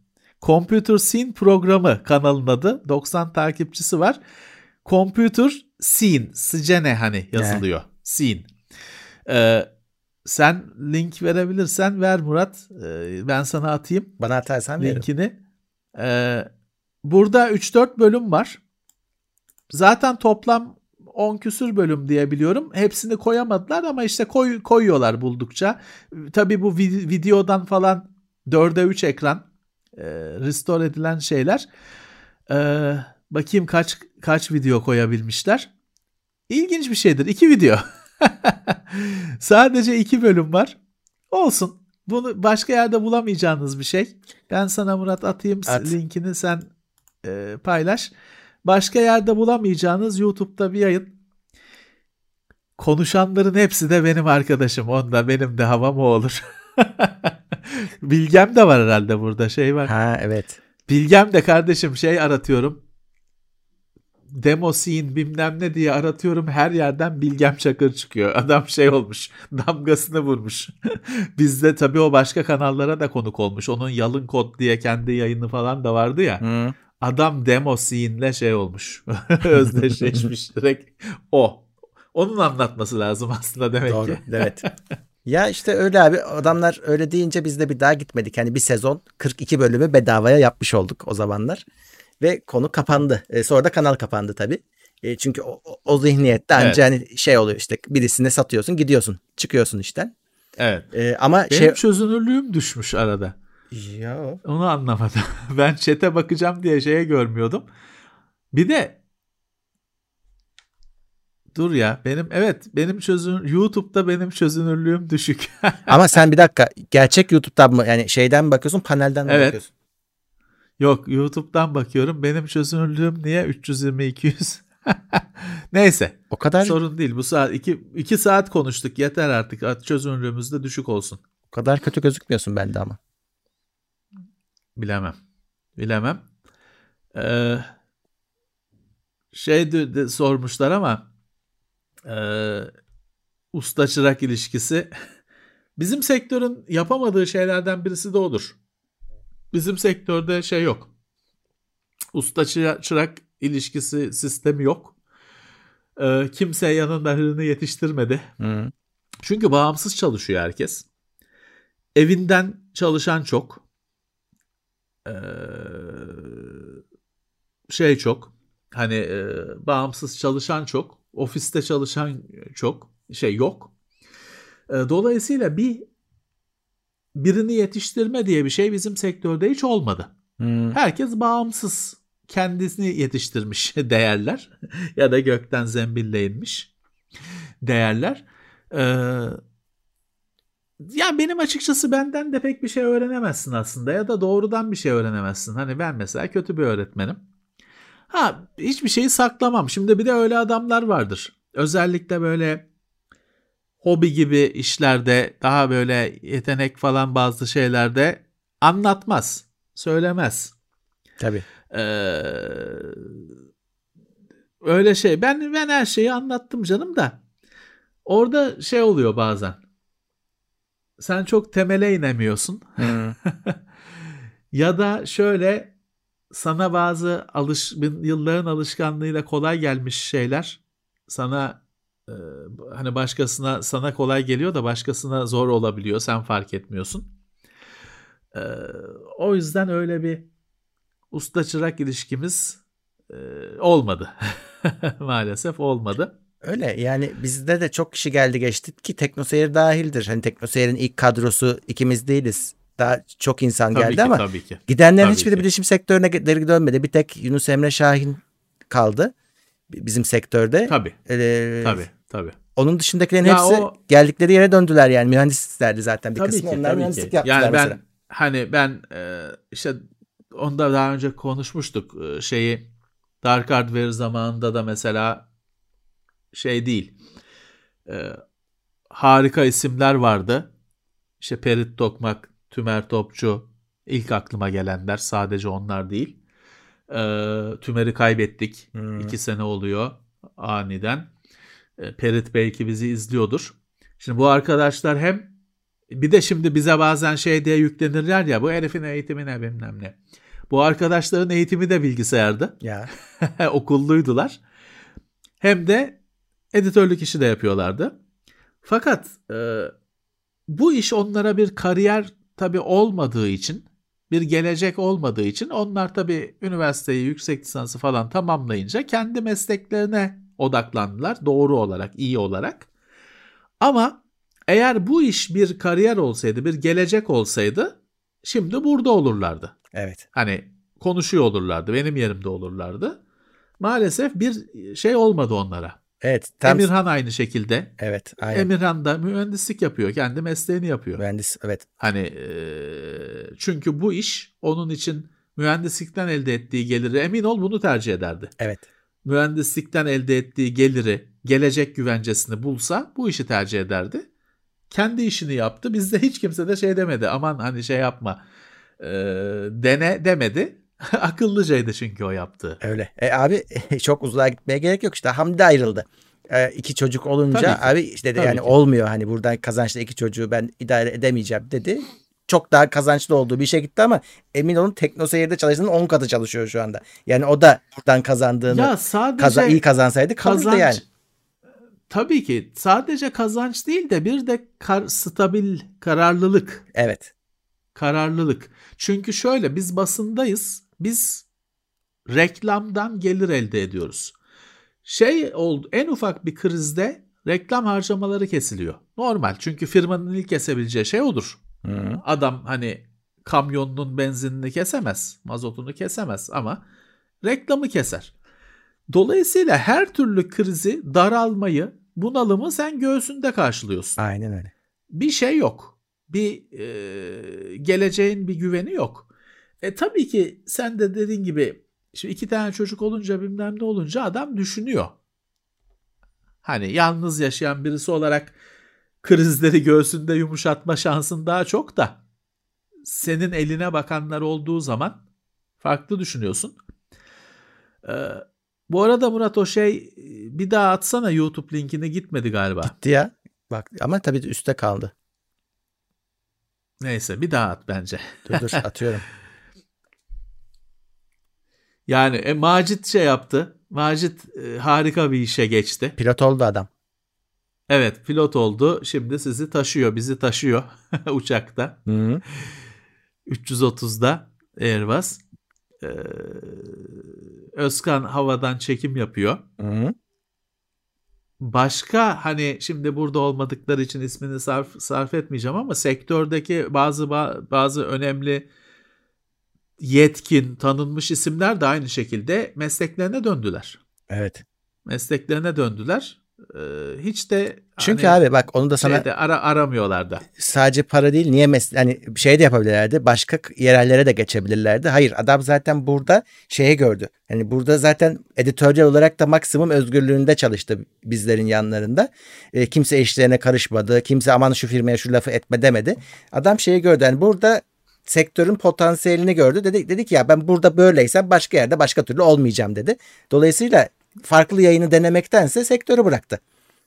Computer Scene programı kanalın adı. doksan takipçisi var. Computer Scene. Scene hani yazılıyor. Yeah. Scene. Ee, sen link verebilirsen ver Murat. Ee, ben sana atayım. Bana atarsan linkini. Veririm. Ee, burada üç dört bölüm var. Zaten toplam on küsür bölüm diye biliyorum. Hepsini koyamadılar ama işte koy, koyuyorlar buldukça. Tabii bu vid- videodan falan dörde üç ekran e, restore edilen şeyler. E, bakayım kaç kaç video koyabilmişler. İlginç bir şeydir. İki video. Sadece iki bölüm var. Olsun. Bunu başka yerde bulamayacağınız bir şey. Ben sana Murat atayım At. linkini, sen e, paylaş. Başka yerde bulamayacağınız YouTube'da bir yayın. Konuşanların hepsi de benim arkadaşım. Onda benim de havam o olur. Bilgem de var herhalde burada, şey var. Ha evet. Bilgem de kardeşim, şey aratıyorum. Demo scene bilmem ne diye aratıyorum. Her yerden Bilgem Çakır çıkıyor. Adam şey olmuş. Damgasını vurmuş. Bizde tabii o başka kanallara da konuk olmuş. Onun Yalın Kod diye kendi yayını falan da vardı ya. Hmm. Adam demo scene'le şey olmuş. Özdeşleşmiş direkt o. Onun anlatması lazım aslında demek Doğru, ki. Evet. Ya işte öyle abi, adamlar öyle deyince biz de bir daha gitmedik. Hani bir sezon kırk iki bölümü bedavaya yapmış olduk o zamanlar. Ve konu kapandı. E, sonra da kanal kapandı tabii. E, çünkü o, o, o zihniyette anca evet. Hani şey oluyor işte, birisine satıyorsun, gidiyorsun, çıkıyorsun işten. Evet. E, ama benim şey... çözünürlüğüm düşmüş arada. Ya. Onu anlamadım. Ben chat'e bakacağım diye şeye görmüyordum. Bir de dur ya, benim evet benim çözün YouTube'da benim çözünürlüğüm düşük. Ama sen bir dakika, gerçek YouTube'dan mı, yani şeyden mi bakıyorsun, panelden mi evet. bakıyorsun? Yok, YouTube'dan bakıyorum. Benim çözünürlüğüm niye üç yüz yirmi iki yüz? Neyse. O kadar sorun değil. Bu saat iki iki saat konuştuk. Yeter artık. Çözünürlüğümüz de düşük olsun. O kadar kötü gözükmüyorsun bende ama. Bilemem. Bilemem. Ee, şey de, de sormuşlar ama e, usta çırak ilişkisi bizim sektörün yapamadığı şeylerden birisi de odur. Bizim sektörde şey yok. Usta çırak ilişkisi sistemi yok. Ee, kimse yanında hırını yetiştirmedi. Hı. Çünkü bağımsız çalışıyor herkes. Evinden çalışan çok. Ee, şey çok. Hani e, bağımsız çalışan çok. Ofiste çalışan çok. Şey yok. E, dolayısıyla bir birini yetiştirme diye bir şey bizim sektörde hiç olmadı. Hmm. Herkes bağımsız, kendisini yetiştirmiş değerler ya da gökten zembille inmiş değerler. Ee, ya benim açıkçası benden de pek bir şey öğrenemezsin aslında, ya da doğrudan bir şey öğrenemezsin. Hani ben mesela kötü bir öğretmenim. Ha, hiçbir şeyi saklamam. Şimdi bir de öyle adamlar vardır. Özellikle böyle hobi gibi işlerde, daha böyle yetenek falan bazı şeylerde anlatmaz, söylemez. Tabii. Ee, öyle şey. Ben ben her şeyi anlattım canım da. Orada şey oluyor bazen. Sen çok temele inemiyorsun. Hmm. Ya da şöyle, sana bazı alış yılların alışkanlığıyla kolay gelmiş şeyler sana e, hani başkasına sana kolay geliyor da başkasına zor olabiliyor. Sen fark etmiyorsun. E, o yüzden öyle bir usta çırak ilişkimiz e, olmadı. Maalesef olmadı. Öyle yani, bizde de çok kişi geldi geçti ki TeknoSeyir dahildir. Hani TeknoSeyir'in ilk kadrosu ikimiz değiliz. Daha çok insan tabii geldi ki, ama tabii ki. gidenlerin tabii hiçbiri ki. bilişim sektörüne geri dönmedi. Bir tek Yunus Emre Şahin kaldı bizim sektörde. Tabii. Ee, tabii. Tabii. Onun dışındakilerin ya hepsi o, geldikleri yere döndüler yani. Mühendislerdi zaten bir tabii kısmı. ki, Onlar tabii mühendislik ki. yaptılar yani ben, mesela. Hani ben e, işte onda daha önce konuşmuştuk. E, şeyi Dark Hardware zamanında da mesela şey değil. E, harika isimler vardı. İşte Perit Tokmak, Tümer Topçu, ilk aklıma gelenler, sadece onlar değil. E, Tümer'i kaybettik. Hmm. İki sene oluyor aniden. E, Perit belki bizi izliyordur. Şimdi bu arkadaşlar hem bir de şimdi bize bazen şey diye yüklenirler ya, bu herifin eğitimine bilmem ne. Bu arkadaşların eğitimi de bilgisayardı. Ya. Okulluydular. Hem de editörlük işi de yapıyorlardı. Fakat e, bu iş onlara bir kariyer tabii olmadığı için, bir gelecek olmadığı için onlar tabii üniversiteyi, yüksek lisansı falan tamamlayınca kendi mesleklerine odaklandılar. Doğru olarak, iyi olarak. Ama eğer bu iş bir kariyer olsaydı, bir gelecek olsaydı şimdi burada olurlardı. Evet. Hani konuşuyor olurlardı, benim yerimde olurlardı. Maalesef bir şey olmadı onlara. Evet. Tam... Emirhan aynı şekilde. Evet. Aynen. Emirhan da mühendislik yapıyor. Kendi mesleğini yapıyor. Mühendis, evet. Hani e, çünkü bu iş onun için mühendislikten elde ettiği geliri, emin ol bunu tercih ederdi. Evet. Mühendislikten elde ettiği geliri, gelecek güvencesini bulsa bu işi tercih ederdi. Kendi işini yaptı. Bizde hiç kimse de şey demedi. Aman hani şey yapma. E, dene demedi. Akıllıcaydı çünkü o yaptığı. Öyle. E abi çok uzağa gitmeye gerek yok. İşte Hamdi ayrıldı. E, iki çocuk olunca abi işte dedi yani ki. Olmuyor hani buradan kazançlı iki çocuğu ben idare edemeyeceğim dedi. Çok daha kazançlı olduğu bir işe gitti ama emin olun Teknoseyir'de çalıştığının on katı çalışıyor şu anda. Yani o da buradan kazandığını ya sadece kazan, iyi kazansaydı kalırdı kazanç, yani. Tabii ki sadece kazanç değil de bir de kar, stabil kararlılık. Evet. Kararlılık. Çünkü şöyle biz basındayız. Biz reklamdan gelir elde ediyoruz. Şey oldu, en ufak bir krizde reklam harcamaları kesiliyor. Normal çünkü firmanın ilk kesebileceği şey odur. Hı. Adam hani kamyonunun benzinini kesemez, mazotunu kesemez ama reklamı keser. Dolayısıyla her türlü krizi, daralmayı, bunalımı sen göğsünde karşılıyorsun. Aynen öyle. Bir şey yok. Bir e, geleceğin bir güveni yok. E tabii ki sen de dediğin gibi şimdi iki tane çocuk olunca bilmem ne olunca adam düşünüyor. Hani yalnız yaşayan birisi olarak krizleri göğsünde yumuşatma şansın daha çok da senin eline bakanlar olduğu zaman farklı düşünüyorsun. Ee, bu arada Murat o şey bir daha atsana YouTube linkini, gitmedi galiba. Gitti ya. Bak ama tabii üstte kaldı. Neyse bir daha at bence. Dur dur atıyorum. Yani e, Macit şey yaptı. Macit e, harika bir işe geçti. Pilot oldu adam. Evet pilot oldu. Şimdi sizi taşıyor, bizi taşıyor uçakta. Hı-hı. üç yüz otuzda Airbus. Ee, Özkan havadan çekim yapıyor. Hı-hı. Başka hani şimdi burada olmadıkları için ismini sarf, sarf etmeyeceğim ama sektördeki bazı bazı önemli yetkin, tanınmış isimler de aynı şekilde mesleklerine döndüler. Evet. Mesleklerine döndüler. Ee, hiç de çünkü hani, abi bak onu da sana şeyde, ara, aramıyorlar da. Sadece para değil, niye mes hani şey de yapabilirlerdi. Başka yerellere de geçebilirlerdi. Hayır, adam zaten burada şeyi gördü. Hani burada zaten editörel olarak da maksimum özgürlüğünde çalıştı bizlerin yanlarında. E, kimse işlerine karışmadı. Kimse aman şu firmaya şu lafı etme demedi. Adam şeyi gördü. Yani burada sektörün potansiyelini gördü. Dedi, dedi ki ya ben burada böyleysem başka yerde başka türlü olmayacağım dedi. Dolayısıyla farklı yayını denemektense sektörü bıraktı.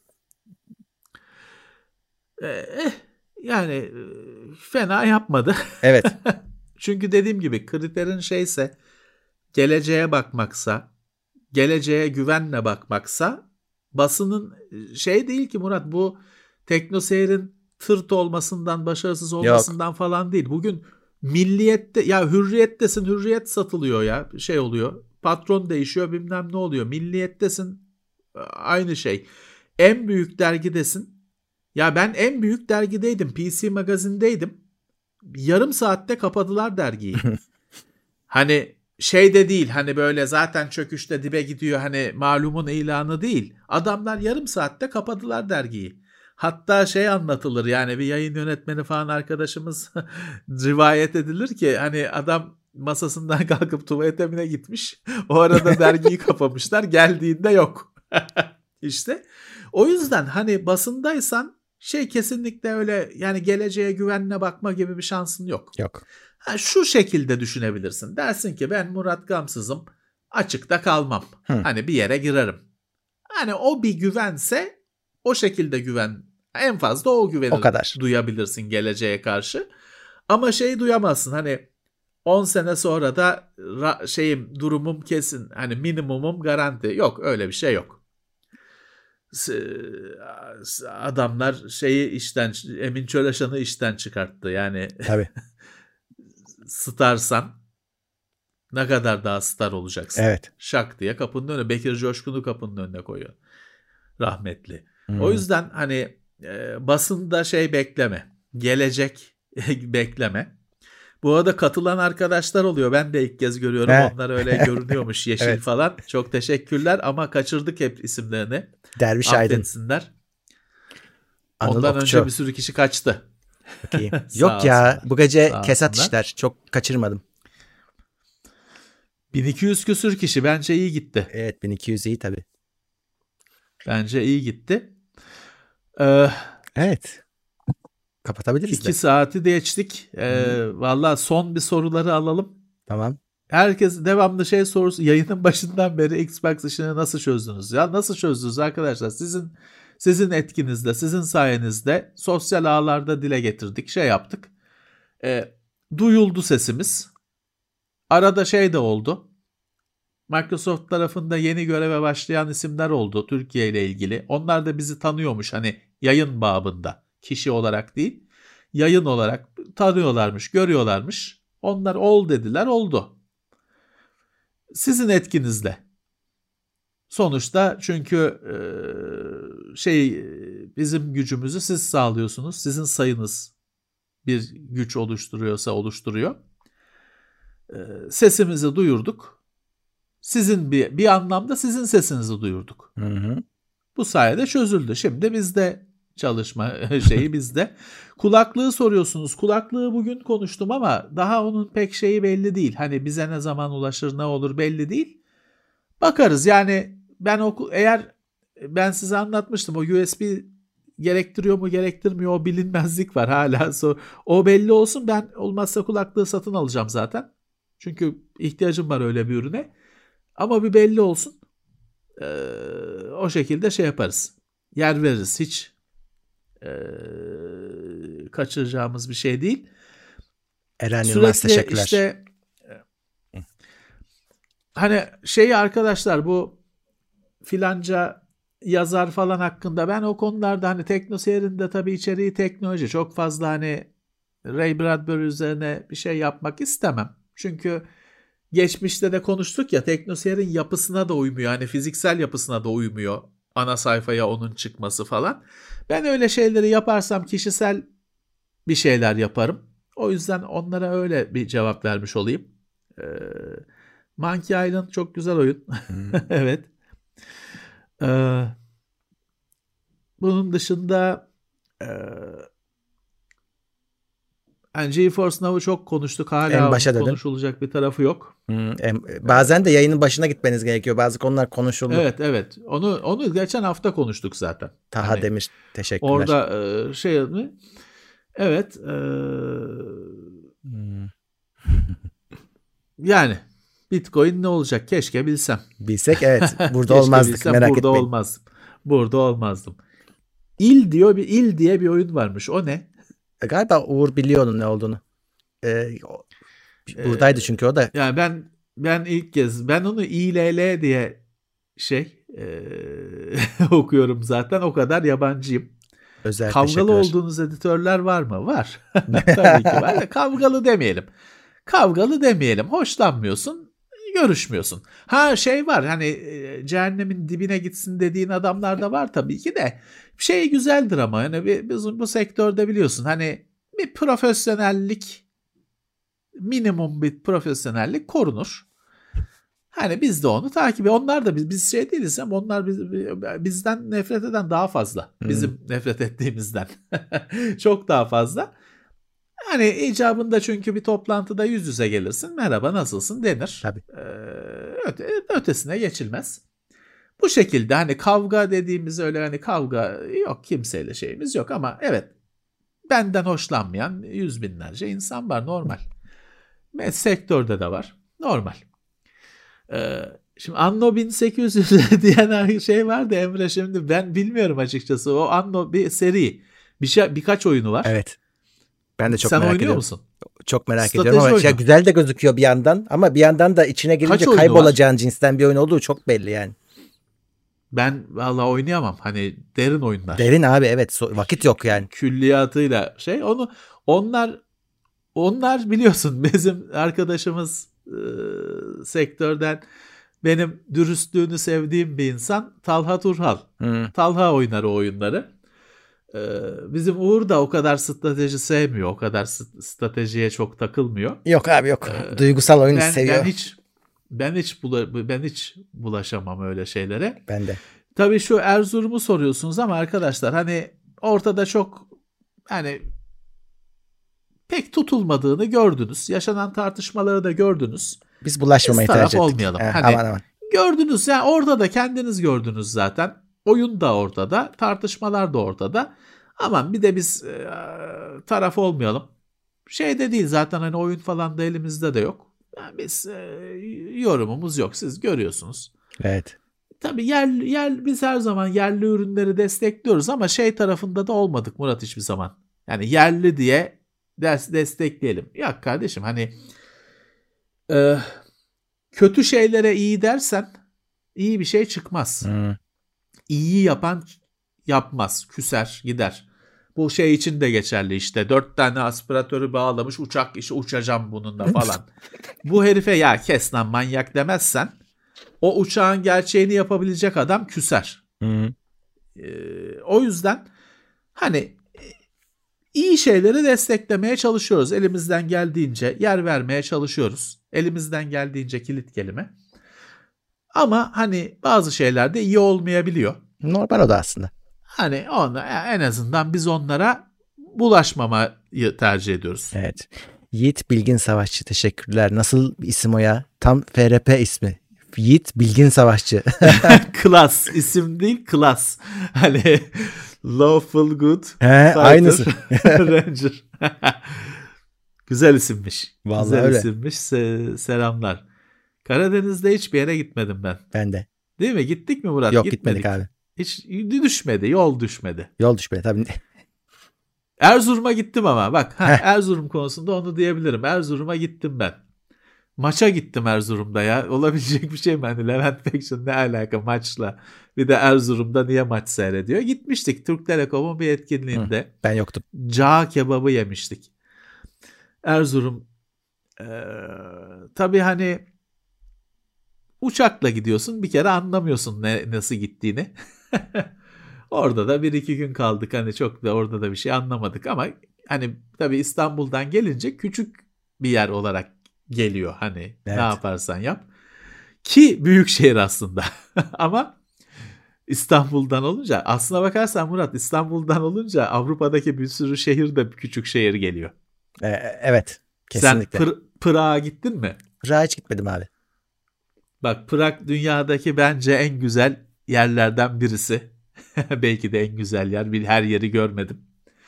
Eh, yani fena yapmadı. Evet. Çünkü dediğim gibi kriterin şeyse, geleceğe bakmaksa, geleceğe güvenle bakmaksa, basının şey değil ki Murat, bu Teknoseyir'in tırt olmasından, başarısız olmasından Yok. falan değil. Bugün Milliyet'te, ya Hürriyet'tesin, Hürriyet satılıyor ya, şey oluyor. Patron değişiyor, bilmem ne oluyor. Milliyet'tesin, aynı şey. En büyük dergidesin. Ya ben en büyük dergideydim. P C Magazine'deydim. Yarım saatte kapadılar dergiyi. Hani şey de değil, hani böyle zaten çöküşte dibe gidiyor, hani malumun ilanı değil. Adamlar yarım saatte kapadılar dergiyi. Hatta şey anlatılır, yani bir yayın yönetmeni falan arkadaşımız rivayet edilir ki hani adam masasından kalkıp tuvalete mi ne gitmiş. O arada dergiyi kapamışlar. Geldiğinde yok. İşte o yüzden hani basındaysan şey kesinlikle öyle, yani geleceğe güvenle bakma gibi bir şansın yok. Yok. Ha, şu şekilde düşünebilirsin. Dersin ki ben Murat Gamsız'ım, açıkta kalmam. Hı. Hani bir yere girerim. Hani o bir güvense o şekilde güven, en fazla o güveni o kadar duyabilirsin geleceğe karşı. Ama şey duyamazsın, hani on sene sonra da ra- şeyim durumum kesin. Hani minimumum garanti. Yok, öyle bir şey yok. Adamlar şeyi işten Emin Çölaşan'ı işten çıkarttı. Yani Tabii. starsan ne kadar daha star olacaksın. Evet. Şak diye kapının önüne Bekir Coşkun'u kapının önüne koyuyor. Rahmetli. Hmm. O yüzden hani e, basında şey bekleme. Gelecek bekleme. Bu arada katılan arkadaşlar oluyor. Ben de ilk kez görüyorum. He. Onlar öyle görünüyormuş yeşil Evet. falan. Çok teşekkürler ama kaçırdık hep isimlerini. Derviş Aydın. Affetsinler. Anıl Ondan Okçu. önce bir sürü kişi kaçtı. Okay. Yok ya olsunlar. bu gece Sağ kesat olsunlar. işler. Çok kaçırmadım. bin iki yüz küsür kişi bence iyi gitti. Evet bin iki yüz iyi tabii. Bence iyi gitti. Ee, Evet. Kapatabiliriz iki de. saati geçtik. Ee, Valla son bir soruları alalım. Tamam. Herkes devamlı şey sorusu, yayının başından beri Xbox işini nasıl çözdünüz? Ya nasıl çözdünüz arkadaşlar? Sizin sizin etkinizde, sizin sayenizde sosyal ağlarda dile getirdik, şey yaptık. E, duyuldu sesimiz. Arada şey de oldu. Microsoft tarafında yeni göreve başlayan isimler oldu Türkiye ile ilgili. Onlar da bizi tanıyormuş hani yayın babında, kişi olarak değil, yayın olarak tanıyorlarmış, görüyorlarmış. Onlar ol dediler, oldu. Sizin etkinizle. Sonuçta çünkü e, şey bizim gücümüzü siz sağlıyorsunuz. Sizin sayınız bir güç oluşturuyorsa oluşturuyor. E, sesimizi duyurduk. Sizin bir bir anlamda sizin sesinizi duyurduk. Hı hı. Bu sayede çözüldü. Şimdi bizde çalışma şeyi bizde. Kulaklığı soruyorsunuz. Kulaklığı bugün konuştum ama daha onun pek şeyi belli değil. Hani bize ne zaman ulaşır, ne olur belli değil. Bakarız. Yani ben oku eğer ben size anlatmıştım, o U S B gerektiriyor mu gerektirmiyor, o bilinmezlik var hala. O belli olsun, ben olmazsa kulaklığı satın alacağım zaten. Çünkü ihtiyacım var öyle bir ürüne. Ama bir belli olsun. Ee, o şekilde şey yaparız. Yer veririz. Hiç e, kaçıracağımız bir şey değil. Eren Yılmaz teşekkürler. İşte hani şeyi arkadaşlar, bu filanca yazar falan hakkında, ben o konularda hani TeknoSeyir'in de tabii içeriği teknoloji, çok fazla hani Ray Bradbury üzerine bir şey yapmak istemem. Çünkü geçmişte de konuştuk ya, TeknoSeyir'in yapısına da uymuyor. Hani fiziksel yapısına da uymuyor. Ana sayfaya onun çıkması falan. Ben öyle şeyleri yaparsam kişisel bir şeyler yaparım. O yüzden onlara öyle bir cevap vermiş olayım. Ee, Monkey Island çok güzel oyun. Evet. Ee, bunun dışında e, yani GeForce Now'ı çok konuştuk. Hala konuşulacak bir tarafı yok. Hmm, em, bazen de yayının başına gitmeniz gerekiyor. Bazı konular konuşuldu. Evet evet. Onu onu geçen hafta konuştuk zaten. Taha hani Demir teşekkürler. Orada e, şey mi? Evet. E, hmm. yani Bitcoin ne olacak? Keşke bilsem. Bilsek evet. Burada olmazdık. bilsem, merak burada etmeyin. olmazdım. Burada olmazdım. İl diyor bir il diye bir oyun varmış. O ne? E, galiba Uğur biliyor onun ne olduğunu. Ee, buradaydı çünkü o da. Yani ben ben ilk kez ben onu İ L L diye şey e, okuyorum zaten. O kadar yabancıyım. Özel Kavgalı olduğunuz editörler var mı? Var. Tabii ki var da kavgalı demeyelim. Kavgalı demeyelim. Hoşlanmıyorsun, görüşmüyorsun. Ha şey var, hani e, cehennemin dibine gitsin dediğin adamlar da var tabii ki de. Şey güzeldir ama yani bizim bu sektörde biliyorsun hani bir profesyonellik, minimum bir profesyonellik korunur. Hani biz de onu takip ediyoruz. Onlar da biz, biz şey değiliz ama onlar biz, bizden nefret eden daha fazla. Bizim hmm. nefret ettiğimizden. Çok daha fazla. Hani icabında çünkü bir toplantıda yüz yüze gelirsin. Merhaba nasılsın denir. Tabii. Ee, öte, ötesine geçilmez. Bu şekilde hani kavga dediğimiz öyle hani kavga yok, kimseyle şeyimiz yok ama evet benden hoşlanmayan yüz binlerce insan var, normal. Ve sektörde de var, normal. Ee, şimdi Anno bin sekiz yüz diyen şey vardı Emre, şimdi ben bilmiyorum açıkçası. O Anno bir seri. Bir şey, birkaç oyunu var. Evet. Ben de çok Sen merak oynuyor ediyorum. musun? Çok merak Strateji ediyorum ama şey, oyunu. güzel de gözüküyor bir yandan. Ama bir yandan da içine Kaç girince oyunu var? kaybolacağın cinsten bir oyun olduğu çok belli yani. Ben vallahi oynayamam. Hani derin oyunlar. Derin abi, evet. So- vakit yok yani. Külliyatıyla şey onu onlar onlar biliyorsun bizim arkadaşımız e, sektörden benim dürüstlüğünü sevdiğim bir insan Talha Turhal. Hı. Talha oynar o oyunları. E, bizim Uğur da o kadar strateji sevmiyor. O kadar st- stratejiye çok takılmıyor. Yok abi yok. Ee, Duygusal oyun ben seviyor. ben hiç ben hiç bula, ben hiç bulaşamam öyle şeylere. Ben de. Tabii şu Erzurum'u soruyorsunuz ama arkadaşlar hani ortada çok hani pek tutulmadığını gördünüz. Yaşanan tartışmaları da gördünüz. Biz Biz bulaşmamayı taraf tercih ettik. olmayalım. Heh, Hani aman aman. gördünüz yani orada da kendiniz gördünüz zaten. Oyun da ortada, tartışmalar da ortada. Aman bir de biz e, taraf olmayalım. Şey de değil zaten hani oyun falan da elimizde de yok. Yani biz e, yorumumuz yok. Siz görüyorsunuz. Evet. Tabii yer, yer biz her zaman yerli ürünleri destekliyoruz ama şey tarafında da olmadık Murat hiçbir zaman. Yani yerli diye des, destekleyelim. Ya kardeşim hani e, kötü şeylere iyi dersen iyi bir şey çıkmaz. Hı. İyi yapan yapmaz, küser, gider. Bu şey için de geçerli işte. Dört tane aspiratörü bağlamış uçak işi uçacağım bununla falan. Bu herife ya kes lan manyak demezsen o uçağın gerçeğini yapabilecek adam küser. Hı. Ee, o yüzden hani iyi şeyleri desteklemeye çalışıyoruz. Elimizden geldiğince yer vermeye çalışıyoruz. Elimizden geldiğince kilit kelime. Ama hani bazı şeyler de iyi olmayabiliyor. Normal o da aslında. Hani ona, en azından biz onlara bulaşmamayı tercih ediyoruz. Evet. Yiğit Bilgin Savaşçı, teşekkürler. Nasıl bir isim o ya? Tam F R P ismi. Yiğit Bilgin Savaşçı. Klas isim değil klas. Hani lawful good He, fighter, aynısı. ranger. Güzel isimmiş. Vallahi Güzel öyle. isimmiş. Se- selamlar. Karadeniz'de hiçbir yere gitmedim ben. Ben de. Değil mi? Gittik mi Murat? Yok, Gitmedik. gitmedik abi. Hiç düşmedi. Yol düşmedi. Yol düşmedi tabii. Erzurum'a gittim ama bak ha, Heh. Erzurum konusunda onu diyebilirim. Erzurum'a gittim ben. Maça gittim Erzurum'da ya. Olabilecek bir şey mi? Hani Levent Pekşin ne alaka maçla? Bir de Erzurum'da niye maç seyrediyor? Gitmiştik Türk Telekom'un bir etkinliğinde. Hı, ben yoktum. Cağ kebabı yemiştik. Erzurum ee, tabii hani uçakla gidiyorsun bir kere anlamıyorsun ne, nasıl gittiğini. Orada da bir iki gün kaldık hani çok da orada da bir şey anlamadık ama hani tabii İstanbul'dan gelince küçük bir yer olarak geliyor hani Evet. ne yaparsan yap. Ki büyük şehir aslında ama İstanbul'dan olunca aslına bakarsan Murat İstanbul'dan olunca Avrupa'daki bir sürü şehir de küçük şehir geliyor. Ee, evet. Kesinlikle. Sen Pır- Pırağa gittin mi? Pırağa hiç gitmedim abi. Bak Prag dünyadaki bence en güzel yerlerden birisi. Belki de en güzel yer. Bir her yeri görmedim.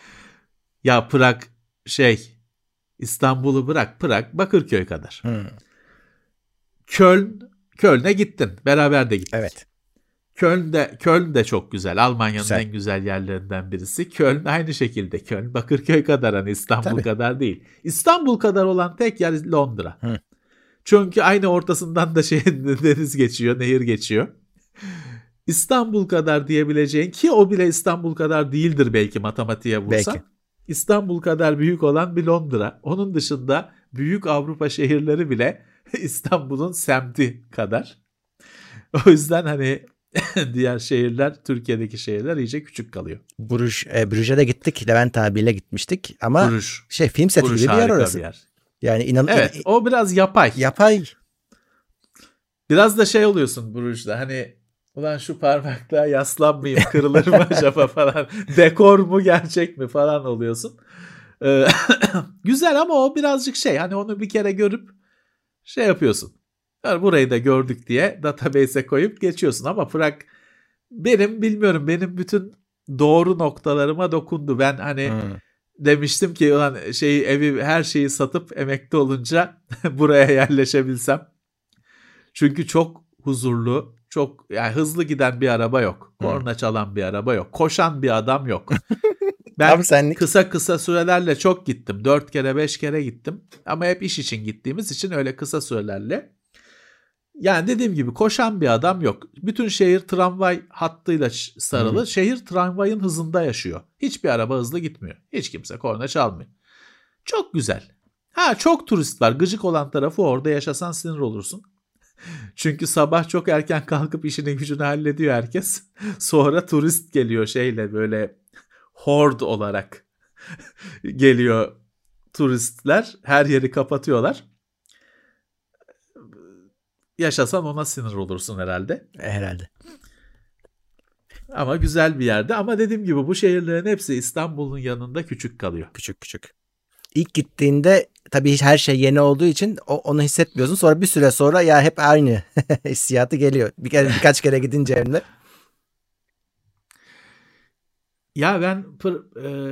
Ya Prag şey İstanbul'u bırak Prag Bakırköy kadar. Hı. Köln Köln'e gittin. Beraber de gittik. Evet. Köln de Köln de çok güzel. Almanya'nın Güzel. en güzel yerlerinden birisi. Köln aynı şekilde. Köln Bakırköy kadar hani İstanbul Tabii. kadar değil. İstanbul kadar olan tek yer Londra. Hı. Çünkü aynı ortasından da şey deniz geçiyor, nehir geçiyor. İstanbul kadar diyebileceğin ki o bile İstanbul kadar değildir belki matematiğe vursan. Belki. İstanbul kadar büyük olan bir Londra. Onun dışında büyük Avrupa şehirleri bile İstanbul'un semti kadar. O yüzden hani diğer şehirler, Türkiye'deki şehirler iyice küçük kalıyor. Bruj, e, Brüj'e de gittik. Levent abiyle gitmiştik. Ama Bruges. şey film seti Bruges gibi bir yer harika orası. bir yer. Yani inan Evet, in- o biraz yapay. yapay. Biraz da şey oluyorsun Bruges'da hani ulan şu parmakla yaslanmayayım kırılır mı acaba falan. Dekor mu gerçek mi falan oluyorsun. Ee, güzel ama o birazcık şey hani onu bir kere görüp şey yapıyorsun. Yani burayı da gördük diye database'e koyup geçiyorsun ama Prag benim bilmiyorum benim bütün doğru noktalarıma dokundu. Ben hani Hı. demiştim ki ulan şeyi evi her şeyi satıp emekli olunca buraya yerleşebilsem. Çünkü çok huzurlu, çok yani hızlı giden bir araba yok. Korna çalan bir araba yok. Koşan bir adam yok. Ben Tam senlik. kısa kısa sürelerle çok gittim. Dört kere beş kere gittim. Ama hep iş için gittiğimiz için öyle kısa sürelerle. Yani dediğim gibi koşan bir adam yok. Bütün şehir tramvay hattıyla sarılı. Hı. Şehir tramvayın hızında yaşıyor. Hiçbir araba hızlı gitmiyor. Hiç kimse korna çalmıyor. Çok güzel. Ha çok turist var. Gıcık olan tarafı orada yaşasan sinir olursun. Çünkü sabah çok erken kalkıp işini gücünü hallediyor herkes. Sonra turist geliyor şeyle böyle horde olarak geliyor turistler. Her yeri kapatıyorlar. Yaşasan ona sinir olursun herhalde. Herhalde. Ama güzel bir yerde. Ama dediğim gibi bu şehirlerin hepsi İstanbul'un yanında küçük kalıyor. Küçük küçük. İlk gittiğinde tabii her şey yeni olduğu için o, onu hissetmiyorsun. Sonra bir süre sonra ya hep aynı hissiyatı geliyor. Bir kere, birkaç kere gidince evine. Ya ben Pır- e,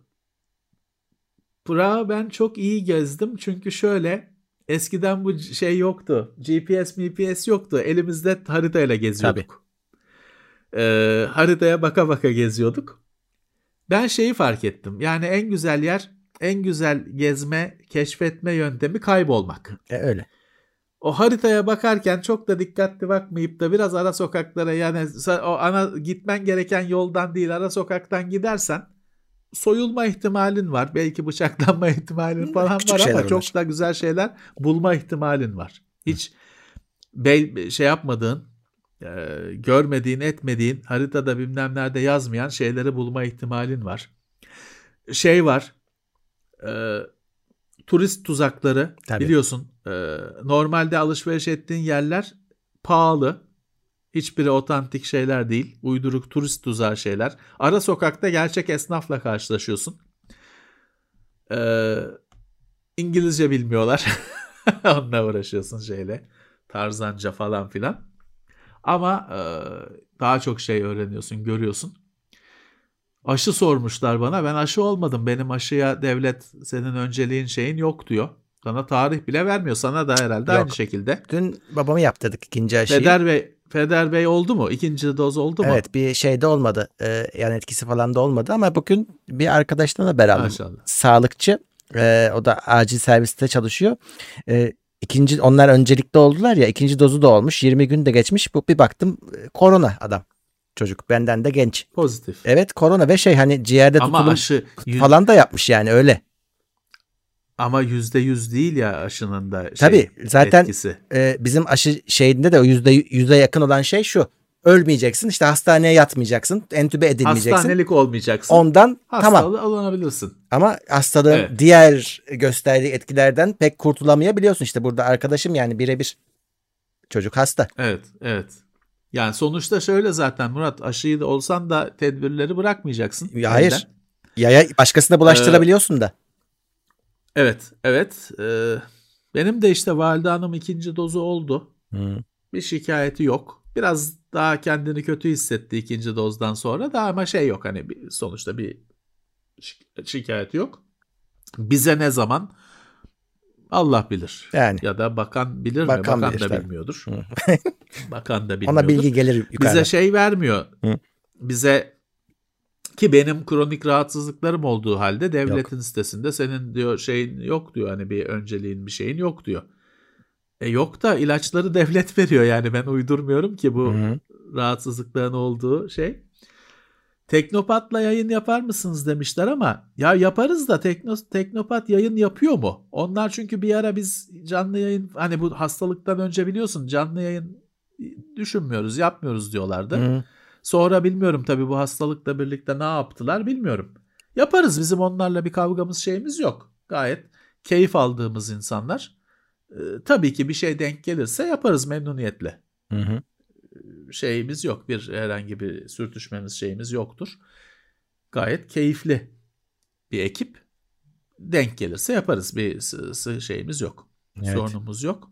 Prag'ı ben çok iyi gezdim. Çünkü şöyle eskiden bu şey yoktu. G P S, M P S yoktu. Elimizde haritayla geziyorduk. E, haritaya baka baka geziyorduk. Ben şeyi fark ettim. Yani en güzel yer, en güzel gezme, keşfetme yöntemi kaybolmak. E, öyle. O haritaya bakarken çok da dikkatli bakmayıp da biraz ara sokaklara, yani o ana gitmen gereken yoldan değil ara sokaktan gidersen soyulma ihtimalin var. Belki bıçaklanma ihtimalin falan Küçük var ama var. çok da güzel şeyler bulma ihtimalin var. Hiç bel, şey yapmadığın, e, görmediğin, etmediğin, haritada bilmem nerede yazmayan şeyleri bulma ihtimalin var. Şey var, e, turist tuzakları. Tabii. Biliyorsun e, normalde alışveriş ettiğin yerler pahalı. Hiçbiri otantik şeyler değil. Uyduruk turist tuzağı şeyler. Ara sokakta gerçek esnafla karşılaşıyorsun. E, İngilizce bilmiyorlar. Onunla uğraşıyorsun şeyle. Tarzanca falan filan. Ama e, daha çok şey öğreniyorsun, görüyorsun. Aşı sormuşlar bana. Ben aşı olmadım. Benim aşıya devlet senin önceliğin şeyin yok diyor. Sana tarih bile vermiyor. Sana da herhalde yok. Aynı şekilde. Dün babamı yaptırdık ikinci aşıyı. Feder Bey, Feder Bey oldu mu? İkinci doz oldu mu? Evet, bir şeyde olmadı. Ee, yani etkisi falan da olmadı ama bugün bir arkadaştan haber aldım. Maşallah. Sağlıkçı. E, o da acil serviste çalışıyor. E, ikinci onlar öncelikli oldular ya, ikinci dozu da olmuş. yirmi gün de geçmiş. Bu bir baktım korona adam. Çocuk benden de genç. Pozitif. Evet, korona ve şey hani ciğerde ama tutulum aşı, yüz... falan da yapmış yani öyle. Ama yüzde yüz değil ya aşının da şey, tabii zaten etkisi. E, bizim aşı şeyinde de o yüzde yüze yakın olan şey şu. Ölmeyeceksin, işte hastaneye yatmayacaksın, entübe edilmeyeceksin. Hastanelik olmayacaksın. Ondan hastalığı tamam. alınabilirsin. Ama hastalığın evet. diğer gösterdiği etkilerden pek kurtulamayabiliyorsun. İşte burada arkadaşım yani birebir çocuk hasta. Evet, evet. Yani sonuçta şöyle zaten Murat, aşıyı da olsan da tedbirleri bırakmayacaksın. Ya hayır. Yaya başkasına bulaştırabiliyorsun ee, da. Evet, evet. Ee, benim de işte valide hanım ikinci dozu oldu. Hı. Bir şikayeti yok. Biraz daha kendini kötü hissetti ikinci dozdan sonra da ama şey yok, hani bir, sonuçta bir şikayeti yok. Bize ne zaman? Allah bilir. Yani. Ya da bakan bilir bakan mi? Bakan bilir, da tabii. bilmiyordur. Bakan da bilmiyordur. Ona bilgi gelir yukarıda. Bize şey vermiyor. Hı. Bize, ki benim kronik rahatsızlıklarım olduğu halde devletin yok. Sitesinde senin diyor şeyin yok diyor. Hani bir önceliğin bir şeyin yok diyor. E yok da ilaçları devlet veriyor, yani ben uydurmuyorum ki bu Hı-hı. rahatsızlıkların olduğu şey. Teknopat'la yayın yapar mısınız demişler ama ya yaparız da Tekno, Teknopat yayın yapıyor mu? Onlar çünkü bir ara biz canlı yayın, hani bu hastalıktan önce biliyorsun canlı yayın düşünmüyoruz, yapmıyoruz diyorlardı. Hı-hı. Sonra bilmiyorum tabii bu hastalıkla birlikte ne yaptılar bilmiyorum. Yaparız, bizim onlarla bir kavgamız şeyimiz yok. Gayet keyif aldığımız insanlar. Ee, tabii ki bir şey denk gelirse yaparız memnuniyetle. Hı hı. Şeyimiz yok, bir herhangi bir sürtüşmemiz şeyimiz yoktur. Gayet keyifli bir ekip. Denk gelirse yaparız, bir şeyimiz yok. Evet. Sorunumuz yok.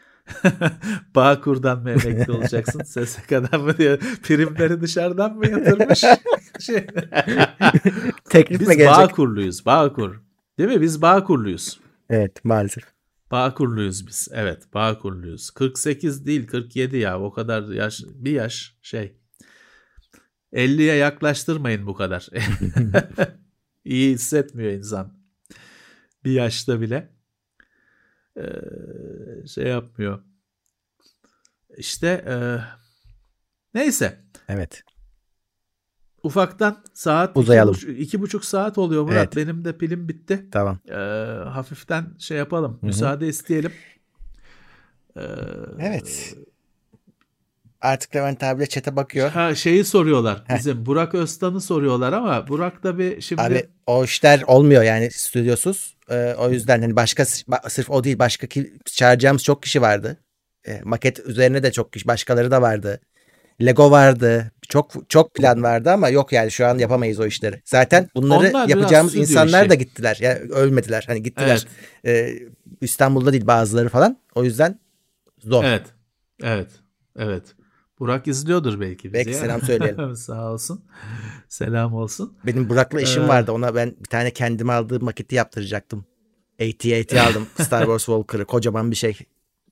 Bağkur'dan mı emekli olacaksın? S S K'dan mı diyor. Primleri dışarıdan mı yatırmış? şey. Teklif Biz mi gelecek? Bağkurluyuz. Bağkur. Değil mi? Biz Bağkurluyuz. Evet, maalesef. Bağkurluyuz biz. Evet, Bağkurluyuz. kırk sekiz değil, kırk yedi ya. O kadar yaş, bir yaş şey. elliye yaklaştırmayın bu kadar. İyi hissetmiyor insan. Bir yaşta bile ee, şey yapmıyor. İşte e, neyse. Evet. Ufaktan saat uzayalım. Iki, buçuk, iki buçuk saat oluyor Murat. Evet. Benim de pilim bitti. Tamam. Ee, hafiften şey yapalım. Hı-hı. Müsaade isteyelim. Ee, evet. Artık Levent abiyle chat'e bakıyor. Ha, şeyi soruyorlar. Heh. Bizim Burak Öztan'ı soruyorlar ama Burak da bir şimdi... Abi o işler olmuyor yani stüdyosuz. Ee, o yüzden hani başka sırf o değil başka ki, çağıracağımız çok kişi vardı. Ee, maket üzerine de çok kişi başkaları da vardı. Lego vardı. Çok çok plan vardı ama yok yani şu an yapamayız o işleri. Zaten bunları onlar yapacağımız insanlar işi. Da gittiler. Yani ölmediler. Hani gittiler. Evet. Ee, İstanbul'da değil bazıları falan. O yüzden zor. Evet. Evet. Evet. Burak izliyordur belki bizi. Belki ya. Selam söyleyelim. Sağ olsun. Selam olsun. Benim Burak'la işim ee... vardı. Ona ben bir tane kendime aldığım maketi yaptıracaktım. A T A T aldım. Star Wars Walker'ı. Kocaman bir şey.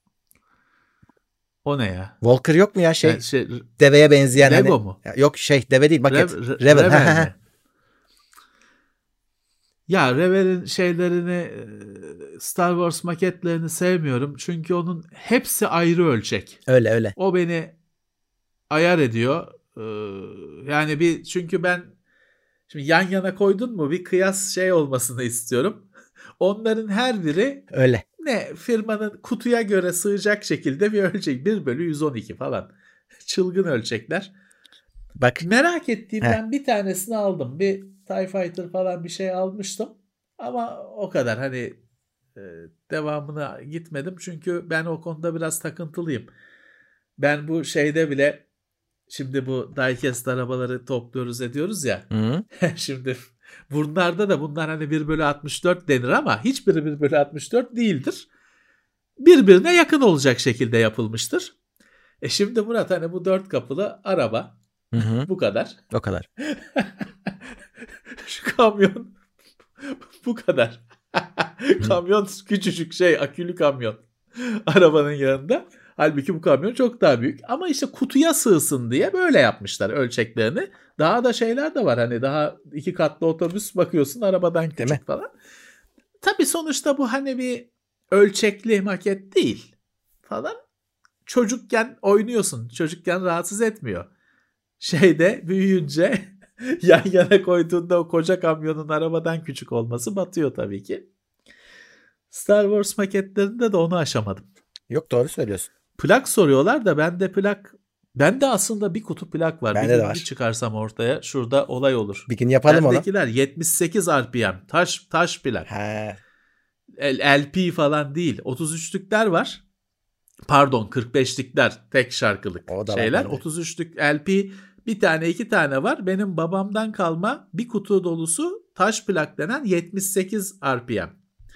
O ne ya? Walker yok mu ya şey? Yani şey deveye benzeyen. Lego hani, mu? Yok şey deve değil maket. Rev, Rev, Revel. Ya Revel'in şeylerini Star Wars maketlerini sevmiyorum. Çünkü onun hepsi ayrı ölçek. Öyle öyle. O beni ayar ediyor. Yani bir çünkü ben şimdi yan yana koydun mu bir kıyas şey olmasını istiyorum. Onların her biri öyle. Ne firmanın kutuya göre sığacak şekilde bir ölçek. bir bölü yüz on iki falan. Çılgın ölçekler. Bak. Merak ettiğimden bir tanesini aldım. Bir TIE Fighter falan bir şey almıştım. Ama o kadar hani e, devamına gitmedim. Çünkü ben o konuda biraz takıntılıyım. Ben bu şeyde bile şimdi bu diecast arabaları topluyoruz ediyoruz ya. Şimdi bunlarda da bunlar hani bir bölü altmış dört denir ama hiçbiri bir bölü altmış dört değildir. Birbirine yakın olacak şekilde yapılmıştır. E şimdi Murat hani bu dört kapılı araba hı hı. bu kadar. O kadar. Şu kamyon bu kadar. Kamyon küçücük şey akülü kamyon arabanın yanında. Halbuki bu kamyon çok daha büyük. Ama işte kutuya sığsın diye böyle yapmışlar ölçeklerini. Daha da şeyler de var. Hani daha iki katlı otobüs bakıyorsun arabadan küçük falan. Tabii sonuçta bu hani bir ölçekli maket değil falan. Çocukken oynuyorsun. Çocukken rahatsız etmiyor. Şeyde büyüyünce yan yana koyduğunda o koca kamyonun arabadan küçük olması batıyor tabii ki. Star Wars maketlerinde de onu aşamadım. Yok doğru söylüyorsun. Plak soruyorlar da bende plak bende aslında bir kutu plak var. Bende bir de var. Bir çıkarsam ortaya şurada olay olur. Bir gün yapalım Bendekiler onu. Bendekiler yetmiş sekiz R P M taş taş plak. He. L P falan değil. otuz üçlükler var. Pardon kırk beşlikler tek şarkılık şeyler. otuz üçlük L P bir tane iki tane var. Benim babamdan kalma bir kutu dolusu taş plak denen yetmiş sekiz R P M.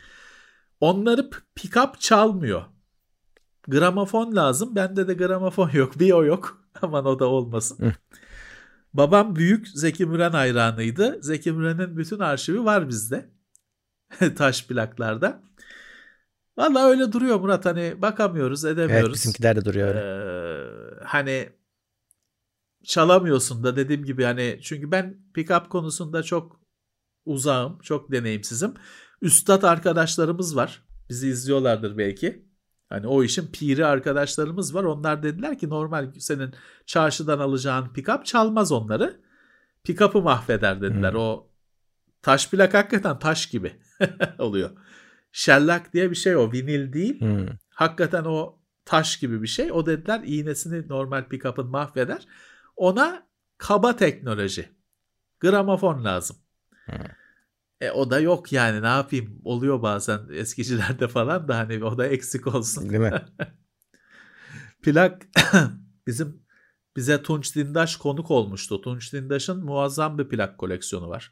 Onları pick-up çalmıyor. Gramofon lazım. Bende de gramofon yok. Bir o yok. Aman o da olmasın. Hı. Babam büyük Zeki Müren hayranıydı. Zeki Müren'in bütün arşivi var bizde. Taş plaklarda. Vallahi öyle duruyor Murat. Hani bakamıyoruz, edemiyoruz. Evet bizimkiler de duruyor öyle. Ee, hani çalamıyorsun da dediğim gibi hani çünkü ben pick-up konusunda çok uzağım. Çok deneyimsizim. Üstad arkadaşlarımız var. Bizi izliyorlardır belki. Hani o işin piri arkadaşlarımız var. Onlar dediler ki normal senin çarşıdan alacağın pick-up çalmaz onları. Pick-up'ı mahveder dediler. Hmm. O taş plak hakikaten taş gibi oluyor. Shellac diye bir şey o. Vinil değil. Hmm. Hakikaten o taş gibi bir şey. O dediler iğnesini normal pick-up'ın mahveder. Ona kaba teknoloji. Gramofon lazım. Hmm. E o da yok yani ne yapayım oluyor bazen eskicilerde falan da hani o da eksik olsun. Değil mi? Plak bizim bize Tunç Dindaş konuk olmuştu. Tunç Dindaş'ın muazzam bir plak koleksiyonu var.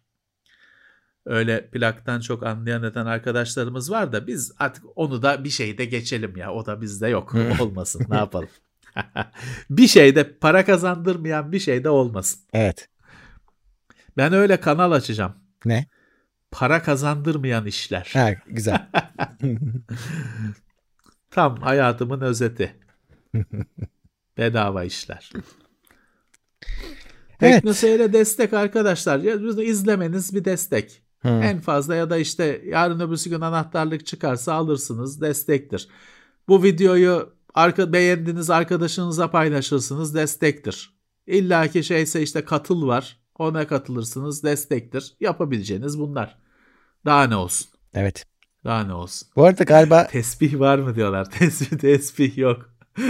Öyle plaktan çok anlayan eden arkadaşlarımız var da biz artık onu da bir şeyde geçelim ya o da bizde yok olmasın ne yapalım. Bir şeyde para kazandırmayan bir şeyde olmasın. Evet. Ben öyle kanal açacağım. Ne? Para kazandırmayan işler. Ha, güzel. Tam hayatımın özeti. Bedava işler. Evet. Teknoseyir'e destek arkadaşlar. Ya, izlemeniz bir destek. Hı. En fazla ya da işte yarın öbürsü gün anahtarlık çıkarsa alırsınız, destektir. Bu videoyu arka, beğendiğiniz arkadaşınıza paylaşırsınız, destektir. İlla ki şeyse işte katıl var, ona katılırsınız, destektir. Yapabileceğiniz bunlar. Daha ne olsun? Evet. Daha ne olsun? Bu arada galiba tesbih var mı diyorlar. Tesbih tesbih yok.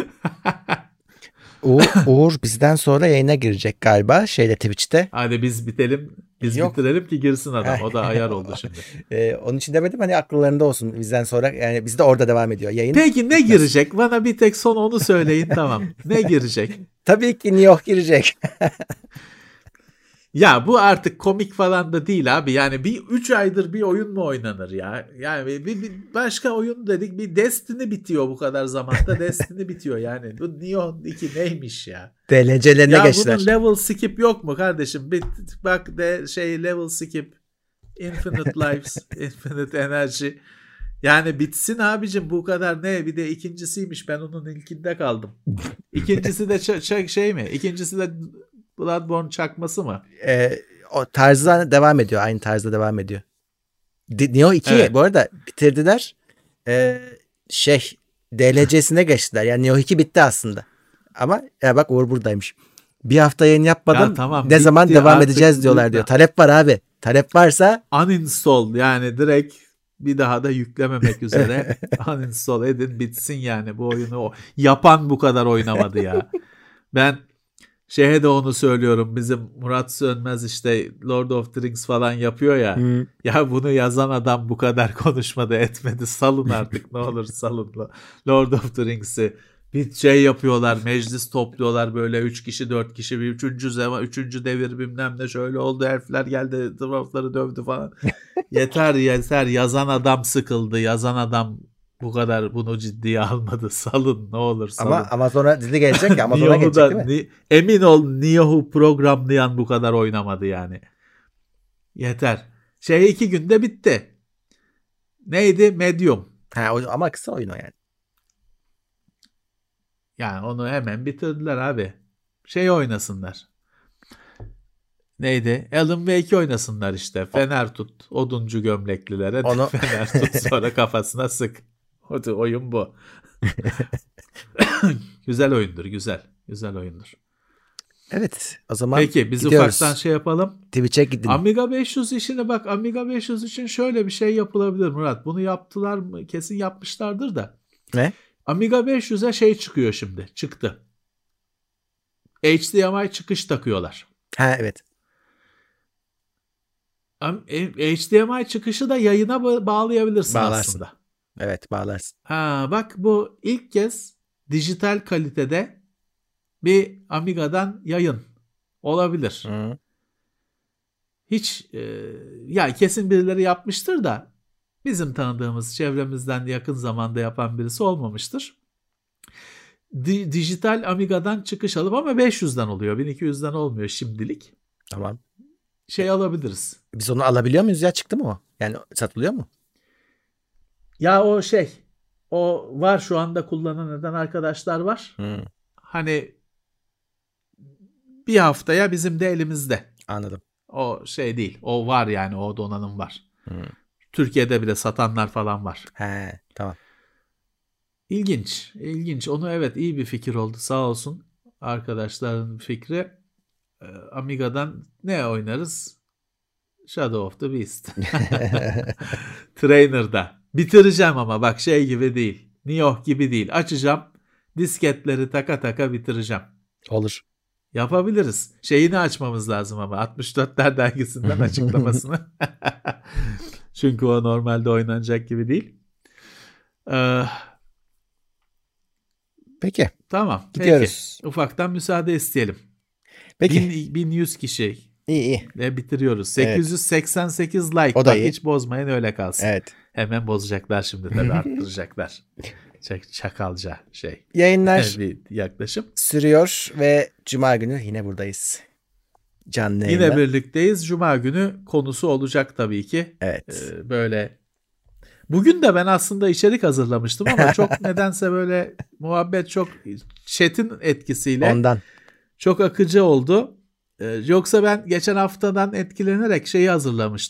Uğur, Uğur bizden sonra yayına girecek galiba şeyde Twitch'te. Hadi biz bitelim. Biz Yok. bitirelim ki girsin adam. O da ayar oldu şimdi. Ee, onun için demedim hani akıllarında olsun bizden sonra. Yani bizde orada devam ediyor yayın. Peki ne girecek? Bana bir tek son onu söyleyin, tamam. Ne girecek? Tabii ki New York girecek. Ya bu artık komik falan da değil abi. Yani bir üç aydır bir oyun mu oynanır ya? Yani bir, bir başka oyun dedik. Bir Destiny bitiyor bu kadar zamanda. Destiny bitiyor yani. Bu Neon iki neymiş ya? D L C'lerine ya geçtiler. bunun level skip yok mu kardeşim? Bir, bak de şey level skip, infinite lives, infinite energy. Yani bitsin abicim, bu kadar ne? Bir de ikincisiymiş, ben onun ilkinde kaldım. İkincisi de ç- ç- şey mi? İkincisi de Bloodborne çakması mı? Ee, o tarzda devam ediyor. Aynı tarzda devam ediyor. D- Neo iki Evet. bu arada bitirdiler. Ee, şey D L C'sine geçtiler. Yani Neo iki bitti aslında. Ama ya bak Uğur buradaymış. Bir hafta yayın yapmadım. Ya tamam, ne zaman bitti devam artık, edeceğiz diyorlar lütfen. diyor. Talep var abi. Talep varsa Uninstall, yani direkt bir daha da yüklememek üzere uninstall edin, bitsin yani bu oyunu. O yapan bu kadar oynamadı ya. Ben şeye de onu söylüyorum, bizim Murat Sönmez işte Lord of the Rings falan yapıyor ya. Hı. Ya bunu yazan adam bu kadar konuşmadı etmedi, salın artık ne olur salın. Lord of the Rings'i bir şey yapıyorlar, meclis topluyorlar böyle üç kişi dört kişi, bir üçüncü zaman üçüncü devir bilmem ne şöyle oldu, herifler geldi dwarfları dövdü falan. Yeter yeter, yazan adam sıkıldı, yazan adam bu kadar bunu ciddiye almadı, salın ne olur salın. ama ama sonra dizi gelecek ya Amazon'a Niyahu gelecek da, değil mi? ni, emin ol Niyahu programlayan bu kadar oynamadı yani. Yeter. Şey iki günde bitti. Neydi? Medium. Ha, o- ama kısa oyun o yani. Yani onu hemen bitirdiler abi. Şey oynasınlar. Neydi? Alan Wake oynasınlar işte. Fener tut. Oduncu gömleklilere Onu- fener tut, sonra kafasına sık. O da oyun bu. Güzel oyundur, güzel. Güzel oyundur. Evet, o zaman Peki biz gidiyoruz. ufaktan şey yapalım. Twitch'e gidin. Amiga beş yüz işine bak. Amiga beş yüz için şöyle bir şey yapılabilir Murat. Bunu yaptılar mı? Kesin yapmışlardır da. Ne? Amiga beş yüze şey çıkıyor şimdi. Çıktı. H D M I çıkış takıyorlar. Ha evet. H D M I çıkışı da yayına ba- bağlayabilirsin Bağlarsın. aslında. Evet, bağlarsın. Ha bak, bu ilk kez dijital kalitede bir Amiga'dan yayın olabilir. Hı. Hiç e, ya kesin birileri yapmıştır da bizim tanıdığımız, çevremizden yakın zamanda yapan birisi olmamıştır. Di- dijital Amiga'dan çıkış alıp, ama beş yüzden oluyor, bin iki yüzden olmuyor şimdilik. Tamam. Şey alabiliriz. Biz onu alabiliyor muyuz ya? Çıktı mı o? Yani satılıyor mu? Ya o şey, o var şu anda, kullanan eden arkadaşlar var. Hı. Hani bir haftaya bizim de elimizde. Anladım. O şey değil. O var yani, o donanım var. Hı. Türkiye'de bile satanlar falan var. He, tamam. İlginç. İlginç. Onu evet, iyi bir fikir oldu. Sağ olsun arkadaşların fikri. Ee, Amiga'dan ne oynarız? Shadow of the Beast. Trainer'da. Bitireceğim ama bak şey gibi değil. Nioh gibi değil. Açacağım. Disketleri taka taka bitireceğim. Olur. Yapabiliriz. Şeyini açmamız lazım ama altmış dörtler dergisinden açıklamasını. Çünkü o normalde oynanacak gibi değil. Ee, Peki. tamam. Gidiyoruz. Peki. Ufaktan müsaade isteyelim. Peki. bin, bin yüz kişi İyi iyi. ve bitiriyoruz. sekiz yüz seksen sekiz like. O da Bak, iyi. hiç bozmayın, öyle kalsın. Evet. Hemen bozacaklar şimdi tabii, arttıracaklar. Çak, çakalca şey. Yayınlar bir yaklaşım. sürüyor ve Cuma günü yine buradayız. Canlı yayında. Yine birlikteyiz. Cuma günü konusu olacak tabii ki. Evet. Ee, böyle. Bugün de ben aslında içerik hazırlamıştım ama çok nedense böyle muhabbet çok chat'in etkisiyle Ondan. çok akıcı oldu. Ee, yoksa ben geçen haftadan etkilenerek şeyi hazırlamıştım.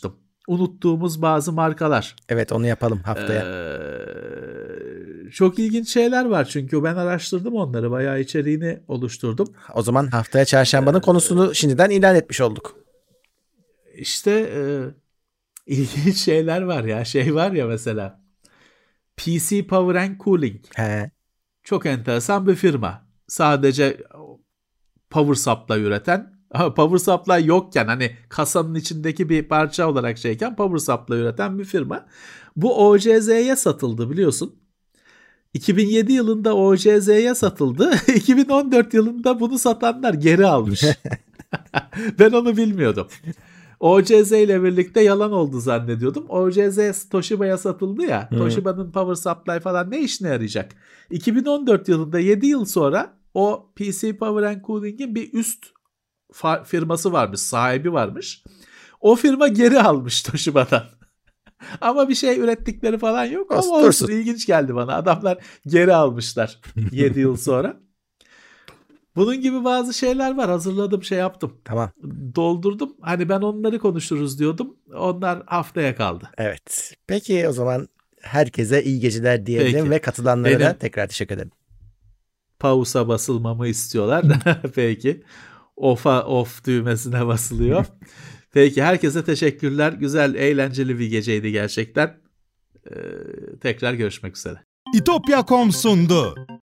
unuttuğumuz bazı markalar. Evet, onu yapalım haftaya. Ee, çok ilginç şeyler var çünkü ben araştırdım onları. Bayağı içeriğini oluşturdum. O zaman haftaya çarşambanın ee, konusunu şimdiden ilan etmiş olduk. İşte e, ilginç şeyler var ya. Şey var ya mesela. P C Power and Cooling. He. Çok enteresan bir firma. Sadece power supply üreten. Power supply yokken hani kasanın içindeki bir parça olarak şeyken power supply üreten bir firma. Bu O C Z'ye satıldı biliyorsun. iki bin yedi yılında O C Z'ye satıldı. iki bin on dört yılında bunu satanlar geri almış. Ben onu bilmiyordum. O C Z ile birlikte yalan oldu zannediyordum. O C Z Toshiba'ya satıldı ya. Hmm. Toshiba'nın power supply falan ne işine yarayacak? iki bin on dört yılında yedi yıl sonra o P C Power and Cooling'in bir üst fa- firması varmış, sahibi varmış. O firma geri almış Toshiba'dan. Ama bir şey ürettikleri falan yok. Ama olsun, ilginç geldi bana. Adamlar geri almışlar yedi yıl sonra. Bunun gibi bazı şeyler var. Hazırladım, şey yaptım. Tamam. Doldurdum. Hani ben onları konuşuruz diyordum. Onlar haftaya kaldı. Evet. Peki o zaman herkese iyi geceler diyelim. Peki. Ve katılanlara Benim da tekrar teşekkür ederim. Pausa basılmamı istiyorlar. Peki. Off'a off düğmesine basılıyor. Peki, herkese teşekkürler. Güzel, eğlenceli bir geceydi gerçekten. Ee, tekrar görüşmek üzere. itopya nokta com sundu.